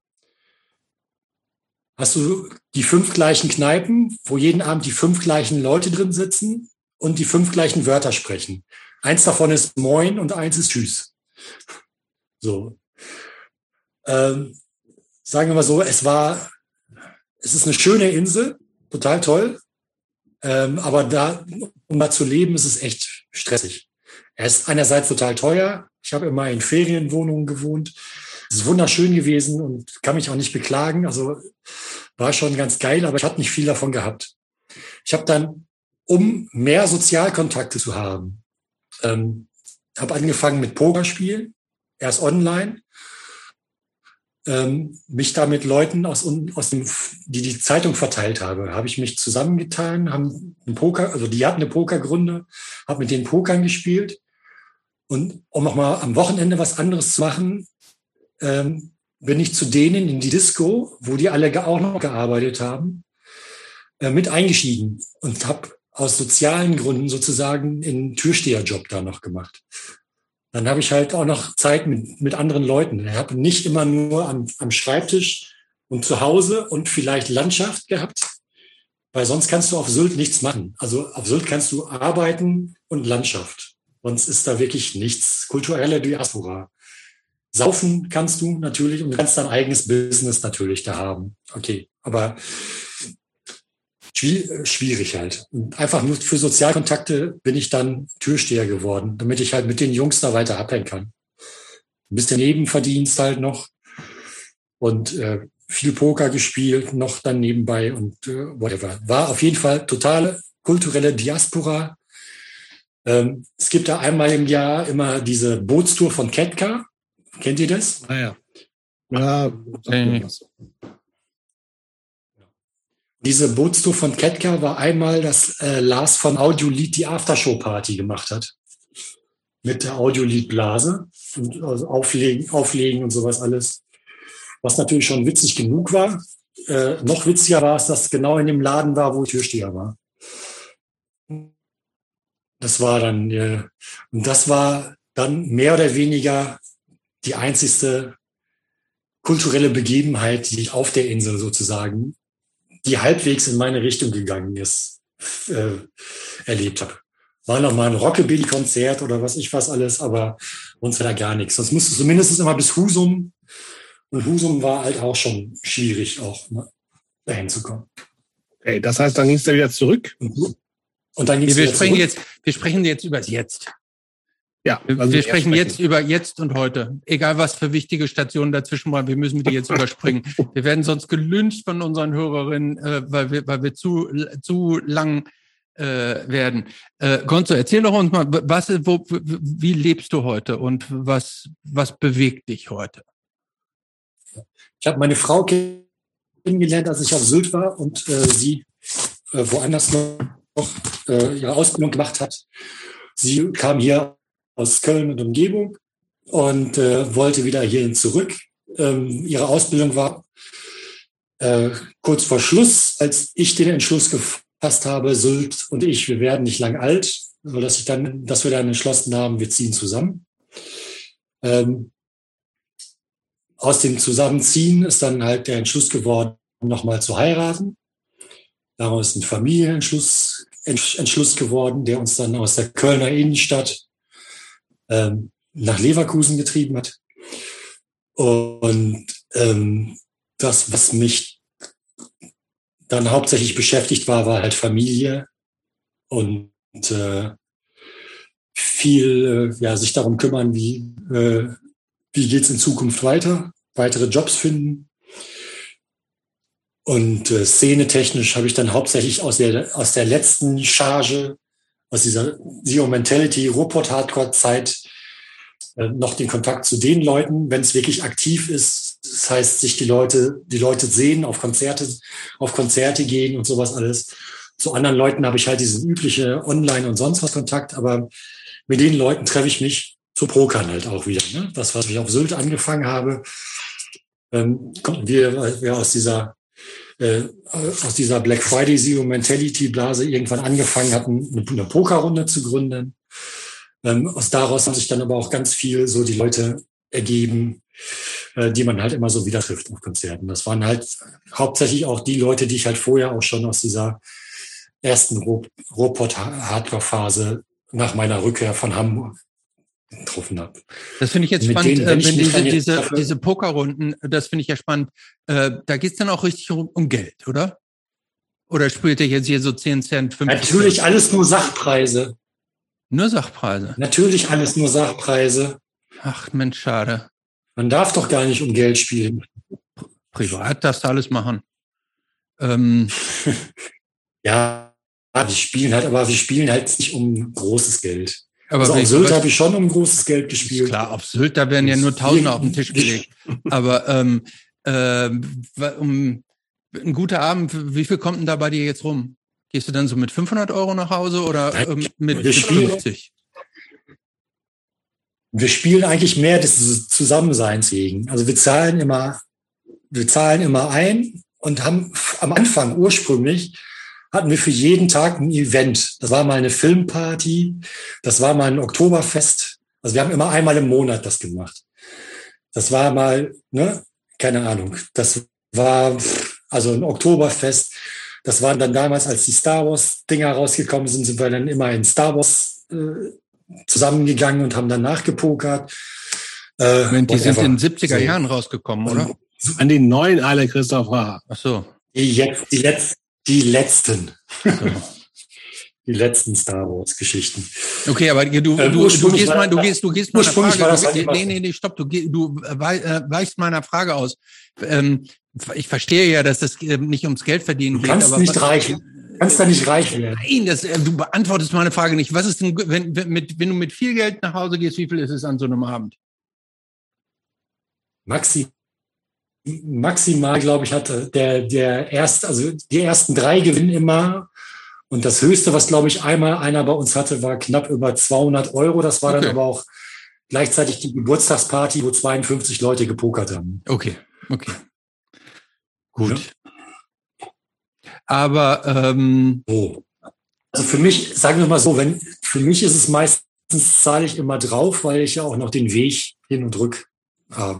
hast du die fünf gleichen Kneipen, wo jeden Abend die fünf gleichen Leute drin sitzen und die fünf gleichen Wörter sprechen. Eins davon ist Moin und eins ist Tschüss. So. Ähm, sagen wir mal so, es war, es ist eine schöne Insel, total toll. Ähm, aber da, um da zu leben, ist es echt stressig. Er ist einerseits total teuer. Ich habe immer in Ferienwohnungen gewohnt. Es ist wunderschön gewesen und kann mich auch nicht beklagen. Also war schon ganz geil, aber ich habe nicht viel davon gehabt. Ich habe dann, um mehr Sozialkontakte zu haben, ähm, habe angefangen mit Pokerspielen, erst online, ähm, mich da mit Leuten aus, aus dem, die die Zeitung verteilt habe, habe ich mich zusammengetan, haben einen Poker, also die hatten eine Pokergründe, habe mit denen Pokern gespielt und um auch mal am Wochenende was anderes zu machen, ähm, bin ich zu denen in die Disco, wo die alle auch noch gearbeitet haben, äh, mit eingestiegen und habe aus sozialen Gründen sozusagen einen Türsteherjob da noch gemacht. Dann habe ich halt auch noch Zeit mit, mit anderen Leuten. Ich habe nicht immer nur am, am Schreibtisch und zu Hause und vielleicht Landschaft gehabt, weil sonst kannst du auf Sylt nichts machen. Also auf Sylt kannst du arbeiten und Landschaft. Sonst ist da wirklich nichts. Kulturelle Diaspora. Saufen kannst du natürlich und du kannst dein eigenes Business natürlich da haben. Okay, aber schwierig halt. Und einfach nur für Sozialkontakte bin ich dann Türsteher geworden, damit ich halt mit den Jungs da weiter abhängen kann. Ein bisschen Nebenverdienst halt noch und äh, viel Poker gespielt, noch dann nebenbei und äh, whatever. War auf jeden Fall totale kulturelle Diaspora. Ähm, es gibt da einmal im Jahr immer diese Bootstour von Ketka. Kennt ihr das? Ah ja. Ja, okay. Diese Bootstour von Ketka war einmal, dass äh, Lars von Audiolied die Aftershow-Party gemacht hat. Mit der Audiolied-Blase und also auflegen, auflegen und sowas alles. Was natürlich schon witzig genug war. Äh, noch witziger war es, dass genau in dem Laden war, wo ich Türsteher war. Das war dann, äh, und das war dann mehr oder weniger die einzigste kulturelle Begebenheit, die ich auf der Insel sozusagen, die halbwegs in meine Richtung gegangen ist, äh, erlebt habe. War noch mal ein Rockabilly-Konzert oder was ich was alles, aber sonst war da gar nichts. Sonst musste zumindest immer bis Husum. Und Husum war halt auch schon schwierig, auch ne, dahin zu kommen. Ey, das heißt, dann ging es da wieder zurück? Und, und dann ging es wir wieder sprechen zurück. jetzt, wir sprechen jetzt über das Jetzt. Ja, also wir sprechen jetzt über jetzt und heute. Egal, was für wichtige Stationen dazwischen waren, wir müssen die jetzt überspringen. Wir werden sonst gelyncht von unseren Hörerinnen, äh, weil wir, weil wir zu, zu lang äh, werden. Äh, Gonzo, erzähl doch uns mal, was, wo, wie lebst du heute und was, was bewegt dich heute? Ich habe meine Frau kennengelernt, als ich auf Sylt war und äh, sie äh, woanders noch äh, ihre Ausbildung gemacht hat. Sie kam hier aus Köln und Umgebung und äh, wollte wieder hierhin zurück. Ähm, ihre Ausbildung war äh, kurz vor Schluss, als ich den Entschluss gefasst habe, Sylt und ich, wir werden nicht lang alt, sodass ich dann, dass wir dann entschlossen haben, wir ziehen zusammen. Ähm, aus dem Zusammenziehen ist dann halt der Entschluss geworden, nochmal zu heiraten. Daraus ist ein Familienentschluss Entschluss geworden, der uns dann aus der Kölner Innenstadt ähm, nach Leverkusen getrieben hat. Und ähm, das, was mich dann hauptsächlich beschäftigt war, war halt Familie und äh, viel äh, ja, sich darum kümmern, wie, äh, wie geht's in Zukunft weiter, weitere Jobs finden. Und äh, szenetechnisch habe ich dann hauptsächlich aus der, aus der letzten Charge, aus dieser Zero Mentality Ruhrpott Hardcore Zeit äh, noch den Kontakt zu den Leuten, wenn es wirklich aktiv ist. Das heißt, sich die Leute, die Leute sehen, auf Konzerte, auf Konzerte gehen und sowas alles. Zu anderen Leuten habe ich halt diesen übliche Online- und sonst was Kontakt, aber mit den Leuten treffe ich mich zu Pokern halt auch wieder. Ne? Das, was ich auf Sylt angefangen habe, ähm, konnten wir, wir aus dieser Äh, aus dieser Black Friday Zero Mentality Blase irgendwann angefangen hatten, eine, eine Pokerrunde zu gründen. Ähm, aus daraus haben sich dann aber auch ganz viel so die Leute ergeben, äh, die man halt immer so wieder trifft auf Konzerten. Das waren halt hauptsächlich auch die Leute, die ich halt vorher auch schon aus dieser ersten Ruhrpott-Hardcore-Phase nach meiner Rückkehr von Hamburg getroffen habe. Das finde ich jetzt Mit spannend, denen, wenn, wenn wenn diese, diese, treffe, diese Pokerrunden, das finde ich ja spannend. Äh, da geht's dann auch richtig um, um Geld, oder? Oder spielt ihr jetzt hier so zehn Cent, fünfzig Cent? Natürlich alles nur Sachpreise. Nur Sachpreise? Natürlich alles nur Sachpreise. Ach Mensch, schade. Man darf doch gar nicht um Geld spielen. Privat darfst du alles machen. Ähm. Ja, wir spielen halt, aber wir spielen halt nicht um großes Geld. Aber also auf Sylt habe ich schon um großes Geld gespielt. Klar, auf Sylt, da werden ja nur Tausende auf den Tisch gelegt. Aber ähm, äh, um ein guter Abend, wie viel kommt denn da bei dir jetzt rum? Gehst du dann so mit fünfhundert Euro nach Hause oder ähm, mit, mit fünfzig? Wir spielen eigentlich mehr des Zusammenseins wegen. Also wir zahlen immer, wir zahlen immer ein und haben am Anfang ursprünglich hatten wir für jeden Tag ein Event. Das war mal eine Filmparty, das war mal ein Oktoberfest. Also wir haben immer einmal im Monat das gemacht. Das war mal, ne, keine Ahnung, das war also ein Oktoberfest. Das waren dann damals, als die Star Wars-Dinger rausgekommen sind, sind wir dann immer in Star Wars äh, zusammengegangen und haben dann nachgepokert. Äh, Moment, die sind in den siebziger so. Jahren rausgekommen, oder? An den neuen alle, Christopher. Ach so. Die, jetzt, die, Letz-, die letzten. So. Die letzten Star Wars Geschichten. Okay, aber du, du, ähm, du, du gehst mal, du gehst, du gehst meiner Frage. Du, halt nee, nee, nee, stopp, du, du weichst meiner Frage aus. Ähm, ich verstehe ja, dass das nicht ums Geld verdienen geht. Du kannst aber nicht reich, kannst da nicht reich werden. Nein, das, du beantwortest meine Frage nicht. Was ist denn, wenn, wenn, mit, wenn du mit viel Geld nach Hause gehst, wie viel ist es an so einem Abend? Maxi, maximal, glaube ich, hatte der, der erste, also die ersten drei gewinnen immer. Und das Höchste, was, glaube ich, einmal einer bei uns hatte, war knapp über zweihundert Euro. Das war okay. Dann aber auch gleichzeitig die Geburtstagsparty, wo zweiundfünfzig Leute gepokert haben. Okay, okay. Gut. Ja. Aber ähm oh. Also für mich, sagen wir mal so, wenn für mich ist es meistens, zahle ich immer drauf, weil ich ja auch noch den Weg hin und rück habe.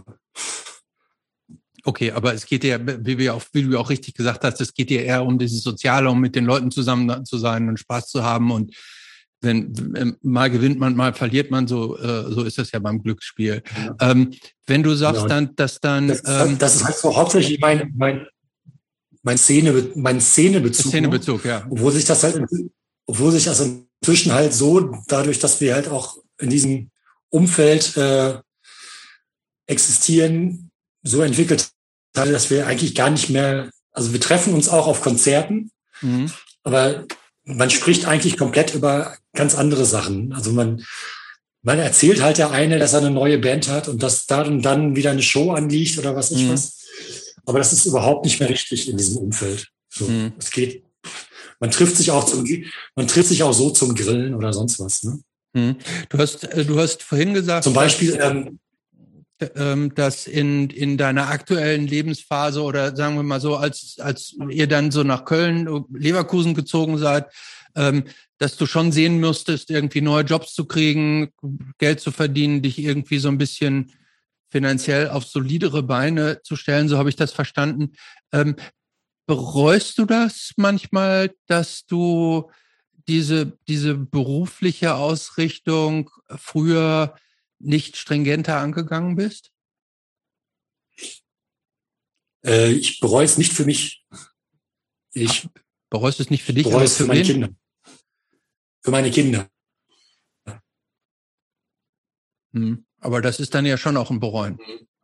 Okay, aber es geht ja, wie, wir auch, wie du auch richtig gesagt hast, es geht ja eher um dieses Soziale, um mit den Leuten zusammen zu sein und Spaß zu haben. Und wenn mal gewinnt man, mal verliert man, so äh, so ist das ja beim Glücksspiel. Ja. Ähm, wenn du sagst ja. dann, dass dann das, ähm, das ist halt so hauptsächlich mein mein mein Szene mein Szenebezug, Szenebezug, ja. Obwohl sich das halt, obwohl sich das inzwischen halt so, dadurch, dass wir halt auch in diesem Umfeld äh, existieren, so entwickelt, dass wir eigentlich gar nicht mehr, also wir treffen uns auch auf Konzerten, mhm. aber man spricht eigentlich komplett über ganz andere Sachen. Also man, man erzählt halt der eine, dass er eine neue Band hat und dass da und dann wieder eine Show anliegt oder was ich mhm. was. Aber das ist überhaupt nicht mehr richtig in diesem Umfeld. So, mhm. Es geht, man trifft sich auch zum, man trifft sich auch so zum Grillen oder sonst was. Ne? Mhm. Du hast, du hast vorhin gesagt, zum Beispiel, ähm, dass in, in deiner aktuellen Lebensphase oder sagen wir mal so, als, als ihr dann so nach Köln, Leverkusen gezogen seid, ähm, dass du schon sehen müsstest, irgendwie neue Jobs zu kriegen, Geld zu verdienen, dich irgendwie so ein bisschen finanziell auf solidere Beine zu stellen, so habe ich das verstanden. Ähm, bereust du das manchmal, dass du diese, diese berufliche Ausrichtung früher nicht stringenter angegangen bist? Äh, ich bereue es nicht für mich. Ich Ach, bereust es nicht für dich, bereue es für, für meine wen? Kinder. Für meine Kinder. Hm, aber das ist dann ja schon auch ein Bereuen.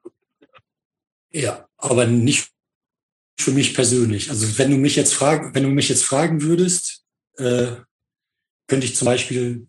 Ja, aber nicht für mich persönlich. Also wenn du mich jetzt fragen, wenn du mich jetzt fragen würdest, äh, könnte ich zum Beispiel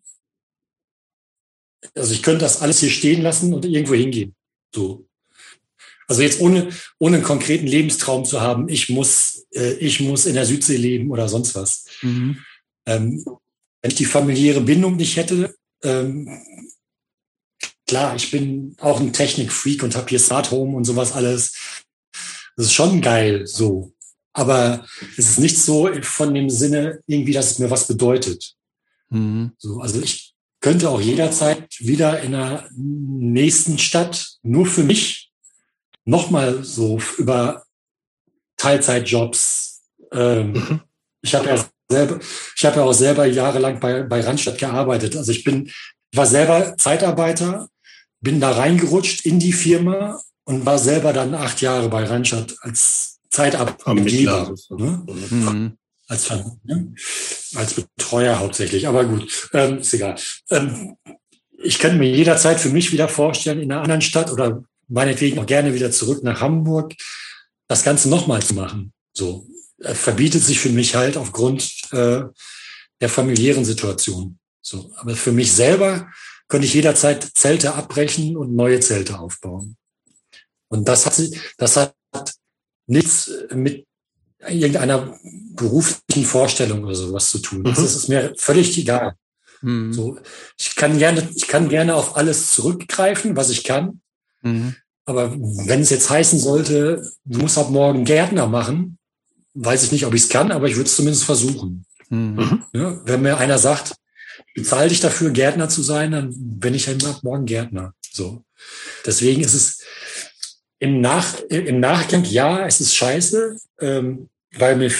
Also ich könnte das alles hier stehen lassen und irgendwo hingehen. So. Also jetzt ohne, ohne einen konkreten Lebenstraum zu haben, ich muss, äh, ich muss in der Südsee leben oder sonst was. Mhm. Ähm, wenn ich die familiäre Bindung nicht hätte, ähm, klar, ich bin auch ein Technikfreak und habe hier Smart Home und sowas alles. Das ist schon geil, so. Aber es ist nicht so von dem Sinne irgendwie, dass es mir was bedeutet. Mhm. So, also ich könnte auch jederzeit wieder in einer nächsten Stadt nur für mich nochmal so über Teilzeitjobs. Ähm, mhm. Ich habe ja selber, ich habe ja auch selber jahrelang bei, bei Randstadt gearbeitet. Also ich bin, ich war selber Zeitarbeiter, bin da reingerutscht in die Firma und war selber dann acht Jahre bei Randstadt als Zeitarbeitgeber. Ne? Mhm. Als, ne? als Betreuer hauptsächlich, aber gut, ähm, ist egal. Ähm, ich könnte mir jederzeit für mich wieder vorstellen, in einer anderen Stadt oder meinetwegen auch gerne wieder zurück nach Hamburg, das Ganze nochmal zu machen. So, äh, verbietet sich für mich halt aufgrund äh, der familiären Situation. So, aber für mich selber könnte ich jederzeit Zelte abbrechen und neue Zelte aufbauen. Und das hat, das hat nichts mit irgendeiner beruflichen Vorstellung oder sowas zu tun. Mhm. Das ist mir völlig egal. Mhm. So, ich kann gerne, ich kann gerne auf alles zurückgreifen, was ich kann. Mhm. Aber wenn es jetzt heißen sollte, du musst ab morgen Gärtner machen, weiß ich nicht, ob ich es kann, aber ich würde es zumindest versuchen. Mhm. Ja, wenn mir einer sagt, bezahl dich dafür, Gärtner zu sein, dann bin ich halt ab morgen Gärtner. So. Deswegen ist es im, Nach, im Nachgang, ja, es ist scheiße, ähm, weil mir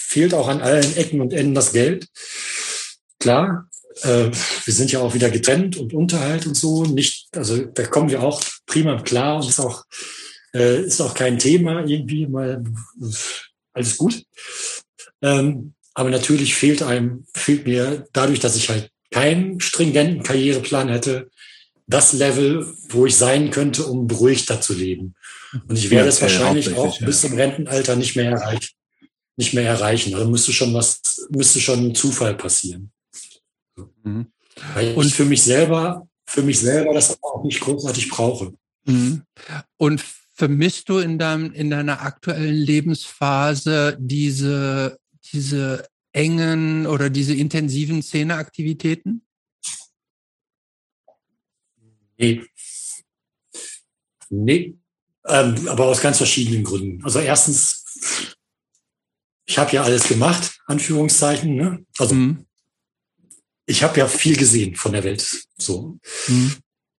fehlt auch an allen Ecken und Enden das Geld. Klar, äh, wir sind ja auch wieder getrennt und Unterhalt und so. Nicht, also da kommen wir auch prima klar und ist auch, äh, ist auch kein Thema irgendwie, mal alles gut. Ähm, aber natürlich fehlt einem, fehlt mir dadurch, dass ich halt keinen stringenten Karriereplan hätte, das Level, wo ich sein könnte, um beruhigter zu leben. Und ich werde es ja, wahrscheinlich auch ja. bis zum Rentenalter nicht mehr erreichen. Nicht mehr erreichen. Also müsste schon was, müsste schon ein Zufall passieren. Mhm. Weil und ich für mich selber, für mich selber das auch nicht großartig brauche. Mhm. Und vermisst du in deinem, in deiner aktuellen Lebensphase diese, diese engen oder diese intensiven Szeneaktivitäten? Nee. Nee. Ähm, aber aus ganz verschiedenen Gründen. Also erstens, ich habe ja alles gemacht, Anführungszeichen. Ne? Also mhm. ich habe ja viel gesehen von der Welt. So. Mhm.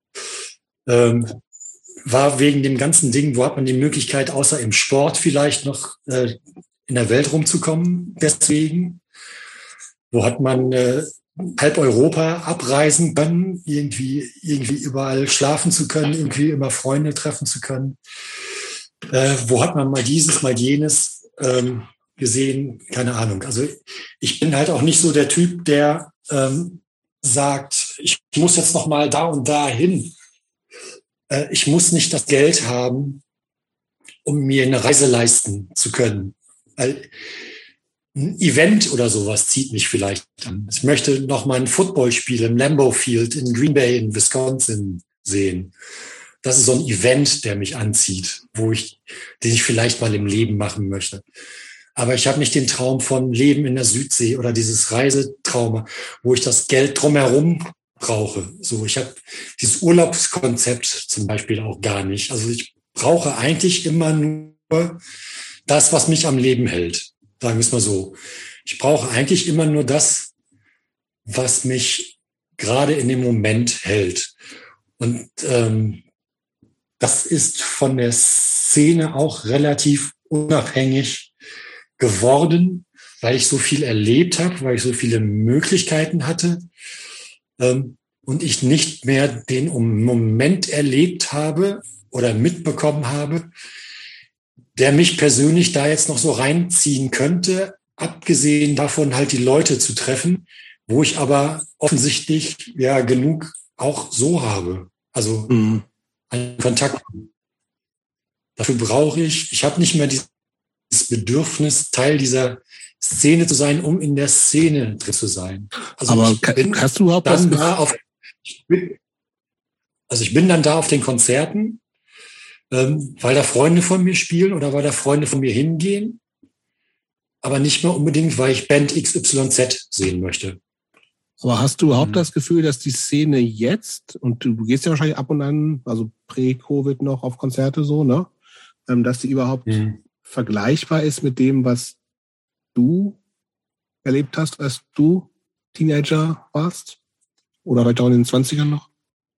Ähm, war wegen dem ganzen Ding, wo hat man die Möglichkeit, außer im Sport vielleicht noch äh, in der Welt rumzukommen, deswegen. Wo hat man äh, halb Europa abreisen können, irgendwie, irgendwie überall schlafen zu können, irgendwie immer Freunde treffen zu können. Äh, wo hat man mal dieses, mal jenes ähm, gesehen? Keine Ahnung. Also ich bin halt auch nicht so der Typ, der ähm, sagt, ich muss jetzt noch mal da und da hin. Äh, ich muss nicht das Geld haben, um mir eine Reise leisten zu können. Weil ein Event oder sowas zieht mich vielleicht an. Ich möchte noch mal ein Footballspiel im Lambeau Field in Green Bay in Wisconsin sehen. Das ist so ein Event, der mich anzieht, wo ich, den ich vielleicht mal im Leben machen möchte. Aber ich habe nicht den Traum von Leben in der Südsee oder dieses Reisetrauma, wo ich das Geld drumherum brauche. So, ich habe dieses Urlaubskonzept zum Beispiel auch gar nicht. Also ich brauche eigentlich immer nur das, was mich am Leben hält. Sagen wir es mal so. Ich brauche eigentlich immer nur das, was mich gerade in dem Moment hält. Und ähm, das ist von der Szene auch relativ unabhängig geworden, weil ich so viel erlebt habe, weil ich so viele Möglichkeiten hatte ähm, und ich nicht mehr den Moment erlebt habe oder mitbekommen habe, der mich persönlich da jetzt noch so reinziehen könnte, abgesehen davon halt die Leute zu treffen, wo ich aber offensichtlich ja genug auch so habe. Also mhm. einen Kontakt. Dafür brauche ich, ich habe nicht mehr dieses Bedürfnis, Teil dieser Szene zu sein, um in der Szene drin zu sein. Also aber ich bin hast du überhaupt dann was da auf, ich bin, also ich bin dann da auf den Konzerten, ähm, weil da Freunde von mir spielen oder weil da Freunde von mir hingehen, aber nicht mehr unbedingt, weil ich Band X Y Z sehen möchte. Aber hast du überhaupt mhm. das Gefühl, dass die Szene jetzt, und du gehst ja wahrscheinlich ab und an, also prä-Covid noch auf Konzerte so, ne, ähm, dass die überhaupt mhm. vergleichbar ist mit dem, was du erlebt hast, als du Teenager warst? Oder vielleicht auch in den zwanzigern noch?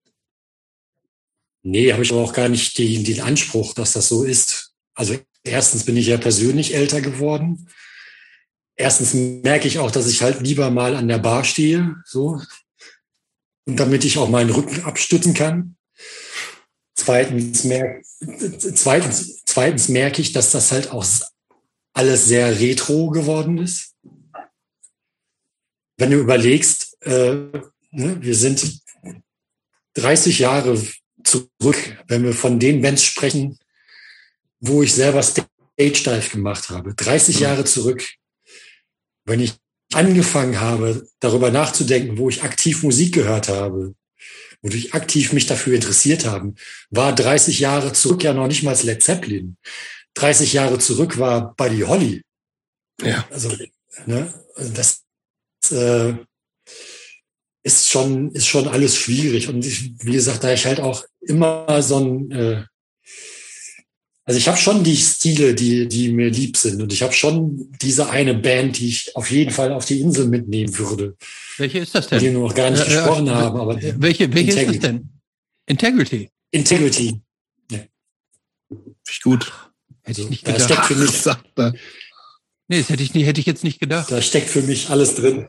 Nee, habe ich aber auch gar nicht den, den Anspruch, dass das so ist. Also erstens bin ich ja persönlich älter geworden. Erstens merke ich auch, dass ich halt lieber mal an der Bar stehe, so. Und damit ich auch meinen Rücken abstützen kann. Zweitens merke, zweitens, zweitens merke ich, dass das halt auch alles sehr retro geworden ist. Wenn du überlegst, äh, ne, wir sind dreißig Jahre zurück, wenn wir von den Bands sprechen, wo ich selber Stage-Dive gemacht habe. dreißig mhm. Jahre zurück. Wenn ich angefangen habe, darüber nachzudenken, wo ich aktiv Musik gehört habe, wo ich aktiv mich dafür interessiert habe, war dreißig Jahre zurück ja noch nicht mal Led Zeppelin. dreißig Jahre zurück war Buddy Holly. Ja. Also, ne, das äh, ist schon, ist schon alles schwierig. Und ich, wie gesagt, da ich halt auch immer so ein, äh, also ich habe schon die Stile, die, die mir lieb sind. Und ich habe schon diese eine Band, die ich auf jeden Fall auf die Insel mitnehmen würde. Welche ist das denn? Die wir noch gar nicht äh, gesprochen äh, haben. Aber welche welche ist das denn? Integrity. Integrity. Ja. Finde ich gut. Hätte ich nicht gedacht. Da steckt für mich, Nee, das hätte ich, nicht, hätte ich jetzt nicht gedacht. Da steckt für mich alles drin.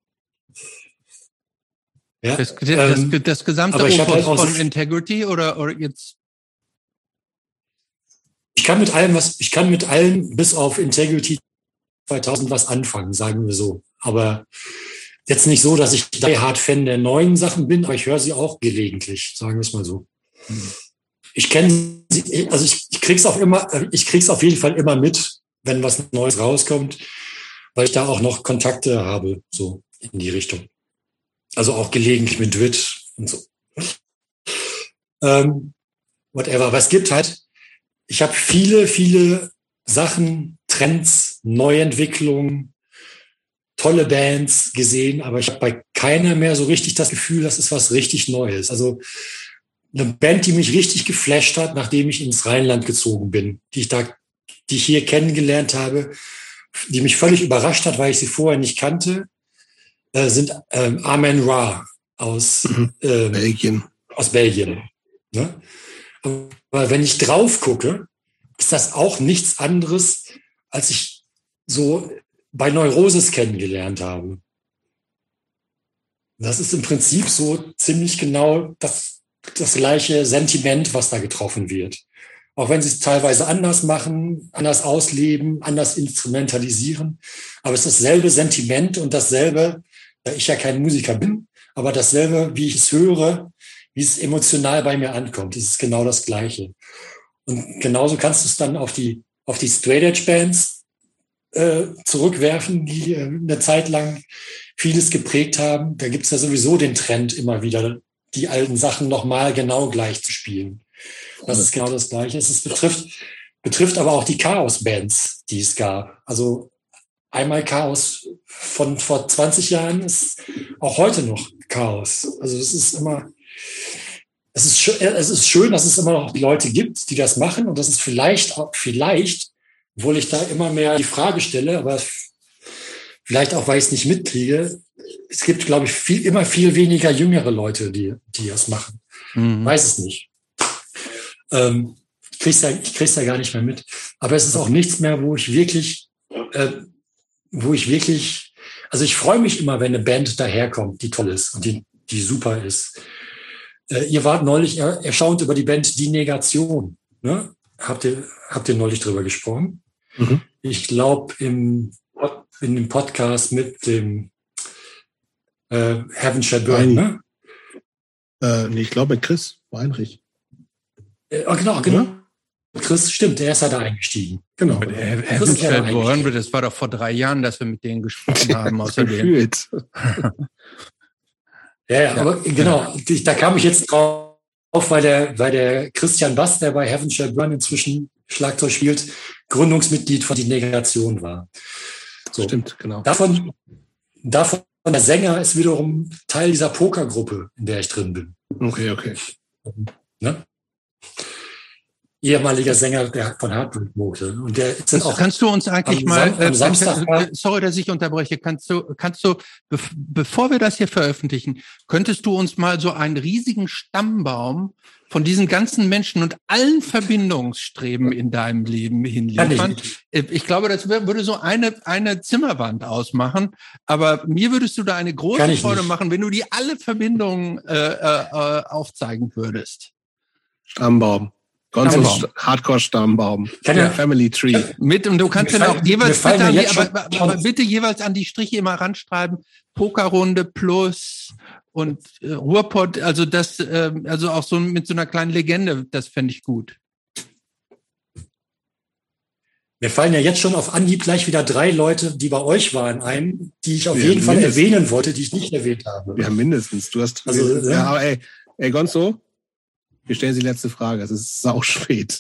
Ja, das, das, ähm, das, das gesamte aber ich hab Opus halt auch von so- Integrity oder, oder jetzt? Ich kann mit allem was, ich kann mit allem bis auf Integrity zweitausend was anfangen, sagen wir so. Aber jetzt nicht so, dass ich die hart Fan der neuen Sachen bin, aber ich höre sie auch gelegentlich, sagen wir es mal so. Mhm. Ich kenne sie, also ich, ich krieg's auch immer, ich krieg's auf jeden Fall immer mit, wenn was Neues rauskommt, weil ich da auch noch Kontakte habe, so in die Richtung. Also auch gelegentlich mit Dwit und so. Ähm, whatever. Aber es gibt halt, ich habe viele, viele Sachen, Trends, Neuentwicklungen, tolle Bands gesehen, aber ich habe bei keiner mehr so richtig das Gefühl, das ist was richtig Neues. Also eine Band, die mich richtig geflasht hat, nachdem ich ins Rheinland gezogen bin, die ich da, die ich hier kennengelernt habe, die mich völlig überrascht hat, weil ich sie vorher nicht kannte, äh, sind ähm, Amen Ra aus Mhm. ähm, Belgien. Aus Belgien. Ne? Aber wenn ich drauf gucke, ist das auch nichts anderes, als ich so bei Neurosis kennengelernt habe. Das ist im Prinzip so ziemlich genau das, das gleiche Sentiment, was da getroffen wird. Auch wenn sie es teilweise anders machen, anders ausleben, anders instrumentalisieren. Aber es ist dasselbe Sentiment und dasselbe, da ich ja kein Musiker bin, aber dasselbe, wie ich es höre, wie es emotional bei mir ankommt. Das ist genau das Gleiche. Und genauso kannst du es dann auf die, auf die Straight Edge Bands äh, zurückwerfen, die äh, eine Zeit lang vieles geprägt haben. Da gibt es ja sowieso den Trend, immer wieder die alten Sachen nochmal genau gleich zu spielen. Das ist genau das Gleiche. Es ist, betrifft, betrifft aber auch die Chaos-Bands, die es gab. Also einmal Chaos von vor zwanzig Jahren ist auch heute noch Chaos. Also es ist immer, es ist, es ist schön, dass es immer noch Leute gibt, die das machen. Und das ist vielleicht, vielleicht, obwohl ich da immer mehr die Frage stelle, aber vielleicht auch, weil ich es nicht mitkriege, es gibt, glaube ich, viel, immer viel weniger jüngere Leute, die, die das machen. Mhm. Weiß es nicht. Ähm, ich krieg's ja, ich krieg's ja gar nicht mehr mit. Aber es ist auch nichts mehr, wo ich wirklich, äh, wo ich wirklich, also ich freue mich immer, wenn eine Band daherkommt, die toll ist und die, die super ist. Äh, ihr wart neulich er, erstaunt über die Band Die Negation. Ne? Habt ihr, habt ihr neulich drüber gesprochen? Mhm. Ich glaube, im, in dem Podcast mit dem äh, Heaven Shall Burn, ne? Äh, nee, ich glaube mit Chris Weinrich. Äh, genau, genau. Ja? Chris, stimmt, der ist ja da eingestiegen. Genau. Heaven Shall Burn, das war doch vor drei Jahren, dass wir mit denen gesprochen haben. Außerdem. Ja, ja, aber genau, da kam ich jetzt drauf, weil der, weil der Christian Bass, der bei Heaven Shall Burn inzwischen Schlagzeug spielt, Gründungsmitglied von Die Negation war. So. Stimmt, genau. Davon, davon der Sänger ist wiederum Teil dieser Pokergruppe, in der ich drin bin. Okay, okay. Ne? Ehemaliger Sänger der von Heartbreak Motel. Und der ist dann auch. Kannst du uns eigentlich am mal, Sam- am Samstag äh, sorry, dass ich unterbreche, kannst du, kannst du, be- bevor wir das hier veröffentlichen, könntest du uns mal so einen riesigen Stammbaum von diesen ganzen Menschen und allen Verbindungsstreben in deinem Leben hinliefern? Ich, ich glaube, das würde so eine, eine Zimmerwand ausmachen, aber mir würdest du da eine große Freude nicht. machen, wenn du die alle Verbindungen äh, äh, aufzeigen würdest. Stammbaum. Gonzos Hardcore-Stammbaum. Ja. Family Tree. Mit, und du kannst Mir dann fallen- auch jeweils mir fallen bitte, an mir die, jetzt aber, schon- aber bitte jeweils an die Striche immer ranschreiben. Pokerrunde plus und äh, Ruhrpott, also das, äh, also auch so mit so einer kleinen Legende, das fände ich gut. Mir fallen ja jetzt schon auf Anhieb gleich wieder drei Leute, die bei euch waren, ein, die ich auf Ja, jeden Fall mindestens. erwähnen wollte, die ich nicht erwähnt habe. Ja, mindestens. Du hast. Also, ja, ja. aber ey, ey, Gonzo, wir stellen die letzte Frage. Es ist sauspät.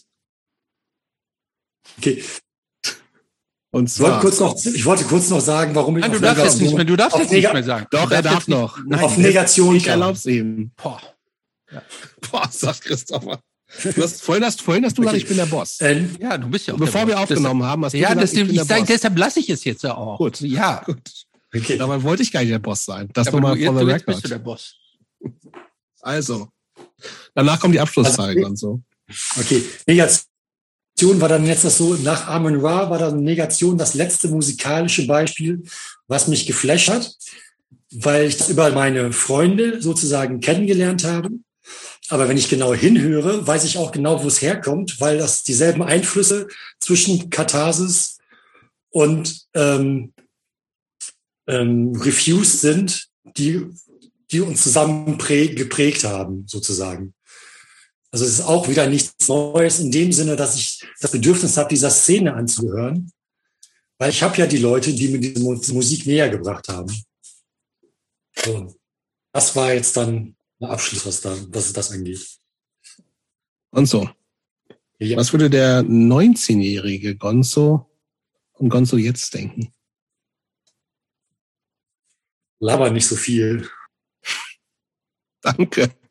Okay. Und Ich wollte zwar. kurz noch, ich wollte kurz noch sagen, warum ich Nein, du auf darfst jetzt Negation- nicht mehr, du darfst auf jetzt nicht Nega- mehr sagen. Doch, Du er darfst darf jetzt nicht- noch. Nein, auf Negation Ich kam. erlaub's ihm. boah. Boah, sagt Christopher. Du hast, vorhin, hast, vorhin hast du gesagt, Okay. ich bin der Boss. Ähm, Ja, du bist ja auch Bevor der wir Boss. aufgenommen haben, hast du Ja, gesagt, das, ich bin ich der sag, Boss. deshalb lasse ich es jetzt ja auch. Gut. Ja. Gut. okay. Dabei wollte ich gar nicht der Boss sein. Das Aber nochmal du, von jetzt, the jetzt bist du der record. Boss. Also, danach kommt die Abschlussfrage Also, und so. Okay. Negation war dann jetzt das so, nach Amon Ra war dann Negation das letzte musikalische Beispiel, was mich geflasht hat, weil ich das über meine Freunde sozusagen kennengelernt habe. Aber wenn ich genau hinhöre, weiß ich auch genau, wo es herkommt, weil das dieselben Einflüsse zwischen Katharsis und ähm, ähm, Refused sind, die, die uns zusammen prä- geprägt haben, sozusagen. Also es ist auch wieder nichts Neues in dem Sinne, dass ich das Bedürfnis habe, dieser Szene anzuhören, weil ich habe ja die Leute, die mir diese Musik näher gebracht haben. So. Das war jetzt dann ein Abschluss, was, da, was das angeht. Gonzo. Ja. Was würde der neunzehnjährige Gonzo und Gonzo jetzt denken? Laber nicht so viel. Danke.